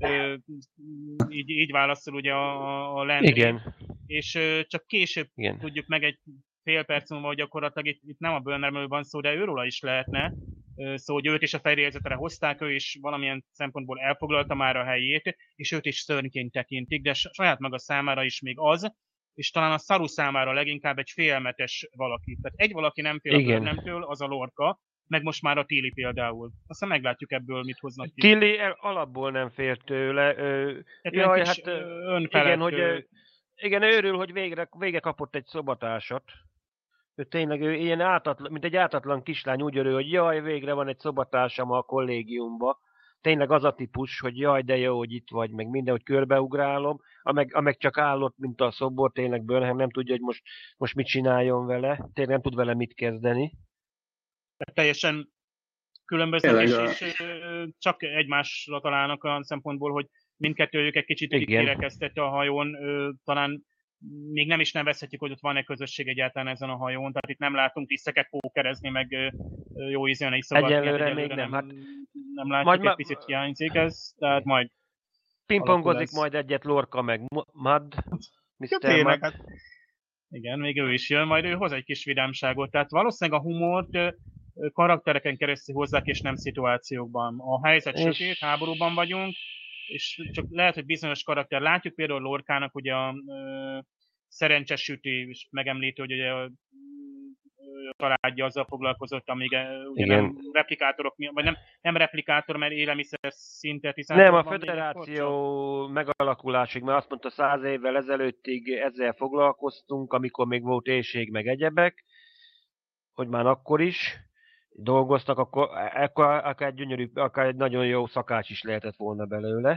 Így válaszol ugye a Landry. Igen. És csak később tudjuk meg egy fél perc múlva, hogy gyakorlatilag itt nem a Burnhamről van szó, de őróla is lehetne szó, hogy őt is a fedélzetre hozták, ő is valamilyen szempontból elfoglalta már a helyét, és őt is szörnyként tekintik, de saját maga számára is még az, és talán a Saru számára leginkább egy félelmetes valaki. Tehát egy valaki nem fél a Burnhamtől, az a Lorca, meg most már a Tilly például. Aztán meglátjuk ebből, mit hoznak ki. Tilly alapból nem fér tőle. Tehát Jaj, kis hát önfelett, igen, hogy igen, örül, hogy végre kapott egy szobatársat. Ő tényleg ilyen mint egy ártatlan kislány úgy örül, hogy jaj, végre van egy szobatársam a kollégiumba. Tényleg az a típus, hogy jaj, de jó, hogy itt vagy, meg minden, hogy körbeugrálom, ameg csak állott, mint a szobor, tényleg Burnham nem tudja, hogy most mit csináljon vele, tényleg nem tud vele mit kezdeni. Teljesen különböznek, és csak egymásra találnak olyan szempontból, hogy mindkettőjük egy kicsit kirekesztette a hajón, talán még nem is nevezhetjük, hogy ott van-e közösség egyáltalán ezen a hajón, tehát itt nem látunk tiszteket pókerezni, meg jó ízűen iszogatni. Egyelőre még nem. Nem látjuk, egy picit hiányzik ez, tehát majd pingpongozik majd egyet Lorca meg Mad. Mr. Mad. Hát, igen, még ő is jön, majd ő hoz egy kis vidámságot, tehát valószínűleg a humort karaktereken keresztül hozzák, és nem szituációkban. A helyzet sötét, háborúban vagyunk, és csak lehet, hogy bizonyos karakter. Látjuk például Lorcának ugye a szerencsesüti megemlítő, hogy ugye a családja azzal foglalkozott, amíg ugye nem replikátorok, vagy nem replikátor, mert élelmiszer szintet, hiszen... Nem, a föderáció megalakulásig, mert azt mondta 100 évvel ezelőttig ezzel foglalkoztunk, amikor még volt éhség meg egyebek, hogy már akkor is dolgoztak, akkor akár egy gyönyörű, akár egy nagyon jó szakács is lehetett volna belőle.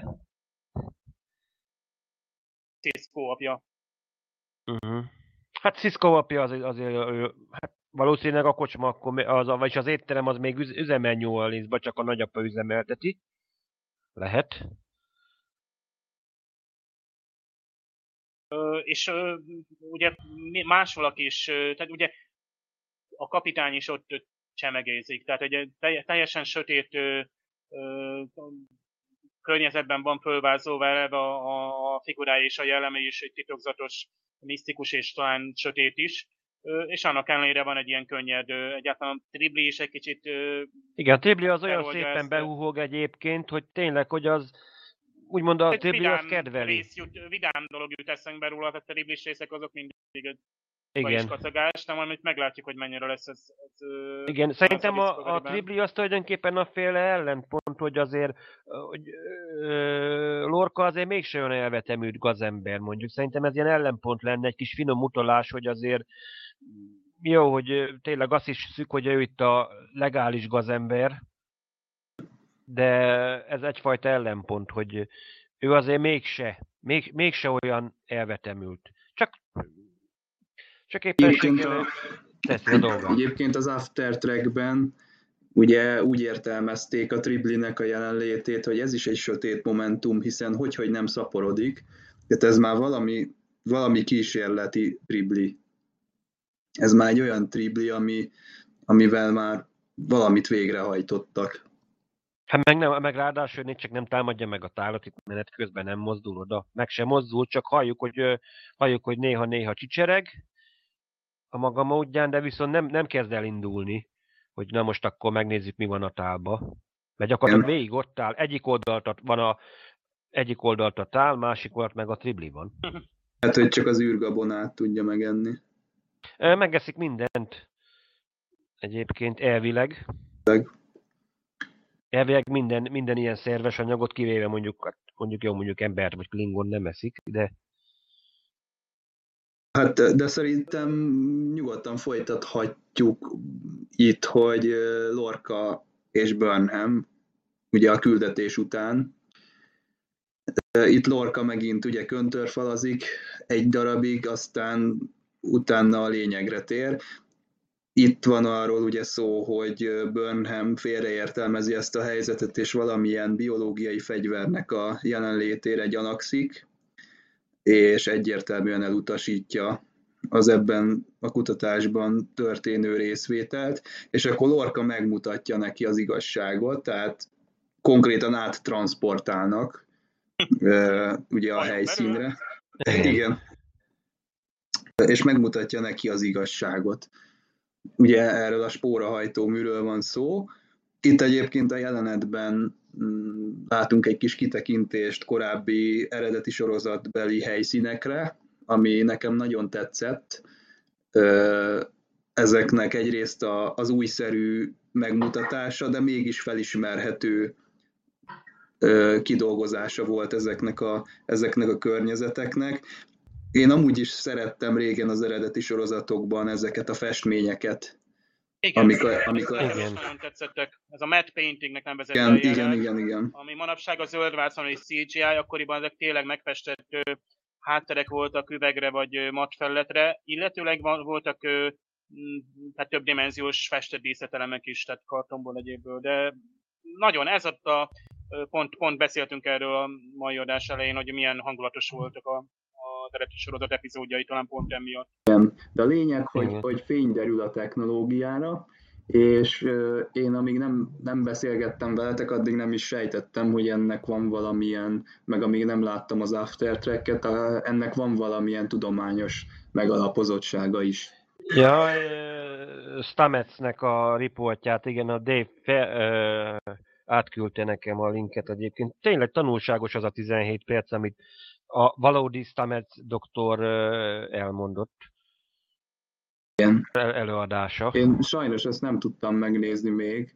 Cisco apja. Hát Cisco apja azért hát valószínűleg a kocsma akkor, vagyis az étterem az még üzemel New Orleansba, csak a nagyapa üzemelteti. Lehet. És ugye más valaki is, tehát ugye a kapitány is ott csemegézik, tehát egy teljesen sötét környezetben van fölvázolva eleve a figurája és a jelleme is egy titokzatos, misztikus és talán sötét is, és annak ellenére van egy ilyen könnyed, egyáltalán a Tribli is egy kicsit... Igen, a Tribli az olyan szépen behúhog egyébként, hogy tényleg, hogy az úgymond a Tribli az kedveli. Vidám dolog jut eszembe róla, tehát a Triblis részek azok mindig igen. Kacagás, de majd meglátjuk, hogy mennyire lesz ez igen, szerintem a Tribli az tulajdonképpen a féle ellenpont, hogy azért hogy, Lorca azért mégsem olyan elvetemült gazember, mondjuk. Szerintem ez ilyen ellenpont lenne, egy kis finom utalás, hogy azért jó, hogy tényleg azt is szük, hogy ő itt a legális gazember, de ez egyfajta ellenpont, hogy ő azért mégse olyan elvetemült. Csak éppen teszi a dolgát. Egyébként az After Trackben ugye úgy értelmezték a Triblinek a jelenlétét, hogy ez is egy sötét momentum, hiszen hogy nem szaporodik, tehát ez már valami kísérleti Tribli. Ez már egy olyan Tribli, amivel már valamit végrehajtottak. Hát meg ráadásul csak nem támadja meg a tálat, itt menet közben nem mozdul oda. Meg sem mozdul, csak halljuk, hogy néha csicsereg a maga módján, de viszont nem kezd el indulni, hogy na most akkor megnézzük, mi van a tálba. Mert gyakorlatilag végig ott áll, egyik oldalt a tál, másik oldalt meg a Tribli van. Hát, hogy csak az űrgabonát tudja megenni. Megeszik mindent. Egyébként elvileg. Elvileg minden ilyen szerves anyagot, kivéve mondjuk embert vagy klingon nem eszik, de... Hát, de szerintem nyugodtan folytathatjuk itt, hogy Lorca és Burnham, ugye a küldetés után, itt Lorca megint ugye köntörfalazik egy darabig, aztán utána a lényegre tér. Itt van arról ugye szó, hogy Burnham félreértelmezi ezt a helyzetet, és valamilyen biológiai fegyvernek a jelenlétére gyanakszik, és egyértelműen elutasítja az ebben a kutatásban történő részvételt, és akkor Lorca megmutatja neki az igazságot, tehát konkrétan áttranszportálnak ugye a helyszínre. Igen. És megmutatja neki az igazságot. Ugye erről a spórahajtó műről van szó. Itt egyébként a jelenetben látunk egy kis kitekintést korábbi eredeti sorozatbeli helyszínekre, ami nekem nagyon tetszett. ezeknek egyrészt az újszerű megmutatása, de mégis felismerhető kidolgozása volt ezeknek a környezeteknek. Én amúgy is szerettem régen az eredeti sorozatokban ezeket a festményeket. Igen, amikor nagyon tetszettek. Ez a matte paintingnek nevezett eljárás, igen. Ami manapság a zöldvászon és CGI, akkoriban ezek tényleg megfestett hátterek voltak üvegre vagy matt felületre, illetőleg voltak tehát többdimenziós festett díszletelemek is, tehát kartonból, egyébből, de nagyon ez ott pont beszéltünk erről a mai adás elején, hogy milyen hangulatos voltak az eredeti sorozat epizódjai, talán pont emiatt. De a lényeg, hogy fény derül a technológiára, és én amíg nem beszélgettem veletek, addig nem is sejtettem, hogy ennek van valamilyen, meg amíg nem láttam az aftertracket, ennek van valamilyen tudományos megalapozottsága is. Ja, Stametsnek a riportját, igen, a Dave átküldte nekem a linket egyébként. Tényleg tanulságos az a 17 perc, amit a valódi Stamets doktor elmondott. Igen. Előadása. Én sajnos ezt nem tudtam megnézni még.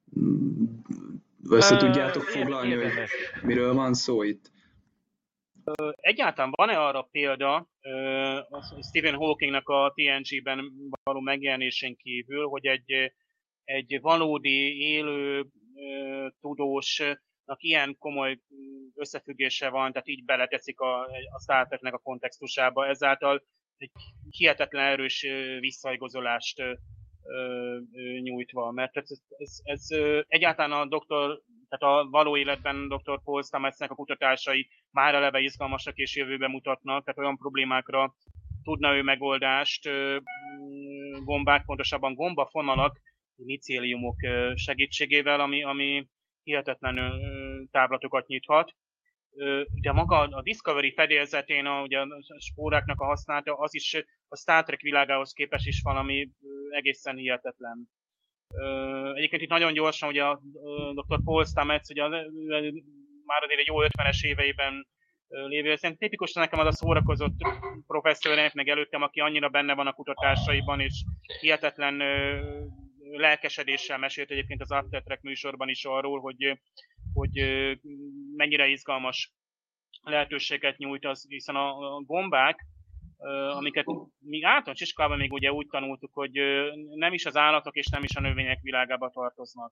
Össze tudjátok foglalni, hogy miről van szó itt? Egyáltalán van-e arra példa Stephen Hawkingnak a TNG-ben való megjelenésén kívül, hogy egy valódi élő tudósnak ilyen komoly összefüggése van, tehát így beleteszik a Star Treknek a kontextusába, ezáltal egy hihetetlen erős visszaigazolást nyújtva, mert ez egyáltalán tehát a való életben dr. Paul Stametsnek a kutatásai már eleve izgalmasak és jövőbe mutatnak, tehát olyan problémákra tudna ő megoldást, gombák, pontosabban gombafonalak, micéliumok segítségével, ami hihetetlen távlatokat nyithat. De maga a Discovery fedélzetén ugye a spóráknak a használata, az is a Star Trek világához képest is valami egészen hihetetlen. Egyébként itt nagyon gyorsan, ugye a dr. Paul Stamets, ugye már azért egy jó 50-es éveiben lévő, szerintem tipikus nekem az a szórakozott professzor, meg előttem, aki annyira benne van a kutatásaiban, és hihetetlen lelkesedéssel mesélt egyébként az After Trek műsorban is arról, hogy mennyire izgalmas lehetőséget nyújt az, hiszen a gombák, amiket mi általános iskolában még ugye úgy tanultuk, hogy nem is az állatok és nem is a növények világába tartoznak.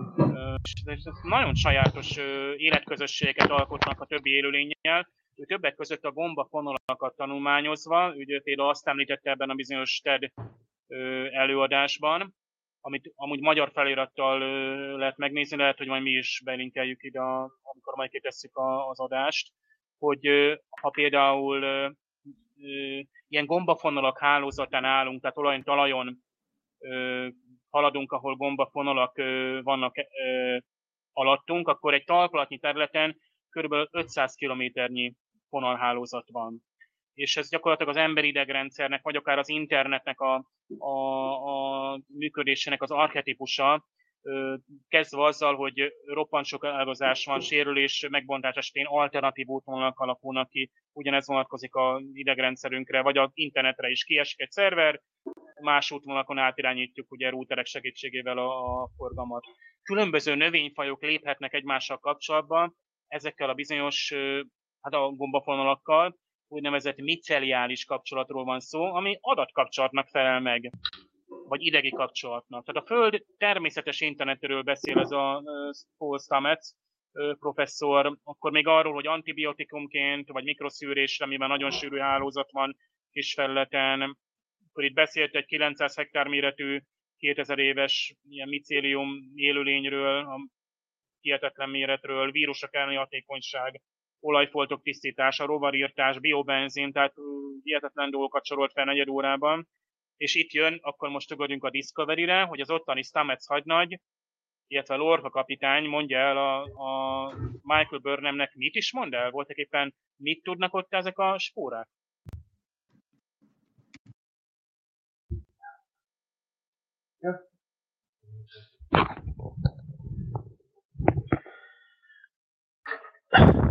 És nagyon sajátos életközösségeket alkotnak a többi élőlénnyel. Ő többek között a gombafonalakat tanulmányozva, ugye például azt említette ebben a bizonyos TED előadásban, amit amúgy magyar felirattal lehet megnézni, lehet, hogy majd mi is belinkeljük ide, amikor majd kitesszük az adást, hogy ha például ilyen gombafonalak hálózatán állunk, tehát olyan talajon haladunk, ahol gombafonalak vannak alattunk, akkor egy talpalatnyi területen kb. 500 kilométernyi fonalhálózat van. És ez gyakorlatilag az emberi idegrendszernek, vagy akár az internetnek a működésének az archetipusa, kezdve azzal, hogy roppant sok ágazás van, sérülés, megbontás esetén alternatív útvonalak alakulnak ki, ugyanez vonatkozik az idegrendszerünkre, vagy az internetre is kiesik egy szerver, más útvonalakon átirányítjuk ugye routerek segítségével a forgalmat. Különböző növényfajok léphetnek egymással kapcsolatban, ezekkel a bizonyos a gombafonalakkal, úgynevezett miceliális kapcsolatról van szó, ami adatkapcsolatnak felel meg, vagy idegi kapcsolatnak. Tehát a Föld természetes internetről beszél ez a Paul Stamets professzor, akkor még arról, hogy antibiotikumként, vagy mikroszűrésre, amiben nagyon sűrű hálózat van kis felületen, akkor itt beszélt egy 900 hektár méretű, 2000 éves ilyen micélium élőlényről, a hihetetlen méretről, vírusok elleni hatékonyság, olajfoltok tisztítása, rovarírtás, biobenzin, tehát hihetetlen dolgokat sorolt fel negyed órában. És itt jön, akkor most ugorjunk a Discovery-re, hogy az ottani Stamets hadnagy, illetve Lorca kapitány mondja el a Michael Burnhamnek, mit is mond el? Voltak éppen mit tudnak ott ezek a spórák? Ja.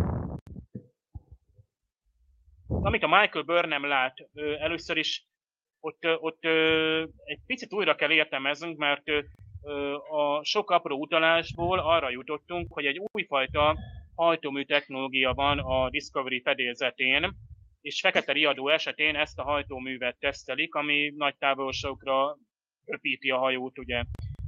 Amit a Michael Burnham lát, először is ott egy picit újra kell értelmeznünk, mert a sok apró utalásból arra jutottunk, hogy egy újfajta hajtómű technológia van a Discovery fedélzetén, és fekete riadó esetén ezt a hajtóművet tesztelik, ami nagy távolságokra röpíti a hajót, ugye.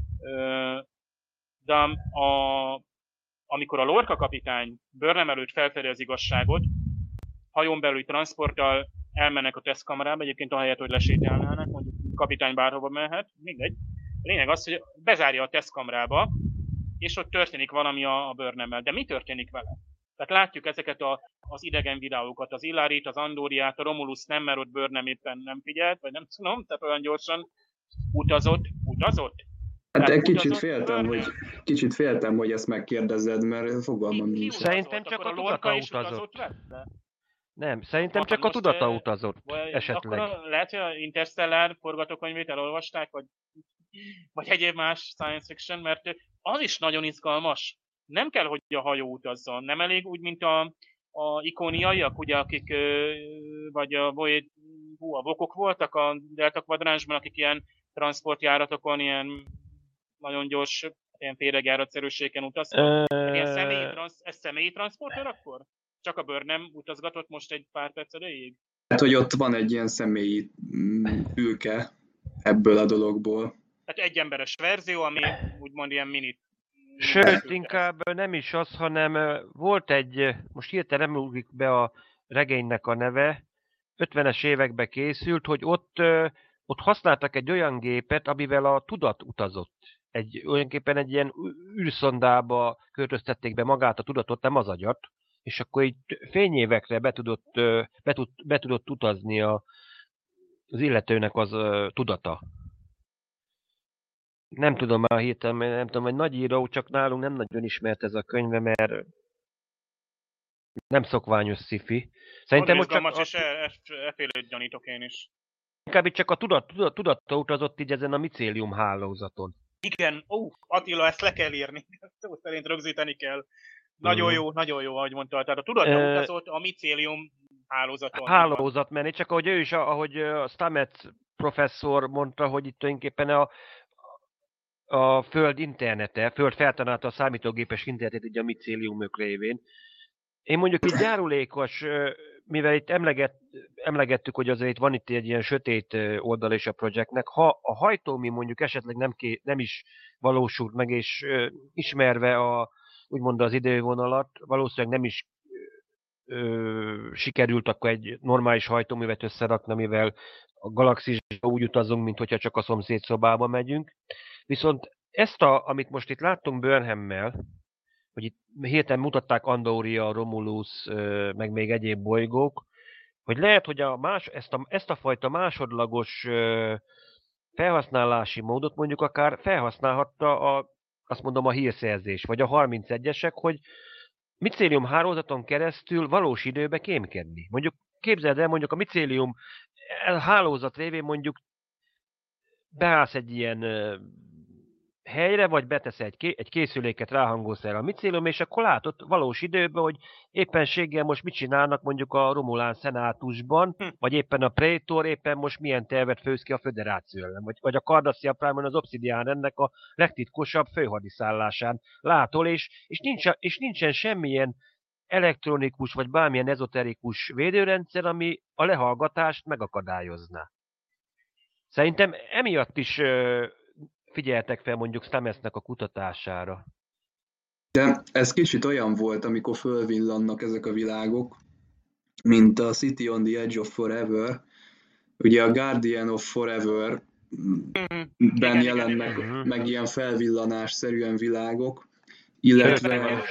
De amikor a Lorca kapitány Burnham előtt felfedi az igazságot, hajón belüli transporttal elmennek a tesztkamerába, egyébként ahelyett, hogy lesétálnának, mondjuk kapitány bárhova mehet, mindegy. A lényeg az, hogy bezárja a tesztkamerába, és ott történik valami a Burnhammel. De mi történik vele? Tehát látjuk ezeket az idegen videókat, az Illarit, az Andoriát, a Romulus nem, mert ott Burnham éppen nem figyelt, vagy nem tudom, tehát olyan gyorsan utazott. Hát egy kicsit féltem, hogy ezt megkérdezed, mert fogalmam nincs. Szerintem csak a tudata utazott. Nem, szerintem csak a tudata utazott esetleg. Akkor lehet, hogy a Interstellar forgatókönyvét elolvasták, vagy egyéb más science fiction, mert az is nagyon izgalmas. Nem kell, hogy a hajó utazzon. Nem elég úgy, mint a ikóniaiak, ugye, akik, vagy a Vokok voltak a Delta kvadránsban, akik ilyen transportjáratokon, ilyen nagyon gyors, ilyen féregjáratszerűségen utaztak. Ez személyi transporter akkor? Csak a Burnham utazgatott most egy pár perc erejéig? Hát, hogy ott van egy ilyen személyi ülke ebből a dologból. Tehát egy emberes verzió, ami úgymond ilyen mini. Sőt, inkább nem is az, hanem volt egy, most hirtelen nem ugrik be a regénynek a neve, 50-es években készült, hogy ott használtak egy olyan gépet, amivel a tudat utazott. Olyanképpen egy ilyen űrszondába költöztették be magát a tudatot, nem az agyat, és akkor így fényévekre be tudott utazni az illetőnek az tudata. Nem tudom már hirtelen, nem tudom, hogy nagy író, csak nálunk nem nagyon ismert ez a könyve, mert nem szokványos sci-fi. Szerintem, hogy csak... és effélőt gyanítok én is. Inkább itt csak a tudatta utazott így ezen a micélium hálózaton. Igen, Attila, ezt le kell írni. Szó szerint rögzíteni kell. Nagyon jó, ahogy mondtad. Tehát a tudatta utazott a micélium hálózaton. Hálózat, mert csak ahogy ő is, ahogy Stamets professzor mondta, hogy itt tulajdonképpen a Föld internete, Föld feltalálta a számítógépes internetet így a micéliumok révén. Én mondjuk így járulékos, mivel itt emlegettük, hogy azért van itt egy ilyen sötét oldal is a projektnek, ha a hajtómű mondjuk esetleg nem is valósult meg, és ismerve úgymond az idővonalat, valószínűleg nem is sikerült akkor egy normális hajtóművet összerakni, mivel a galaxisba úgy utazunk, mint hogyha csak a szomszéd szobába megyünk. Viszont amit most itt láttunk Burnhammel, hogy itt hirtelen mutatták Andoria, Romulus, meg még egyéb bolygók, hogy lehet, hogy ezt a fajta másodlagos felhasználási módot mondjuk akár felhasználhatta azt mondom a hírszerzés, vagy a 31-esek, hogy micélium hálózaton keresztül valós időbe kémkedni. Mondjuk képzeld el, mondjuk a micélium hálózat révén mondjuk beállsz egy ilyen helyre, vagy betesz egy készüléket, ráhangolsz el a micélium, és akkor látod valós időben, hogy éppenséggel most mit csinálnak mondjuk a Romulán szenátusban, vagy éppen a Praetor éppen most milyen tervet főz ki a Föderáció ellen, vagy a Cardassia Prime-on az Obsidian ennek a legtitkosabb főhadiszállásán látol, és nincsen semmilyen elektronikus, vagy bármilyen ezoterikus védőrendszer, ami a lehallgatást megakadályozná. Szerintem emiatt is figyeltek fel mondjuk Stametsnek a kutatására. De ez kicsit olyan volt, amikor fölvillannak ezek a világok, mint a City on the Edge of Forever. Ugye a Guardian of Forever-ben jelennek meg ilyen felvillanásszerűen világok, illetve...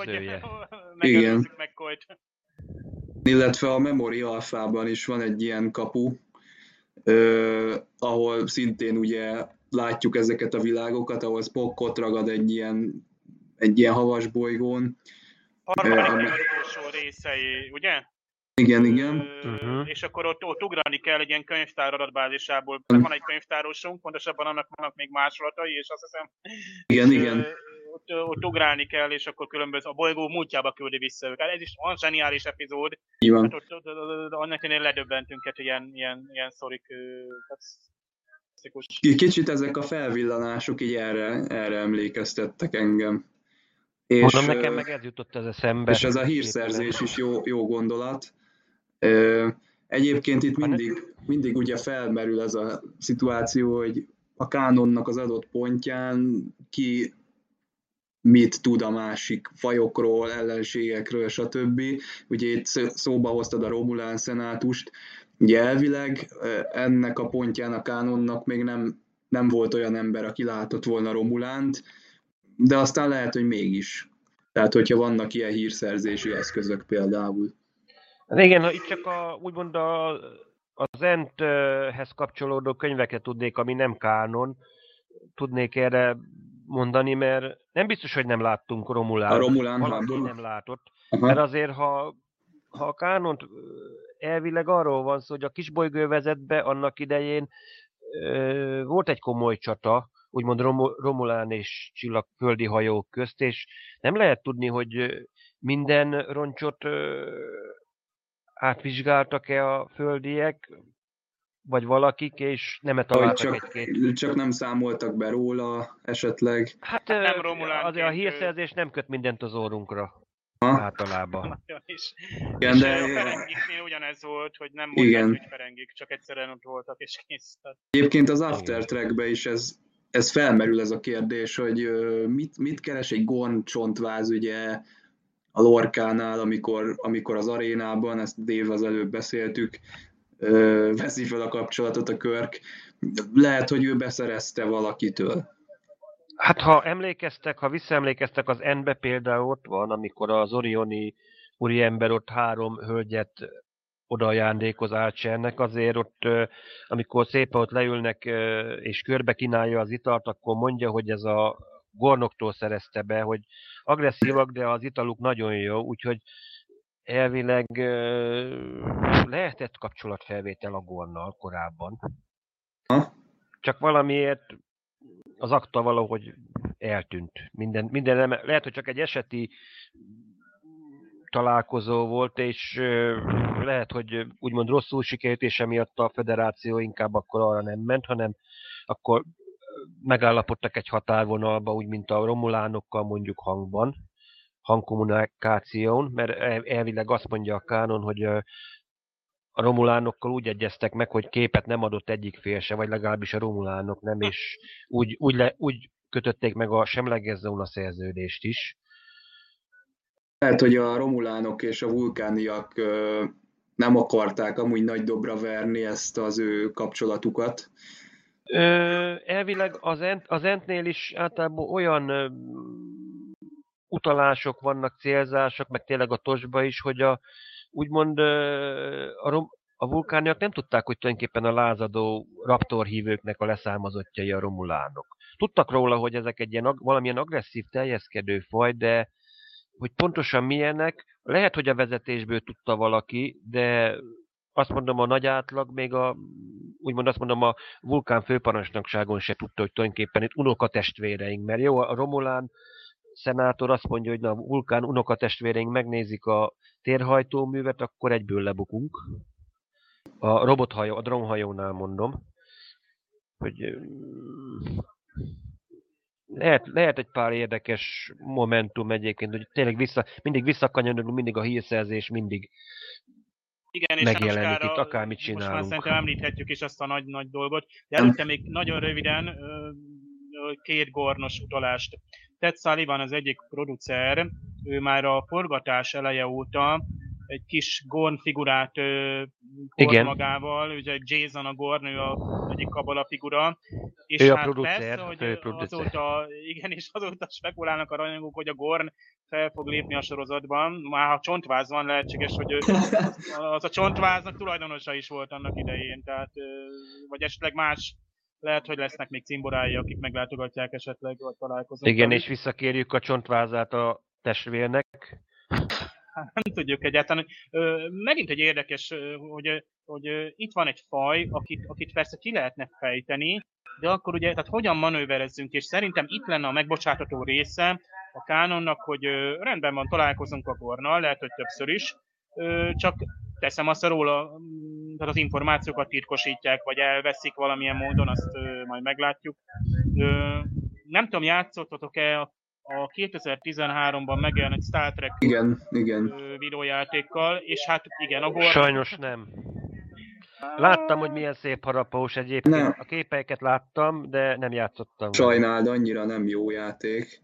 Igen. Illetve a Memory Alpha-ban is van egy ilyen kapu, ahol szintén ugye látjuk ezeket a világokat, ahol Spock ott ragad egy ilyen havas bolygón. Harmadik utolsó részei, ugye? Igen. És akkor ott ugrani kell egy ilyen könyvtár adatbázisából. Van egy könyvtárosunk, pontosabban annak vannak még másolatai, és azt hiszem... Igen. ott ugrálni kell, és akkor különböző a bolygó múltjába küldi vissza őket. Ez is van zseniális epizód. Így van. Hát ott annak ennél ledöbbentünk, ilyen szorik. Kicsit ezek a felvillanások így erre emlékeztettek engem. És, mondom, nekem meg ez jutott ez eszembe. És ez a hírszerzés is jó gondolat. Egyébként itt mindig ugye felmerül ez a szituáció, hogy a kánonnak az adott pontján ki mit tud a másik fajokról, ellenségekről, stb. Ugye itt szóba hoztad a Romulán szenátust. Ugye elvileg ennek a pontján a kánonnak még nem volt olyan ember, aki látott volna Romulánt, de aztán lehet, hogy mégis. Tehát, hogyha vannak ilyen hírszerzési eszközök például. Igen, itt csak úgymond az Enthez kapcsolódó könyveket tudnék, ami nem kánon, tudnék erre mondani, mert nem biztos, hogy nem láttunk Romulánt. A Romulán valaki nem látott. Aha. Mert azért, ha a kánont elvileg arról van szó, hogy a kisbolygővezetbe annak idején volt egy komoly csata, úgymond Romulán és csillagföldi hajók közt, és nem lehet tudni, hogy minden roncsot átvizsgáltak-e a földiek, vagy valakik, és nem találtak egy-két. Csak nem számoltak be róla esetleg. Hát nem azért a hírszerzés nem köt mindent az orrunkra. Általában. Igen, de a Ferengiknél ugyanez volt, hogy nem mondták, hogy Ferengik, csak egyszerűen ott voltak és kész. Egyébként az After Trackben is ez felmerül ez a kérdés, hogy mit keres egy Gorn csontváz ugye a Lorcánál, amikor az arénában, ezt Dave az előbb beszéltük, veszi fel a kapcsolatot a Kirk. Lehet, hogy ő beszerezte valakitől. Hát ha visszaemlékeztek, az N-be például ott van, amikor az Orioni úriember ott 3 hölgyet oda ajándékoz Archernek, azért ott, amikor szépen ott leülnek és körbe kínálja az italt, akkor mondja, hogy ez a Gornoktól szerezte be, hogy agresszívak, de az italuk nagyon jó, úgyhogy elvileg lehetett kapcsolatfelvétel a Gornnal korábban. Csak valamiért az akta valahogy eltűnt. Minden lehet, hogy csak egy eseti találkozó volt, és lehet, hogy úgymond rosszul sikerült, és emiatt a federáció inkább akkor arra nem ment, hanem akkor megállapodtak egy határvonalba, úgy mint a romulánokkal mondjuk hangkommunikáción, mert elvileg azt mondja a kánon, hogy a romulánokkal úgy egyeztek meg, hogy képet nem adott egyik fél se, vagy legalábbis a romulánok nem, és úgy kötötték meg a semleges zóna szerződést is. Lehet, hogy a romulánok és a vulkániak nem akarták amúgy nagy dobra verni ezt az ő kapcsolatukat. Elvileg az Entnél is általában olyan utalások vannak, célzások, meg tényleg a tosba is, hogy úgymond a vulkániak nem tudták, hogy tulajdonképpen a lázadó raptorhívőknek a leszármazottjai a romulánok. Tudtak róla, hogy ezek egy valamilyen agresszív, terjeszkedő faj, de hogy pontosan milyenek, lehet, hogy a vezetésből tudta valaki, de azt mondom, a nagy átlag, még úgymond azt mondom, a vulkán főparancsnokságon se tudta, hogy tulajdonképpen itt unokatestvéreink, mert jó, a Romulán szenátor azt mondja, hogy na, a vulkán unokatestvéreink megnézik a térhajtóművet, akkor egyből lebukunk. A robothajó, a drónhajónál mondom, hogy lehet egy pár érdekes momentum egyébként, hogy tényleg mindig visszakanyarodunk, mindig a hírszerzés, mindig igen, és megjelenik itt, akármit csinálunk. Most már szerintem említhetjük is azt a nagy dolgot, de előtte még nagyon röviden 2 Gornos utalást. Ted Sullivan az egyik producer, ő már a forgatás eleje óta egy kis Gorn figurát hord magával, ugye Jason a Gorn, ő az egyik kabala figura. És ő hát a producer, persze, hogy azóta spekulálnak a rajongók, hogy a Gorn fel fog lépni a sorozatban. Már ha csontváz van, lehetséges, hogy az a csontváznak tulajdonosa is volt annak idején, tehát, vagy esetleg más, lehet, hogy lesznek még cimborái, akik meglátogatják esetleg, vagy találkozunk. Igen, és visszakérjük a csontvázát a testvérnek. Nem tudjuk egyáltalán. Megint egy érdekes, hogy itt van egy faj, akit persze ki lehetne fejteni, de akkor ugye, tehát hogyan manőverezzünk, és szerintem itt lenne a megbocsátható része a Canonnak, hogy rendben van, találkozunk a Gornnal, lehet, hogy többször is, csak teszem azt róla, tehát az információkat titkosítják, vagy elveszik valamilyen módon, azt majd meglátjuk. Nem tudom, játszottatok-e a 2013-ban megjelent Star Trek igen. videójátékkal, és hát igen, a Gorn... Sajnos nem. Láttam, hogy milyen szép harapós egyébként. Nem. A képeiket láttam, de nem játszottam. Sajnáld, annyira nem jó játék.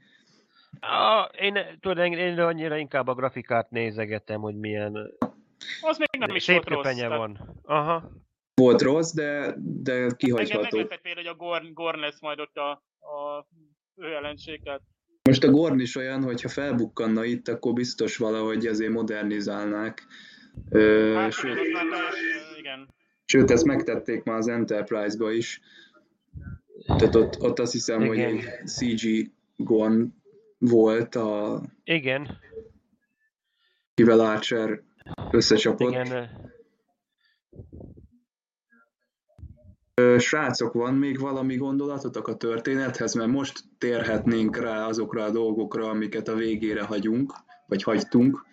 Én annyira inkább a grafikát nézegetem, hogy milyen Az még nem is szép volt rossz. köpenye van. Aha. Volt rossz, de Engem kihagyható. meglepett például, hogy a Gorn lesz majd ott a főjelenség. Most a Gorn is olyan, hogyha felbukkanna itt, akkor biztos valahogy ezért modernizálnák. Hát, Sőt, igen. sőt, ezt megtették már az Enterprise-ba is. Tehát ott azt hiszem, Igen. hogy egy CG Gorn volt, Igen. kivel Archer összecsapott. Igen. Srácok, van még valami gondolatotok a történethez? Mert most térhetnénk rá azokra a dolgokra, amiket a végére hagyunk, vagy hagytunk.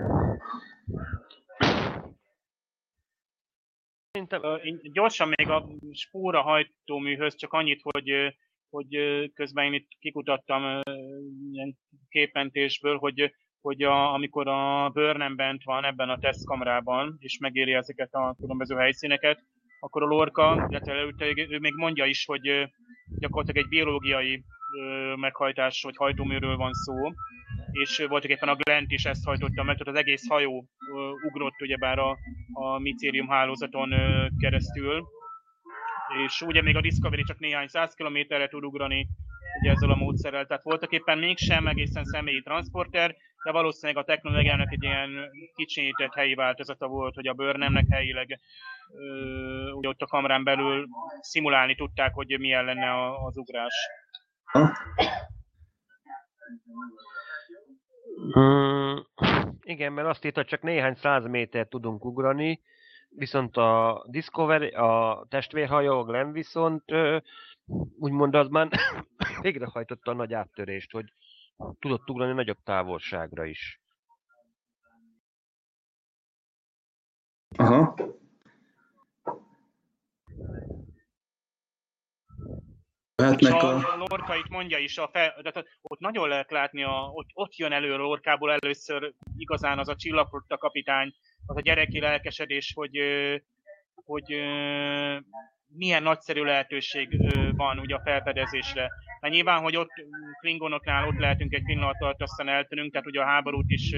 Én gyorsan még a spóra hajtóműhöz csak annyit, hogy közben én itt kikutattam ilyen képmentésből, hogy amikor a Burnham bent van ebben a tesztkamrában, és megéri ezeket a különböző helyszíneket, akkor a Lorca, illetve ő még mondja is, hogy gyakorlatilag egy biológiai meghajtás vagy hajtóműről van szó, és voltak éppen a Glent is ezt hajtotta meg, tehát az egész hajó ugrott ugyebár a micérium hálózaton keresztül, és ugye még a Discovery csak néhány 100 kilométerre tud ugrani ugye ezzel a módszerrel, tehát voltak éppen mégsem egészen személyi transporter, de valószínűleg a technológiának egy ilyen kicsinyített helyi változata volt, hogy a Burnhamnek helyileg ugye ott a kamrán belül szimulálni tudták, hogy milyen lenne az ugrás. Igen, mert azt írta, csak néhány 100 métert tudunk ugrani, viszont a Discovery, a testvérhajó, a Glenn viszont úgymond az már végrehajtotta a nagy áttörést, hogy tudott ugrani nagyobb távolságra is. Aha. És a Lorca itt mondja is, ott nagyon lehet látni, ott jön elő a Lorcából először igazán az a csillagflotta kapitány, az a gyereki lelkesedés, hogy milyen nagyszerű lehetőség van ugye a felfedezésre. Mert nyilván, hogy ott Klingonoknál ott lehetünk egy pillanat alatt, aztán eltűnünk, tehát ugye a háborút is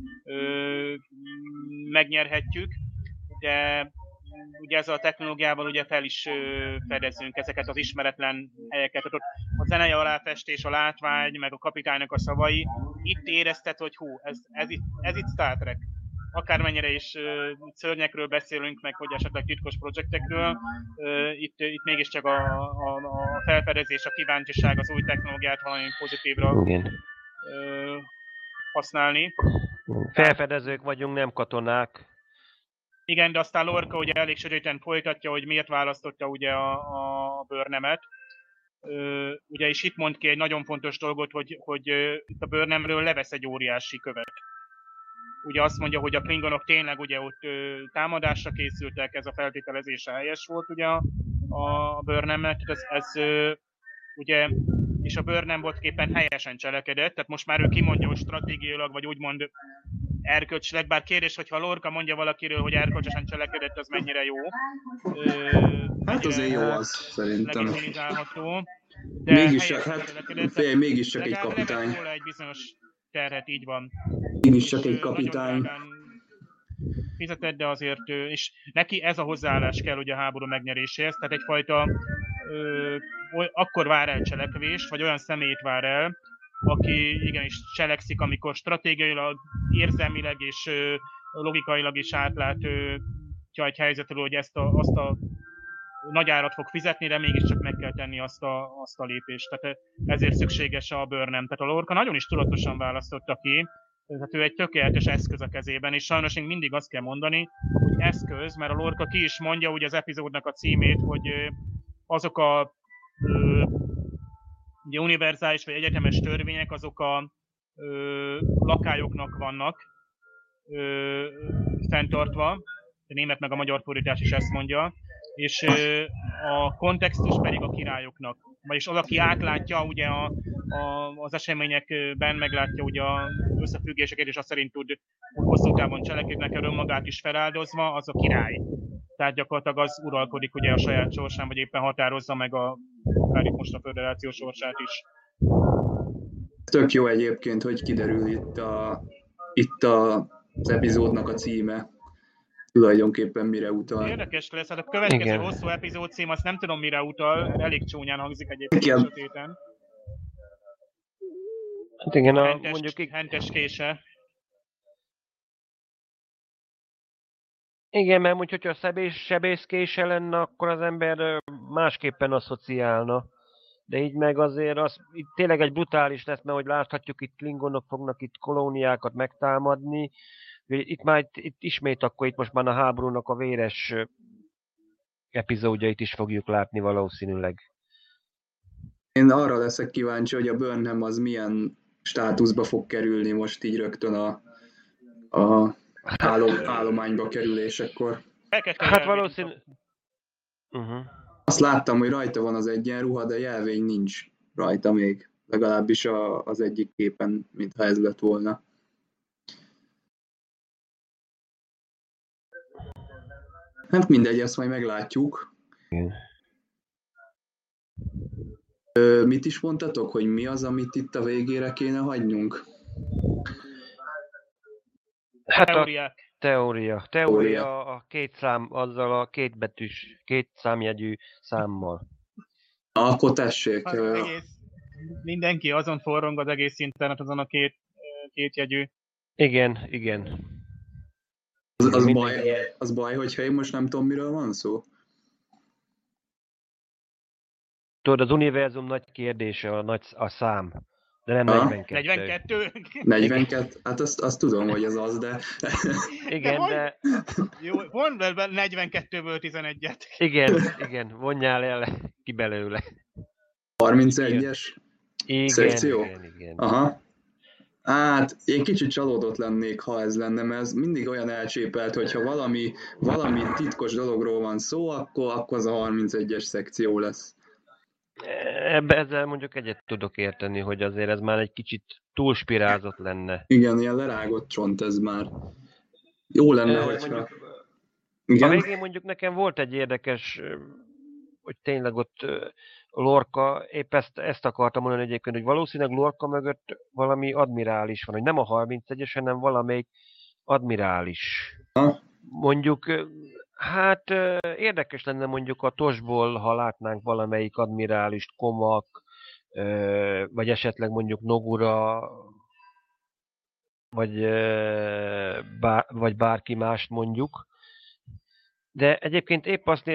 megnyerhetjük, de ugye ezzel a technológiával ugye fel is fedezünk ezeket az ismeretlen helyeket. Tehát ott a zeneje aláfestés, a látvány, meg a kapitánynak a szavai, itt érezted, hogy hú, ez itt Star Trek. Akármennyire is szörnyekről beszélünk, meg hogy esetleg titkos projektekről, itt mégiscsak a felfedezés, a kíváncsiság, az új technológiát valami pozitívra használni. Felfedezők vagyunk, nem katonák. Igen, de aztán Lorca ugye elég sötéten folytatja, hogy miért választotta ugye a Burnhamet. Ugye is itt mond ki egy nagyon fontos dolgot, hogy itt a Burnhamről levesz egy óriási követ. Ugye azt mondja, hogy a Klingonok tényleg ugye ott támadásra készültek, ez a feltételezése helyes volt ugye a Burnhamet. Ez ugye, és a Burnham volt képen helyesen cselekedett, tehát most már ő kimondja, hogy stratégiailag, vagy úgymond erkölcsileg, bár kérdés, hogyha Lorca mondja valakiről, hogy erkölcsösen cselekedett, az mennyire jó. Hát azért jó az, szerintem. Mégiscsak egy kapitány. Egy bizonyos terhet, így van. Mégiscsak egy kapitány. Fizetett, de azért, és neki ez a hozzáállás kell ugye a háború megnyeréséhez, tehát egyfajta akkor vár el cselekvést, vagy olyan személyt vár el, aki igenis cselekszik, amikor stratégiailag, érzelmileg és logikailag is átlátja egy helyzetről, hogy azt a nagy árat fog fizetni, de mégiscsak meg kell tenni azt a lépést. Tehát ezért szükséges a Burnham. Tehát a Lorca nagyon is tudatosan választotta ki, tehát ő egy tökéletes eszköz a kezében, és sajnos még mindig azt kell mondani, hogy eszköz, mert a Lorca ki is mondja ugye az epizódnak a címét, hogy azok a ugye univerzális vagy egyetemes törvények azok a lakályoknak vannak fenntartva, a német meg a magyar fordítás is ezt mondja, és a kontextus pedig a királyoknak. Vagyis az, aki átlátja ugye az eseményekben, meglátja ugye az összefüggéseket, és azt szerint tud hosszú távon cselekedni, neked önmagát is feláldozva, az a király. Tehát gyakorlatilag az uralkodik ugye a saját sorsán, vagy éppen határozza meg akár itt most a föderáció sorsát is. Tök jó egyébként, hogy kiderül itt az epizódnak a címe. Tulajdonképpen mire utal. Érdekes lesz, hát a következő hosszú epizód cím, azt nem tudom mire utal, elég csúnyán hangzik egyébként a sötéten. Hát igen, mondjuk hentes kése. Igen, mert mondjuk, hogyha sebészkése lenne, akkor az ember másképpen asszociálna. De így meg azért itt tényleg egy brutális lesz, mert hogy láthatjuk, itt klingonok fognak itt kolóniákat megtámadni. Itt ismét akkor itt most már a háborúnak a véres epizódjait is fogjuk látni valószínűleg. Én arra leszek kíváncsi, hogy a Burnham az milyen státuszba fog kerülni most így rögtön a állományba kerülésekor. Hát valószínű... Azt láttam, hogy rajta van az egyenruha, de jelvény nincs rajta még. Legalábbis az egyik képen, mintha ez lett volna. Hát mindegy, ezt majd meglátjuk. Mit is mondtatok, hogy mi az, amit itt a végére kéne hagynunk? Hát teória a két szám, azzal a két számjegyű számmal. Akkor tessék. Mindenki azon forrong az egész internet azon a két jegyű. Igen. Az baj, hogyha én most nem tudom, miről van szó? Tudod, az univerzum nagy kérdése a szám. De nem 42. 42? 42? Hát azt tudom, hogy az, de... Igen, de... Jó, von belőle 42-ből 11-et. Igen, vonjál el ki belőle. 31-es szekció? Igen. Aha. Hát, én kicsit csalódott lennék, ha ez lenne, mert ez mindig olyan elcsépelt, hogyha valami titkos dologról van szó, akkor az a 31-es szekció lesz. Ezzel mondjuk egyet tudok érteni, hogy azért ez már egy kicsit túlspirázott lenne. Igen, ilyen lerágott csont ez már. Jó lenne, hogyha... Mondjuk, igen? A végén mondjuk nekem volt egy érdekes, hogy tényleg ott Lorca, épp ezt akartam mondani egyébként, hogy valószínűleg Lorca mögött valami admirális van, hogy nem a 31-es, hanem valamelyik admirális. Mondjuk... Hát érdekes lenne mondjuk a TOS-ból, ha látnánk valamelyik admirálist, Komak, vagy esetleg mondjuk Nogura, vagy bárki mást mondjuk. De egyébként épp azt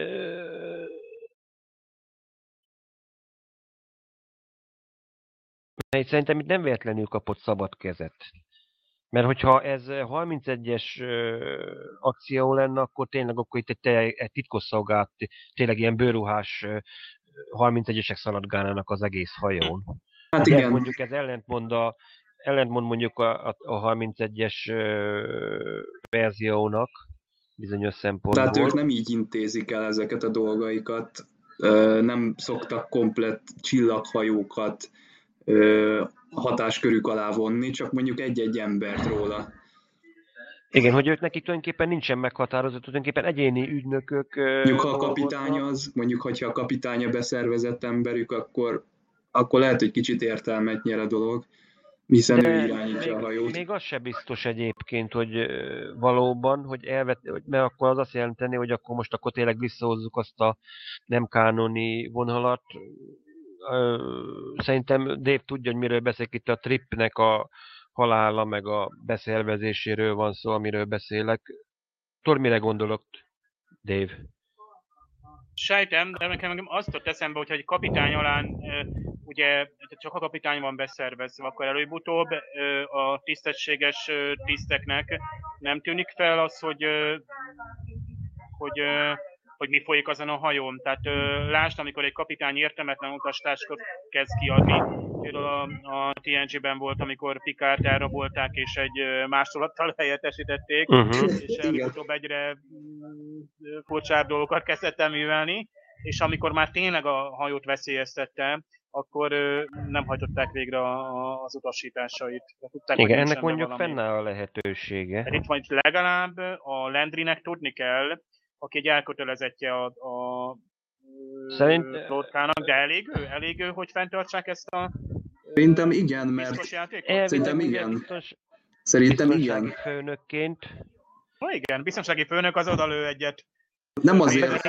szerintem itt nem véletlenül kapott szabad kezet. Mert hogyha ez 31-es akció lenne, akkor tényleg itt egy titkosszolgálat, tényleg ilyen bőrruhás 31-esek szaladgálnának az egész hajón. Hát de igen. mondjuk ez ellentmond mondjuk a 31-es verziónak bizonyos szempontból. Tehát ők nem így intézik el ezeket a dolgaikat, nem szoktak komplett csillaghajókat hatáskörük alá vonni, csak mondjuk egy-egy embert róla. Igen, hogy ők nekik tulajdonképpen nincsen meghatározott, tulajdonképpen egyéni ügynökök. Mondjuk ha a kapitány az, mondjuk hogyha a kapitánya beszervezett emberük, akkor lehet, hogy kicsit értelmet nyer a dolog, hiszen ő irányítja a hajót. Még az se biztos egyébként, hogy valóban, hogy mert akkor az azt jelenteni, hogy akkor tényleg visszahozzuk azt a nem kánoni vonalat. Szerintem Dave tudja, hogy miről beszél, itt a Tripnek a halála, meg a beszervezéséről van szó, amiről beszélek. Tudod, mire gondolok, Dave? Sejtem, de nekem azt ott eszembe, hogyha egy kapitány alán, ugye csak a kapitány van beszervezve, akkor előbb-utóbb a tisztességes tiszteknek nem tűnik fel az, hogy hogy mi folyik azon a hajón. Tehát lásd, amikor egy kapitány értelmetlen utastáskot kezd kiadni, például a TNG-ben volt, amikor Picard elrabolták, és egy másolattal helyettesítették, és előbb egyre furcsább dolgokat kezdett el művelni, és amikor már tényleg a hajót veszélyeztette, akkor nem hajtották végre az utasításait. Tudták, igen, ennek mondjuk fennáll a lehetősége. Tehát itt van legalább a Landrynek tudni kell, aki egy elkötelezettje a flottának, de elég, hogy fenntartsák ezt a Szerintem igen, mert szerintem igen. Szerintem igen. Főnökként. Igen, biztonsági főnök az odalő egyet. Nem azért,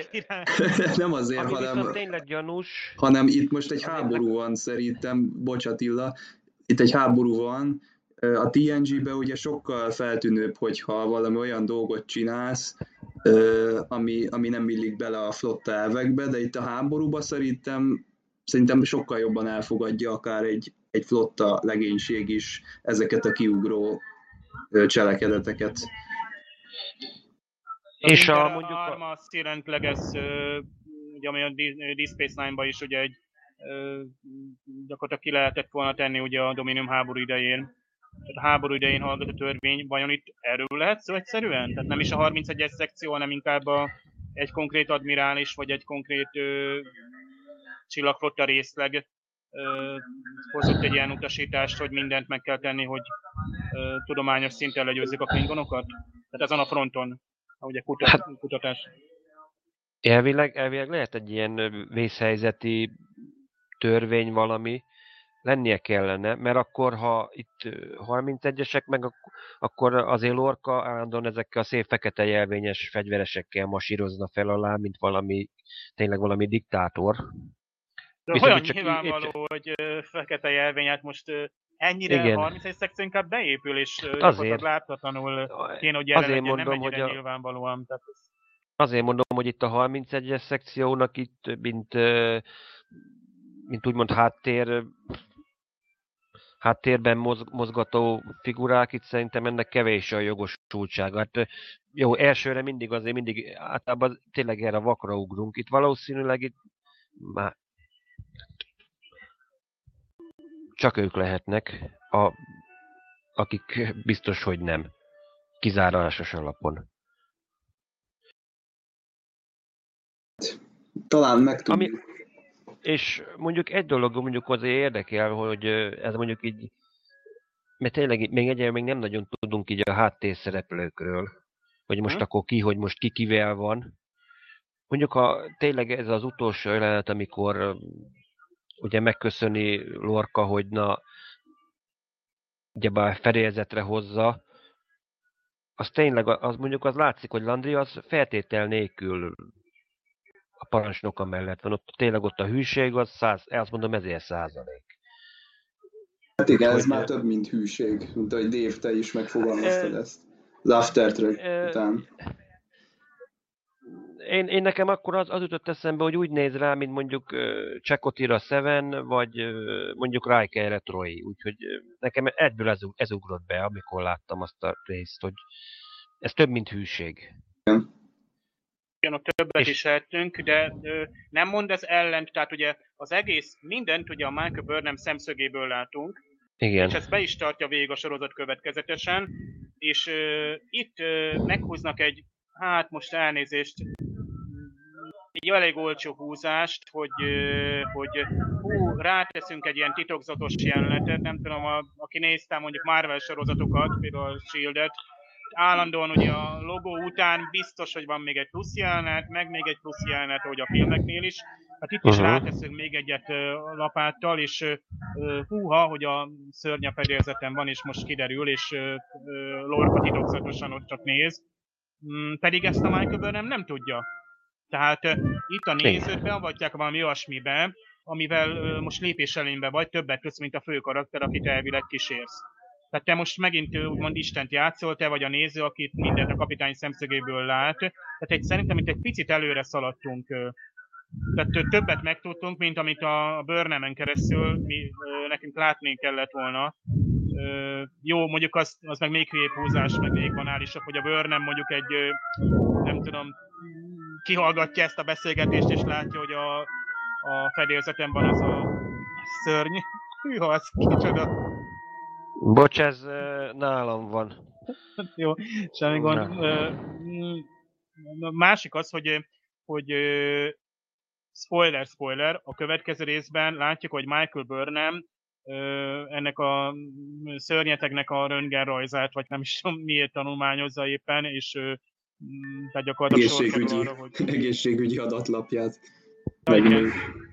hanem, tényleg gyanús. hanem itt most egy háború van szerintem, bocs Attila, itt egy háború van. A TNG-ben ugye sokkal feltűnőbb, hogyha valami olyan dolgot csinálsz, ami nem illik bele a flotta elvekbe, de itt a háborúban szerintem sokkal jobban elfogadja akár egy flotta legénység is ezeket a kiugró cselekedeteket. És mondjuk Arma Sirentleg ez, ugye, ami a Deep Space Nine-ban is ugye egy gyakorlatilag ki lehetett volna tenni ugye a Dominium háború idején. Tehát a háború idején hallgató törvény, vajon itt erről lehet szó egyszerűen? Tehát nem is a 31-es szekció, hanem inkább egy konkrét admirális, vagy egy konkrét csillagflotta részleg hozott egy ilyen utasítást, hogy mindent meg kell tenni, hogy tudományos szinten legyőzzük a klingonokat? Tehát ezen a fronton, ugye kutatás. Elvileg lehet egy ilyen vészhelyzeti törvény valami, lennie kellene, mert akkor, ha itt 31-esek meg, akkor azért Lorca állandóan ezekkel a szép fekete jelvényes fegyveresekkel masírozna fel alá, mint tényleg valami diktátor. De olyan nyilvánvaló, hogy fekete jelvények most ennyire igen. 31 szekció inkább beépül, és azért láthatatlanul kéne, hogy jelen legyen, nem ennyire nyilvánvalóan. Tehát azért mondom, hogy itt a 31-es szekciónak itt, mint úgymond háttérben mozgató figurák, itt szerintem ennek kevés a jogosultsága. Hát jó, elsőre mindig általában tényleg erre vakra ugrunk. Itt valószínűleg már csak ők lehetnek, akik biztos, hogy nem. Kizárásos alapon. Talán megtudjuk. És mondjuk egy dolog mondjuk azért érdekel, hogy ez mondjuk így, mert tényleg még nem nagyon tudunk így a háttérszereplőkről, hogy most akkor hogy most ki kivel van. Mondjuk tényleg ez az utolsó jelenet, amikor ugye megköszöni Lorca, hogy ugyebár fedélzetre hozza, az tényleg, az látszik, hogy Landry az feltétel nélkül a parancsnoka mellett van. Tényleg ott a hűség, azt mondom 1000%. Hát igen, ez már több, mint hűség, mint ahogy Dave, te is megfogalmaztad ezt. Az Aftertrack után. Én nekem akkor az jutott eszembe, hogy úgy néz rá, mint mondjuk Chakotayra Seven, vagy mondjuk Rikerre Troy. Úgyhogy nekem egyből ez ugrott be, amikor láttam azt a részt, hogy ez több, mint hűség. Igen. Ugyanok többet is lehetünk, de nem mond ez ellent, tehát ugye az egész, mindent ugye a Michael Burnham szemszögéből látunk, igen. És ezt be is tartja végig a sorozat következetesen, és itt meghúznak egy, hát most elnézést, egy elég olcsó húzást, hogy ráteszünk egy ilyen titokzatos jelenetet, nem tudom, aki nézte mondjuk Marvel sorozatokat, például a Shield-et, állandóan ugye a logó után biztos, hogy van még egy plusz jelenet, meg még egy plusz jelenet, ahogy a filmeknél is. Hát itt is ráteszünk még egyet lapáttal, és húha, hogy a szörny a fedélzeten van, és most kiderül, és Lorca titokzatosan ott csak néz. Pedig ezt a Michael Burnham nem tudja. Tehát itt a nézőt beavatják valami olyasmibe, amivel most lépéselényben vagy, többet közt, mint a fő karakter, akit elvileg kísérsz. Tehát te most megint úgymond Istent játszol, te vagy a néző, akit mindent a kapitány szemszögéből lát. Tehát szerintem itt egy picit előre szaladtunk. Tehát többet megtudtunk, mint amit a Burnhamen keresztül nekünk látni kellett volna. Jó, mondjuk az meg még hülyébb húzás, meg még banálisabb, hogy a Burnham mondjuk egy, nem tudom, kihallgatja ezt a beszélgetést, és látja, hogy a fedélzeten van az a szörny. Hűha, az kicsoda. Bocs, ez nálam van. Jó, semmi gond. Másik az, hogy spoiler, a következő részben látjuk, hogy Michael Burnham ennek a szörnyetegnek a röntgenrajzát, vagy nem is tudom miért tanulmányozza éppen, és tehát gyakorlatilag sor kerül arra, hogy... Egészségügyi adatlapját. Igen.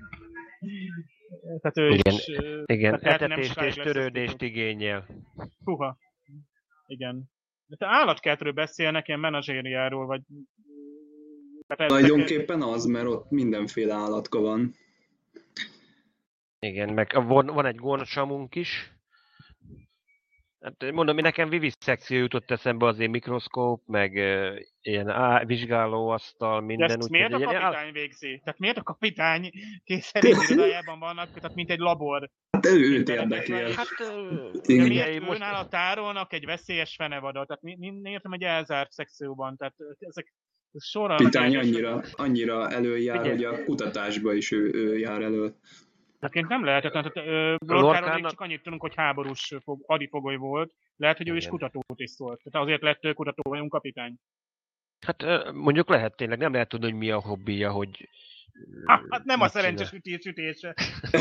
Tehát ő Igen, is... igen. Tehát Etetést és törődést igényel. Húha. Igen. De állatkertről beszélnek, ilyen menedzsériáról, vagy... Tulajdonképpen az, mert ott mindenféle állatka van. Igen, meg van egy gorncsamunk is. Hát mondom, nekem viviszekció jutott eszembe, azért mikroszkóp, meg ilyen vizsgálóasztal, minden. De ezt miért a kapitány végzi? Tehát miért a kapitány kényszerirodájában vannak, tehát mint egy labor? Hát őt érdekli. Hát, miért most... a tárolnak egy veszélyes fenevadat? Tehát értem, hogy elzárt szekcióban. Tehát ezek sorra... Kapitány annyira előjár, hogy a kutatásba is ő jár elő. Tehát nem lehetetlen, Lorcáról még csak annyit tudunk, hogy háborús hadifogoly volt, lehet, hogy ő is kutatótiszt volt. Tehát azért lett kutatóhajón kapitány. Hát mondjuk lehet tényleg, nem lehet tudni, hogy mi a hobbija, hogy... Hát nem a szerencsés sütése.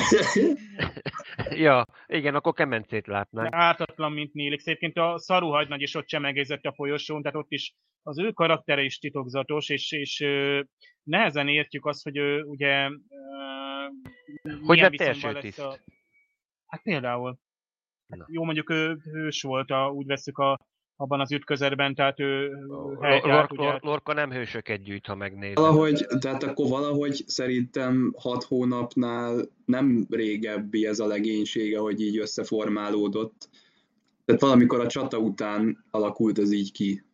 Ja, igen, akkor kemencét látnánk. Ártatlan, mint Nélix. Egyébként a szaruhagynagy is ott csemegézett a folyosón, tehát ott is az ő karaktere is titokzatos, és nehezen értjük azt, hogy ugye... hogy lett első tiszt? Hát például. Hát jó, mondjuk ő hős volt, úgy veszük abban az ütközetben, tehát ő... Lorca nem hősöket gyűjt, ha megnézed. Tehát akkor valahogy szerintem 6 hónapnál nem régebbi ez a legénysége, hogy így összeformálódott. Tehát valamikor a csata után alakult ez így ki.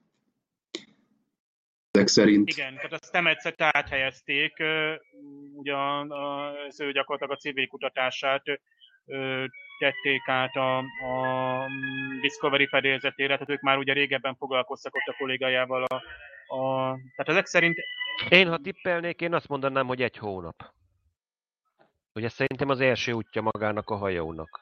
Ezek szerint. Igen, tehát a Stamets-et áthelyezték, ugye az ő gyakorlatilag a civil kutatását tették át a Discovery fedélzetére, tehát ők már ugye régebben foglalkoztak ott a kollégájával. Tehát ezek szerint... Én, ha tippelnék, én azt mondanám, hogy 1 hónap. Ugye szerintem az első útja magának a hajónak.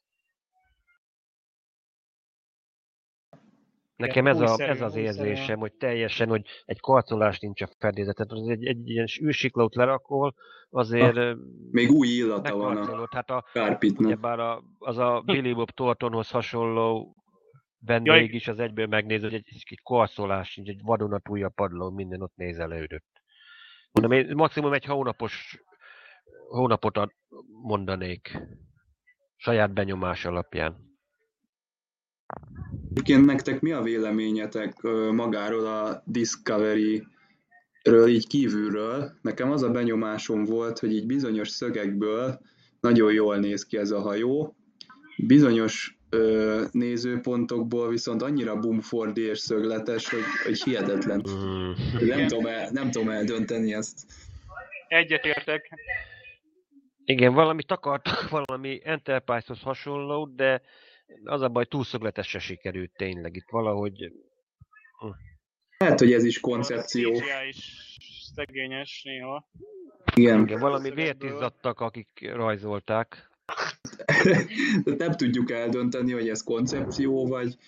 Nekem ez az érzésem, hogy teljesen, hogy egy karcolás nincs a fedélzeten. Az egy ilyen űrsiklót lerakol, azért... Még új illata van a hát kárpitnak. Bár az a Billy Bob Thorntonhoz hasonló vendég is az egyből megnéz, hogy egy karcolás sincs, egy vadonatúj a padlón, minden ott nézelődött. Mondom, én maximum egy hónapot mondanék. Saját benyomás alapján. Egyébként nektek mi a véleményetek magáról a Discovery-ről így kívülről? Nekem az a benyomásom volt, hogy így bizonyos szögekből nagyon jól néz ki ez a hajó. Bizonyos nézőpontokból viszont annyira bumfordi és szögletes, hogy hihetetlen. Nem tudom eldönteni ezt. Egyetértek. Igen, valamit akartak, valami Enterprise-hoz hasonló, de az a baj, túl szögletesre sikerült tényleg itt valahogy. Lehet, hogy ez is koncepció. A CGI is szegényes néha. Igen, valami vért izzadtak, akik rajzolták. Nem tudjuk eldönteni, hogy ez koncepció,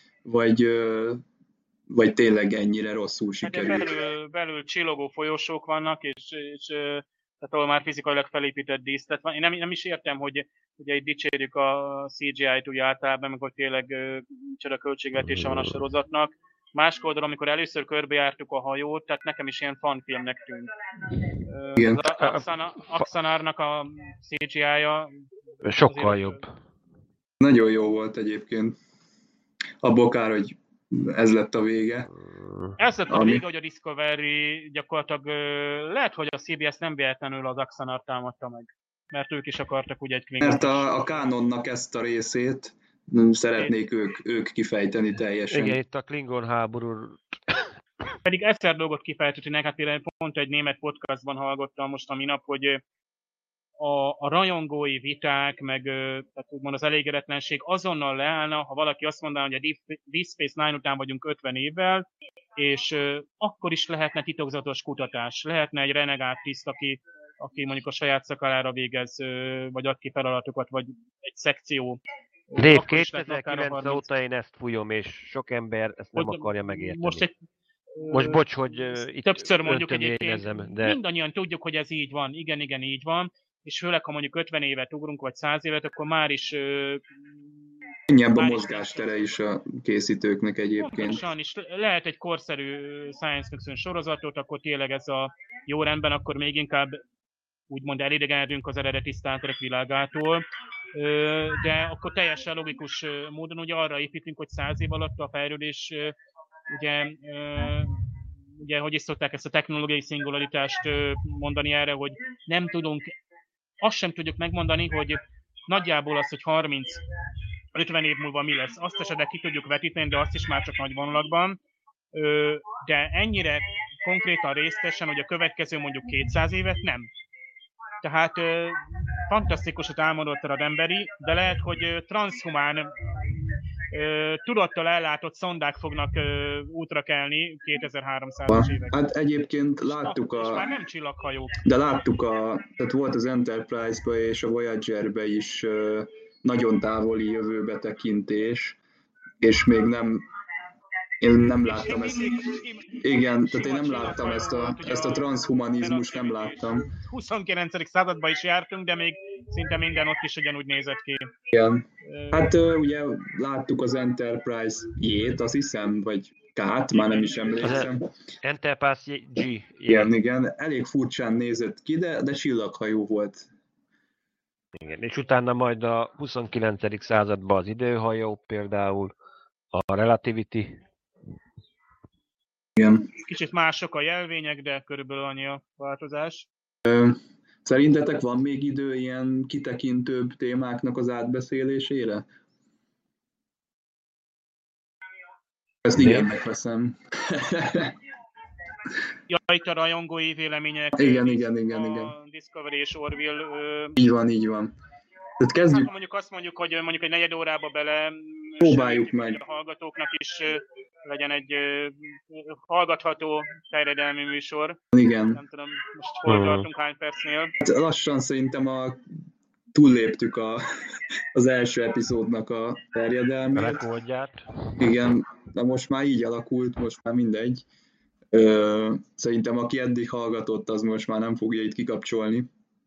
vagy tényleg ennyire rosszul sikerült. Belül csillogó folyosók vannak, és tehát ahol már fizikailag felépített díszlet van. Én nem is értem, hogy ugye itt dicsérjük a CGI-t úgy általában, amikor tényleg micsoda költségvetése van a sorozatnak. Más oldalon, amikor először körbejártuk a hajót, tehát nekem is ilyen fanfilmnek tűnt. Igen. Az Axanárnak a CGI-ja sokkal jobb. Nagyon jó volt egyébként. Abból kár, hogy ez lett a vége. Ez lett a vége, hogy a Discovery gyakorlatilag lehet, hogy a CBS nem véletlenül az Axanárt támadta meg. Mert ők is akartak ugye egy Klingon. Mert a kánonnak ezt a részét szeretnék ők kifejteni teljesen. Igen, itt a Klingon háború. Pedig egyszer dolgot kifejtetőnek, hát például pont egy német podcastban hallgattam most a minap, hogy a rajongói viták, meg tehát úgymond az elégedetlenség azonnal leállna, ha valaki azt mondaná, hogy a Deep Space Nine után vagyunk 50 évvel, és akkor is lehetne titokzatos kutatás, lehetne egy renegát tiszt, aki mondjuk a saját szakalára végez, vagy ad ki feladatokat, vagy egy szekció. Dave, 2009 óta én ezt fújom, és sok ember ezt nem akarja megérteni. Most bocs, hogy itt többször mondjuk egyébként, de... mindannyian tudjuk, hogy ez így van, igen, így van, és főleg, ha mondjuk 50 évet ugrunk, vagy 100 évet, akkor már is... Könnyebb a mozgástere is a készítőknek egyébként. Pontosan, és lehet egy korszerű science fiction sorozatot, akkor tényleg ez a jó rendben, akkor még inkább úgymond elidegenedünk az eredeti Star Trek világától, de akkor teljesen logikus módon ugye arra építünk, hogy 100 év alatt a fejlődés ugye, hogy is szokták ezt a technológiai szingularitást mondani erre, hogy nem tudunk, azt sem tudjuk megmondani, hogy nagyjából az, hogy 30-50 év múlva mi lesz. Azt esetleg ki tudjuk vetíteni, de azt is már csak nagy vonalakban. De ennyire konkrétan részletesen, hogy a következő mondjuk 200 évet nem. Tehát fantasztikusat álmodottad az emberi, de lehet, hogy transzhumán tudattal ellátott szondák fognak útra kelni 2300-as években. Hát egyébként láttuk és már nem csillaghajók. De láttuk tehát volt az Enterprise-ba és a Voyager-be is nagyon távoli jövőbe tekintés, és még nem én nem láttam ezt. Igen, tehát én nem láttam ezt a transhumanizmust, nem láttam. 29. században is jártunk, de még szinte minden ott is ugyanúgy nézett ki. Igen. Hát ugye láttuk az Enterprise-jét, azt hiszem, vagy K-t, már nem is emlékszem. Enterprise G. Igen. Elég furcsán nézett ki, de csillaghajó volt. Igen, és utána majd a 29. században az időhajó például, a Relativity. Igen. Kicsit mások a jelvények, de körülbelül annyi a változás. Szerintetek van még idő ilyen kitekintőbb témáknak az átbeszélésére? Ezt igennek veszem. Ja, itt a rajongói vélemények. Igen. A Discovery és Orville. Így van. Tehát kezdjük. Mondjuk azt mondjuk, hogy mondjuk egy negyed órába bele próbáljuk meg. A hallgatóknak is legyen egy hallgatható terjedelmi műsor. Igen. Nem tudom, most hol tartunk, hány percnél. Lassan szerintem túlléptük az első epizódnak a terjedelmét. A rekordját. Igen, de most már így alakult, most már mindegy. Szerintem aki eddig hallgatott, az most már nem fogja itt kikapcsolni.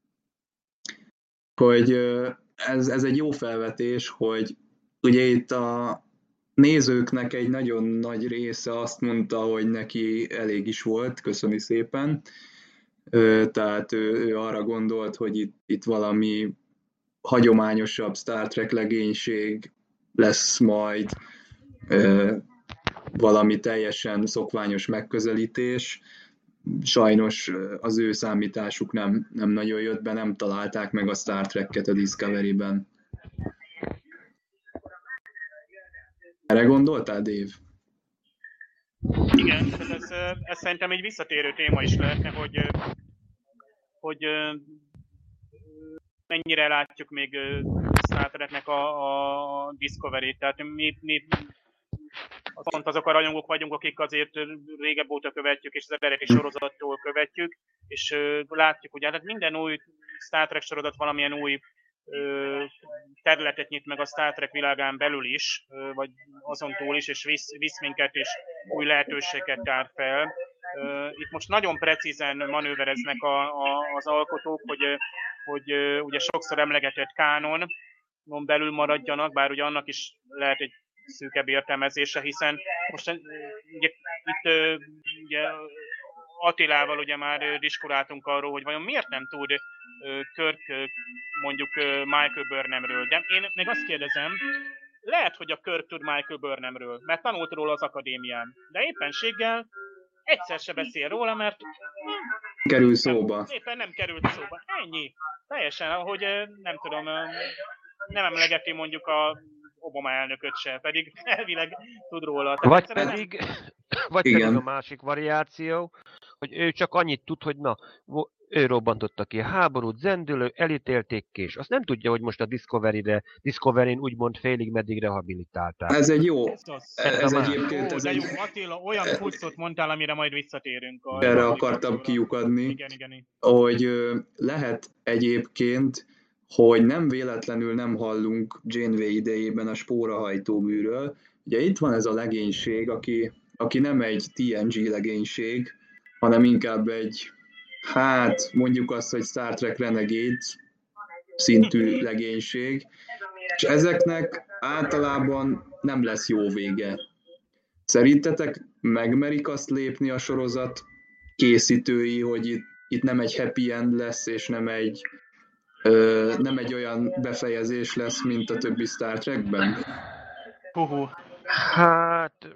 Hogy ez egy jó felvetés, hogy ugye itt a nézőknek egy nagyon nagy része azt mondta, hogy neki elég is volt, köszöni szépen. Tehát ő arra gondolt, hogy itt valami hagyományosabb Star Trek legénység lesz majd, valami teljesen szokványos megközelítés. Sajnos az ő számításuk nem nagyon jött be, nem találták meg a Star Trek-et a Discovery-ben. Erre gondoltál, Dave? Igen, ez szerintem egy visszatérő téma is lehetne, hogy mennyire látjuk még Star Treknek a Discovery-t. Tehát mi pont azok a rajongók vagyunk, akik azért régebb óta követjük, és az eredeti sorozattól követjük, és látjuk, hogy hát minden új Star Trek sorozat valamilyen új területet nyit meg a Star Trek világán belül is, vagy azon túl is, és visz minket, és új lehetőséget tár fel. Itt most nagyon precízen manővereznek az alkotók, hogy ugye sokszor emlegetett kánonon belül maradjanak, bár ugye annak is lehet egy szűkebb értelmezése, hiszen most ugye, itt ugye Attilával ugye már diskuráltunk arról, hogy vajon miért nem tud Kirk mondjuk Michael Burnhamről. De én még azt kérdezem, lehet, hogy a Kirk tud Michael Burnhamről, mert tanult róla az akadémián, de éppenséggel egyszer se beszél róla, mert kerül szóba. Éppen nem került szóba. Ennyi. Teljesen, ahogy nem tudom, nem emlegeti mondjuk a Obama elnököt se, pedig elvileg tud róla. Vagy pedig a másik variáció, hogy ő csak annyit tud, hogy ő robbantotta ki a háborút, zendülő, elítélték és azt nem tudja, hogy most a Discovery-n úgymond félig meddig rehabilitálták. Ez egy jó, Ez a egyébként, De jó, Attila, olyan pusztot mondtál, amire majd visszatérünk. Erre akartam kiukadni, igen. hogy lehet egyébként, hogy nem véletlenül nem hallunk Janeway idejében a spórahajtóműről. Ugye itt van ez a legénység, aki nem egy TNG legénység, hanem inkább egy, hát mondjuk azt, hogy Star Trek Renegade szintű legénység, és ezeknek általában nem lesz jó vége. Szerintetek megmerik azt lépni a sorozat készítői, hogy itt nem egy happy end lesz, és nem egy olyan befejezés lesz, mint a többi Star Trekben? Hát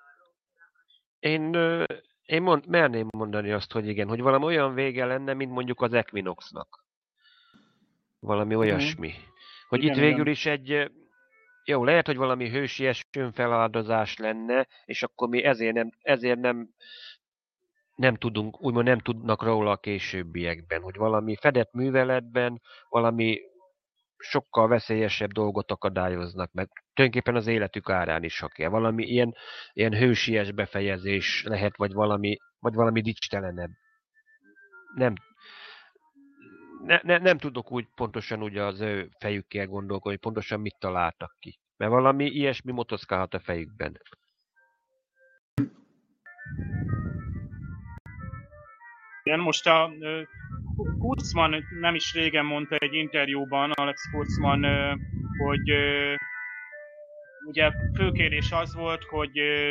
én merném mondani azt, hogy igen, hogy valami olyan vége lenne, mint mondjuk az Equinoxnak. Valami olyasmi. Hogy Igen, itt végül is egy, jó, lehet, hogy valami hősies önfeláldozás lenne, és akkor mi ezért nem tudunk, úgymond nem tudnak róla a későbbiekben, hogy valami fedett műveletben, valami sokkal veszélyesebb dolgot akadályoznak meg. Tulajdonképpen az életük árán is, ha kell. Valami ilyen hősies befejezés lehet, vagy valami dicstelenebb. Nem tudok úgy pontosan úgy az ő fejükkel gondolkodni, hogy pontosan mit találtak ki. Mert valami ilyesmi motoszkálhat a fejükben. Igen, most a Kurtzman nem is régen mondta egy interjúban, Alex Kurtzman, hogy ugye fő kérdés az volt, hogy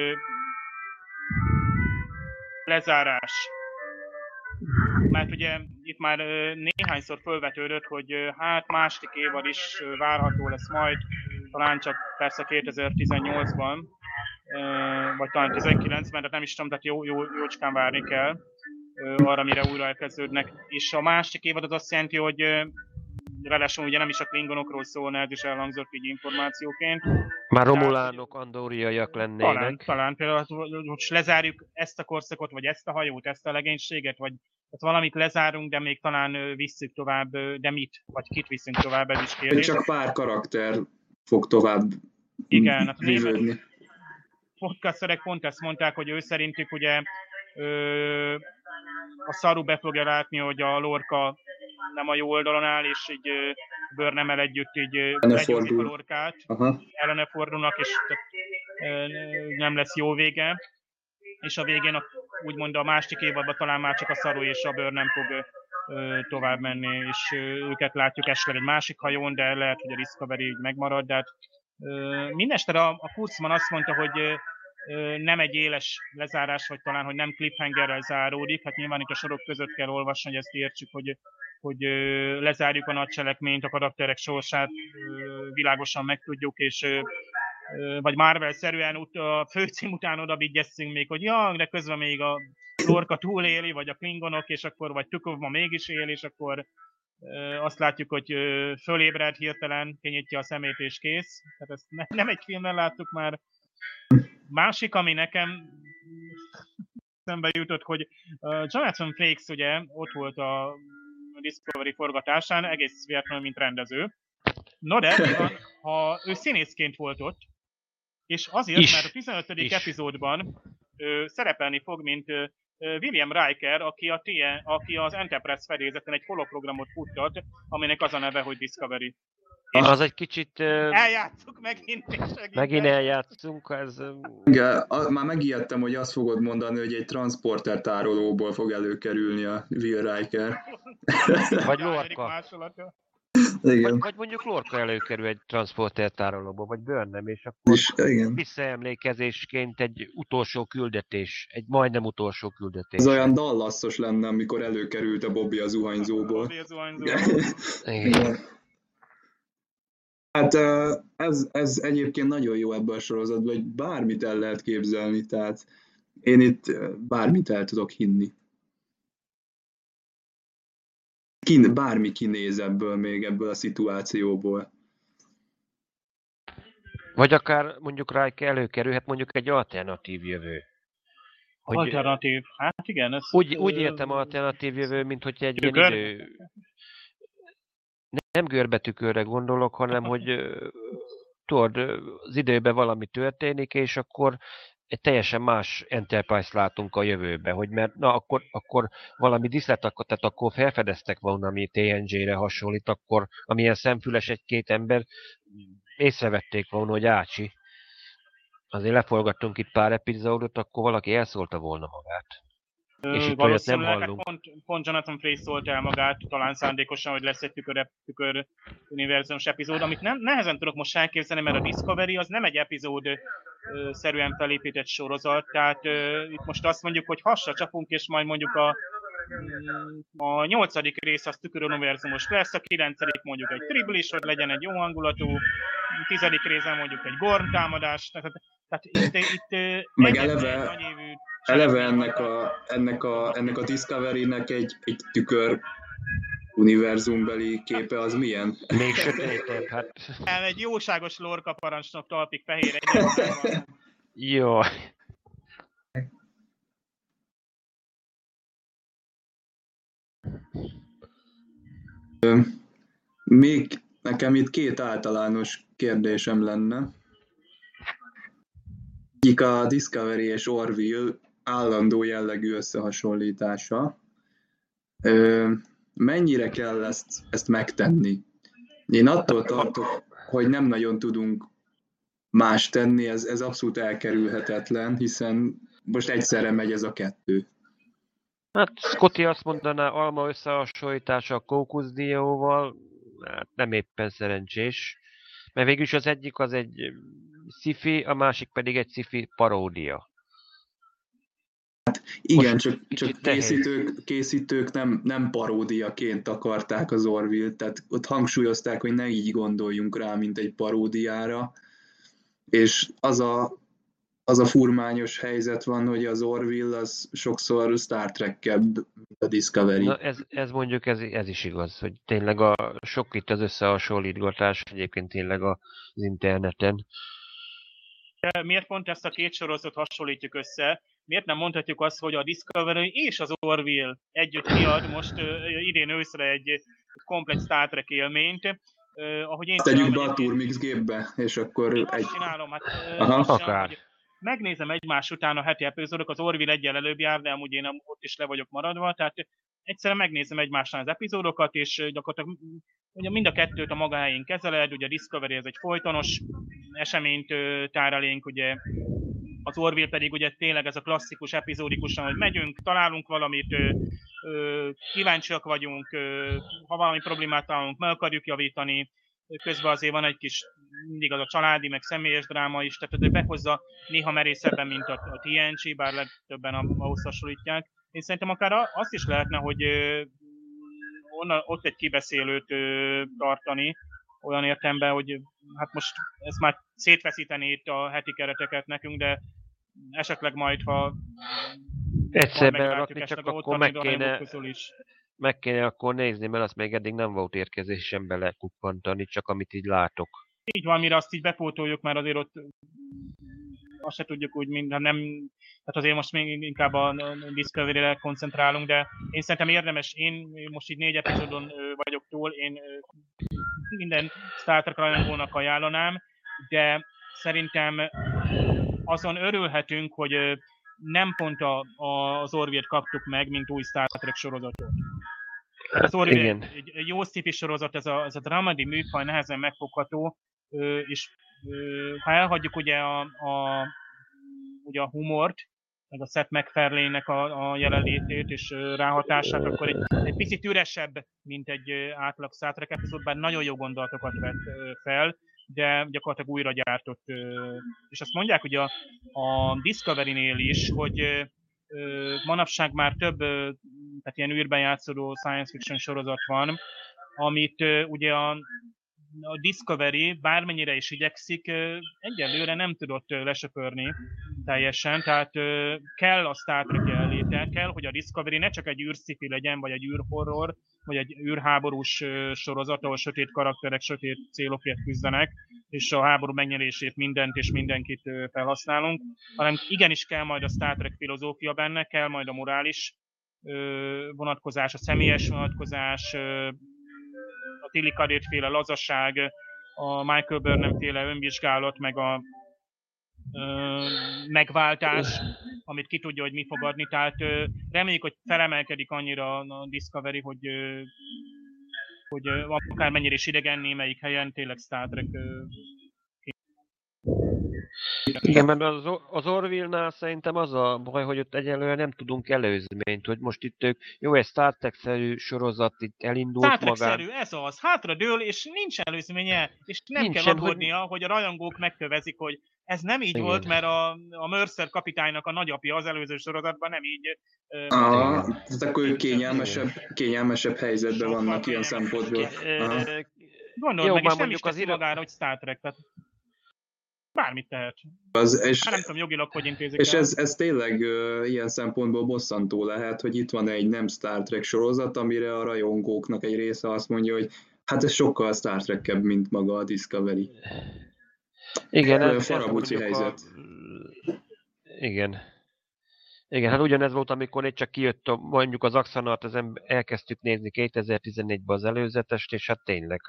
lezárás. Mert ugye itt már néhányszor felvetődött, hogy hát második évad is várható lesz majd, talán csak persze 2018-ban, vagy talán 19-ben, de nem is tudom, tehát jócskán várni kell arra, mire újra elkezdődnek. És a másik évad az azt jelenti, hogy ráadásul ugye nem is a klingonokról szólna, ez is elhangzott így információként. Már romulánok, andóriaiak lennének. Talán például, hogy lezárjuk ezt a korszakot, vagy ezt a hajót, ezt a legénységet, vagy valamit lezárunk, de még talán visszük tovább, de mit? Vagy kit viszünk tovább, ez is kérdés. Csak pár karakter fog tovább vívődni. Podcasterek pont ezt mondták, hogy ő szerintük ugye a Saru be fogja látni, hogy a Lorca nem a jó oldalon áll, és így Burnham-el együtt így legyőzik a Lorcát, ellene fordulnak, és nem lesz jó vége. És a végén úgymond a másik évadban talán már csak a Saru és a Burnham fog tovább menni, és őket látjuk esetleg egy másik hajón, de lehet, hogy a Discovery így megmarad, de hát mindestere a Kurtzman azt mondta, hogy nem egy éles lezárás, vagy talán, hogy nem cliffhangerrel záródik. Hát nyilván itt a sorok között kell olvasni, hogy ezt értsük, hogy lezárjuk a nagy cselekményt, a karakterek sorsát világosan megtudjuk, és vagy Marvel-szerűen a főcím után odabigyesszünk még, hogy ja, de közben még a Lorca túléli, vagy a klingonok, és akkor vagy Tukov ma mégis él, és akkor azt látjuk, hogy fölébred hirtelen, kinyitja a szemét és kész. Tehát ezt nem egy filmben láttuk már. Másik, ami nekem szembe jutott, hogy Jonathan Frakes ugye ott volt a Discovery forgatásán, egész véletlenül, mint rendező. No de mi van, ha ő színészként volt ott, és azért, mert a 15. epizódban szerepelni fog, mint William Riker, aki az Enterprise fedélzeten egy holoprogramot futtat, aminek az a neve, hogy Discovery. És az egy kicsit... Eljátszunk megint. Megint eljátszunk, ez... Igen, már megijedtem, hogy azt fogod mondani, hogy egy transporter tárolóból fog előkerülni a Will Riker. Vagy Lorca. Vagy mondjuk Lorca előkerül egy transporter tárolóból, vagy Burnham, és akkor visszaemlékezésként egy utolsó küldetés, egy majdnem utolsó küldetés. Ez olyan Dallasos lenne, amikor előkerült a Bobby a zuhanyzóból. Igen. Hát ez egyébként nagyon jó ebben a sorozatban, hogy bármit el lehet képzelni, tehát én itt bármit el tudok hinni. Bármi kinéz ebből a szituációból. Vagy akár mondjuk Riker előkerülhet mondjuk egy alternatív jövő. Hogy alternatív, hát igen. Ez, úgy értem alternatív jövő, mint hogy egy ilyen tükör? idő... Nem görbetükörre gondolok, hanem hogy tudod, az időben valami történik, és akkor egy teljesen más Enterprise látunk a jövőbe, hogy mert na akkor valami diszletakot, tehát akkor felfedeztek volna, ami TNG-re hasonlít, akkor amilyen szemfüles egy-két ember észrevették volna, hogy ácsi. Azért leforgattunk itt pár epizódot, akkor valaki elszólta volna magát. És itt olyat nem hallunk. Pont Jonathan Frakes szólt el magát, talán szándékosan, hogy lesz egy tükör univerzumos epizód, amit nehezen tudok most elképzelni, mert a Discovery az nem egy epizód szerűen felépített sorozat, tehát itt most azt mondjuk, hogy hasra csapunk, és majd mondjuk a 8. rész az tüköruniverzumos lesz, a 9. mondjuk egy triblis, hogy legyen egy jó hangulatú, a 10. részen mondjuk egy Gorn támadás, tehát itt meg eleve ennek a Discovery-nek egy tükör univerzumbeli képe az milyen? Még sötétebb, hát... Egy jóságos lorca parancsnok talpig fehér egyáltalán. Jó. Még nekem itt 2 általános kérdésem lenne. Egyik a Discovery és Orville állandó jellegű összehasonlítása. Mennyire kell ezt megtenni? Én attól tartok, hogy nem nagyon tudunk más tenni, ez abszolút elkerülhetetlen, hiszen most egyszerre megy ez a 2. Hát Scotty azt mondaná, alma összehasonlítása a kókuszdióval, hát nem éppen szerencsés. Mert végülis az egyik az egy sci-fi, a másik pedig egy sci-fi paródia. Hát igen, csak készítők nem paródiaként akarták az Orville-t, tehát ott hangsúlyozták, hogy ne így gondoljunk rá, mint egy paródiára, és az a furmányos helyzet van, hogy az Orville az sokszor Star Trek-kebb, mint a Discovery. Na ez mondjuk ez is igaz, hogy tényleg sok itt az összehasonlítgatás egyébként tényleg az interneten. De miért pont ezt a 2 sorozatot hasonlítjuk össze? Miért nem mondhatjuk azt, hogy a Discovery és az Orville együtt kiad most idén őszre egy komplet Star Trek élményt? Ahogy én tegyük be a Turmix gépbe, és akkor én azt csinálom, hogy megnézem egymás után a heti epizódok, az Orville egyel előbb jár, de amúgy én ott is le vagyok maradva, tehát egyszerűen megnézem egymásnál az epizódokat, és gyakorlatilag ugye mind a 2-t a maga helyén kezeled, ugye a Discovery ez egy folytonos eseményt tár elénk, ugye az Orville pedig ugye tényleg ez a klasszikus epizódikusan, hogy megyünk, találunk valamit, kíváncsiak vagyunk, ha valami problémát találunk, meg akarjuk javítani, közben azért van egy kis, mindig az a családi, meg személyes dráma is, tehát ez behozza néha merészebben, mint a TNG, bár legtöbben ahhoz hasonlítják. Én szerintem akár azt is lehetne, hogy ott egy kibeszélőt tartani, olyan értelemben, hogy hát most ez már szétveszíteni itt a heti kereteket nekünk, de esetleg majd, ha egyszer berakni, csak akkor meg kéne akkor nézni, mert azt még eddig nem volt érkezésem belekuppantani, csak amit így látok. Így van, mire azt így bepótoljuk, mert azért ott azt se tudjuk úgy, nem, tehát azért most még inkább a Discovery-re koncentrálunk, de én szerintem érdemes, én most így 4 epizódon vagyok túl, én minden Star Trek rajongónak ajánlanám, de szerintem azon örülhetünk, hogy nem pont az Orville-t kaptuk meg, mint új Star Trek sorozatot. Az Orville egy jó sci-fi sorozat, ez a dramedi műfaj nehezen megfogható, és ha elhagyjuk ugye a humort, meg a Seth MacFarlane-nek a jelenlétét és ráhatását, akkor egy picit üresebb, mint egy átlag Star Trek epizód, bár nagyon jó gondolatokat vett fel, de gyakorlatilag újra gyártott. És azt mondják ugye a Discovery-nél is, hogy manapság már több tehát ilyen űrben játszódó science fiction sorozat van, amit ugye a Discovery bármennyire is igyekszik, egyelőre nem tudott lesöpörni teljesen, tehát kell a Star Trek jelenléte, kell, hogy a Discovery ne csak egy űrsci-fi legyen, vagy egy űrhorror, vagy egy űrháborús sorozat, ahol sötét karakterek, sötét célokért küzdenek, és a háború megnyerését mindent és mindenkit felhasználunk, hanem igenis kell majd a Star Trek filozófia benne, kell majd a morális vonatkozás, a személyes vonatkozás, a Tilly Cadet féle lazaság, a Michael Burnham féle önvizsgálat, meg a megváltás, amit ki tudja, hogy mi fog adni. Tehát reméljük, hogy felemelkedik annyira a Discovery, hogy akármennyire is idegen némelyik helyen tényleg Star Trek. Igen, mert az Orville-nál szerintem az a baj, hogy ott egyelőre nem tudunk előzményt, hogy most itt ők, jó, egy Star Trek-szerű sorozat itt elindult Star magán. Trek-szerű, ez az, hátradől, és nincs előzménye, és nem Nincsen, kell aggódnia, hogy a rajongók megkövezik, hogy ez nem így igen. volt, mert a Mercer kapitánynak a nagyapja az előző sorozatban nem így... Tehát akkor ők kényelmesebb helyzetben vannak ilyen szempontból. Gondold meg, és nem is teszi magára, hogy Star Trek, tehát bármit tehet. És nem tudom jogilag, hogy intézik és ez tényleg ilyen szempontból bosszantó lehet, hogy itt van egy nem Star Trek sorozat, amire a rajongóknak egy része azt mondja, hogy hát ez sokkal Star Trek-ebb, mint maga a Discovery. Igen, ez farabúci helyzet. Igen. Igen, hát ugyanez volt, amikor itt csak kijött mondjuk az Axanart, elkezdtük nézni 2014-ben az előzetest, és hát tényleg,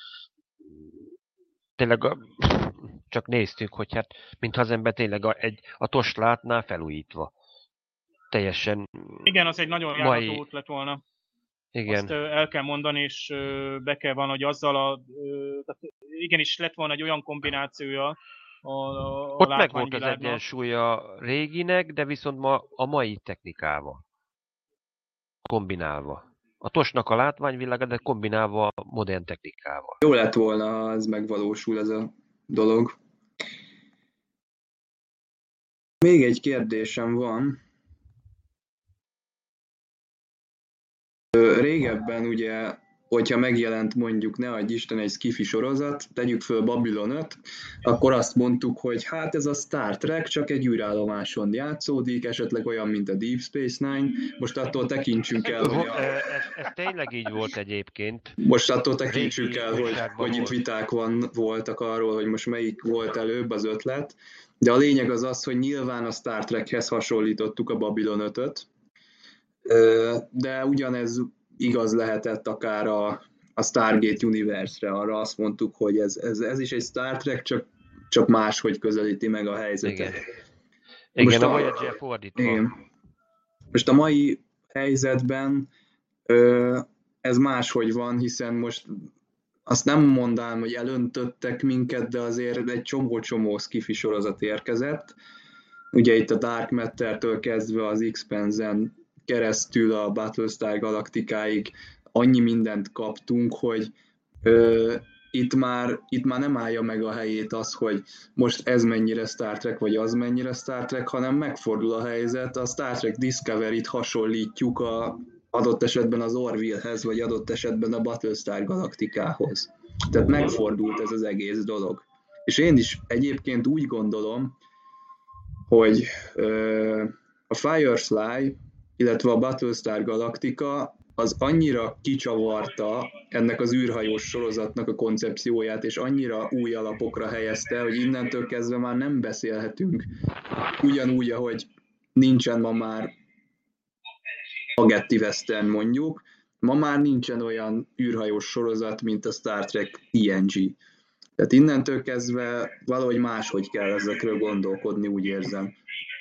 csak néztük, hogy hát mintha az ember tényleg a tost látná felújítva. Teljesen... Igen, az egy nagyon járható út lett volna. Igen. Azt el kell mondani, és be kell van, hogy azzal igenis lett volna egy olyan kombinációja ott meg volt az egyensúly a réginek, de viszont a mai technikával. Kombinálva. A tosnak a látványvilága, de kombinálva a modern technikával. Jó lett volna, ha ez megvalósul, ez a dolog. Még egy kérdésem van. Régebben ugye, hogyha megjelent mondjuk, ne adj Isten, egy sci-fi sorozat, tegyük föl Babylon 5, akkor azt mondtuk, hogy hát ez a Star Trek csak egy űrállomáson játszódik, esetleg olyan, mint a Deep Space Nine. Most attól tekintsünk el, hogy... Ez tényleg így volt egyébként. Most attól tekintsünk el, hogy itt viták voltak arról, hogy most melyik volt előbb az ötlet, de a lényeg az, hogy nyilván a Star Trekhez hasonlítottuk a Babylon 5-öt, de ugyanez igaz lehetett akár a Stargate Universe-re, arra azt mondtuk, hogy ez is egy Star Trek, csak máshogy közelíti meg a helyzetet. Igen, a Voyager fordítva. Igen. Most a mai helyzetben ez máshogy van, hiszen most azt nem mondanám, hogy elöntöttek minket, de azért egy csomó sci-fi sorozat érkezett. Ugye itt a Dark Matter-től kezdve az Expanse-en keresztül a Battlestar Galactikáig annyi mindent kaptunk, hogy itt már nem állja meg a helyét az, hogy most ez mennyire Star Trek, vagy az mennyire Star Trek, hanem megfordul a helyzet, a Star Trek Discovery-t hasonlítjuk adott esetben az Orville-hez, vagy adott esetben a Battlestar Galactikához. Tehát megfordult ez az egész dolog. És én is egyébként úgy gondolom, hogy a Firefly, illetve a Battlestar Galactica az annyira kicsavarta ennek az űrhajós sorozatnak a koncepcióját, és annyira új alapokra helyezte, hogy innentől kezdve már nem beszélhetünk ugyanúgy, ahogy nincsen ma már spaghetti western mondjuk, ma már nincsen olyan űrhajós sorozat, mint a Star Trek TNG. Tehát innentől kezdve valahogy máshogy kell ezekről gondolkodni, úgy érzem.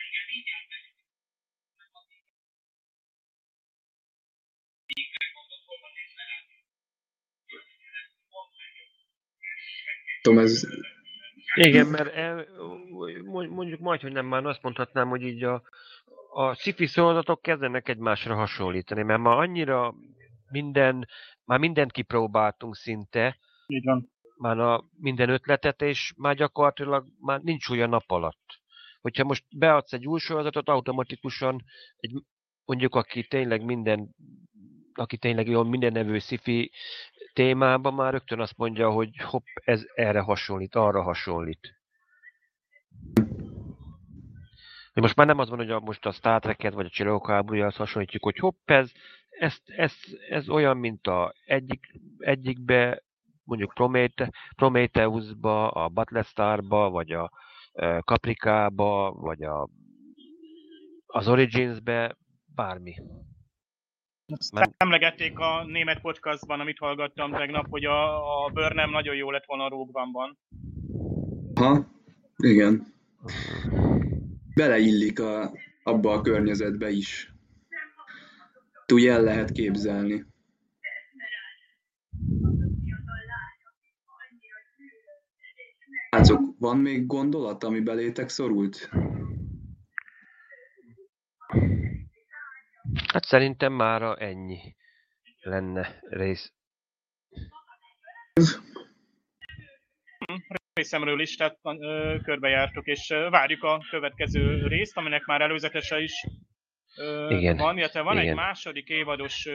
Igen, mert mondjuk majd, hogy nem már azt mondhatnám, hogy így a sci-fi sorozatok kezdenek egymásra hasonlítani, mert már annyira mindent kipróbáltunk szinte, így van. Már minden ötletet, és már gyakorlatilag már nincs olyan nap alatt. Hogyha most beadsz egy új sorozatot, automatikusan mondjuk aki tényleg jól minden nevű sci-fi témában már rögtön azt mondja, hogy hopp, ez erre hasonlít, arra hasonlít. Most már nem az van, hogy most a Star Trek-et vagy a Csillagok háborújához hasonlítjuk, hogy hopp, ez olyan, mint egyikbe mondjuk Prometheusba, a Battlestarba, vagy a Caprikába, vagy az Originsbe, bármi. Emlegették a német podcastban, amit hallgattam tegnap, hogy a Burnham nagyon jó lett volna a Rogue One-ban. Ha, igen. Beleillik abba a környezetbe is. Úgy el lehet képzelni. Srácok, van még gondolat, ami belétek szorult? Hát szerintem mára ennyi lenne rész. Részemről is, tehát körbejártuk, és várjuk a következő részt, aminek már előzetese is van, illetve van egy második évados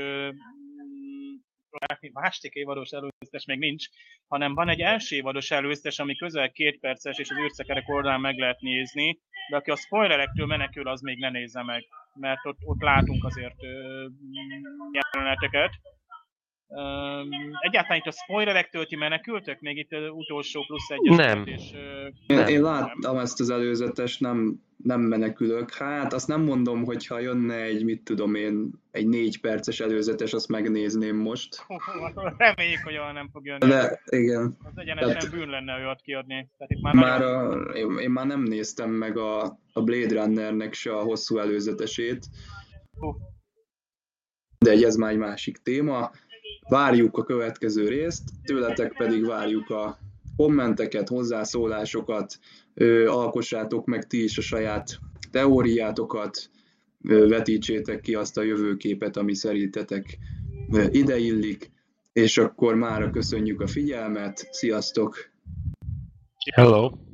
előzetes még nincs, hanem van egy első évados előzetes, ami közel 2 perces, és az űrszekerek oldalán meg lehet nézni, de aki a spoilerektől menekül, az még ne nézze meg, mert ott látunk azért jeleneteket. Egyáltalán itt a spoilerektől ti menekültök? Még itt utolsó plusz egyes? Nem. És, Én láttam ezt az előzetes, nem menekülök. Hát azt nem mondom, hogyha jönne egy 4 perces előzetes, azt megnézném most. Reméljük, hogy olyan nem fog jönni. De igen. Az egyenesen bűn lenne olyat kiadni. Tehát itt már én már nem néztem meg a Blade Runnernek se a hosszú előzetesét. De ez már egy másik téma. Várjuk a következő részt, tőletek pedig várjuk a kommenteket, hozzászólásokat, alkossátok meg ti is a saját teóriátokat, vetítsétek ki azt a jövőképet, ami szerintetek ideillik, és akkor mára köszönjük a figyelmet, sziasztok! Hello!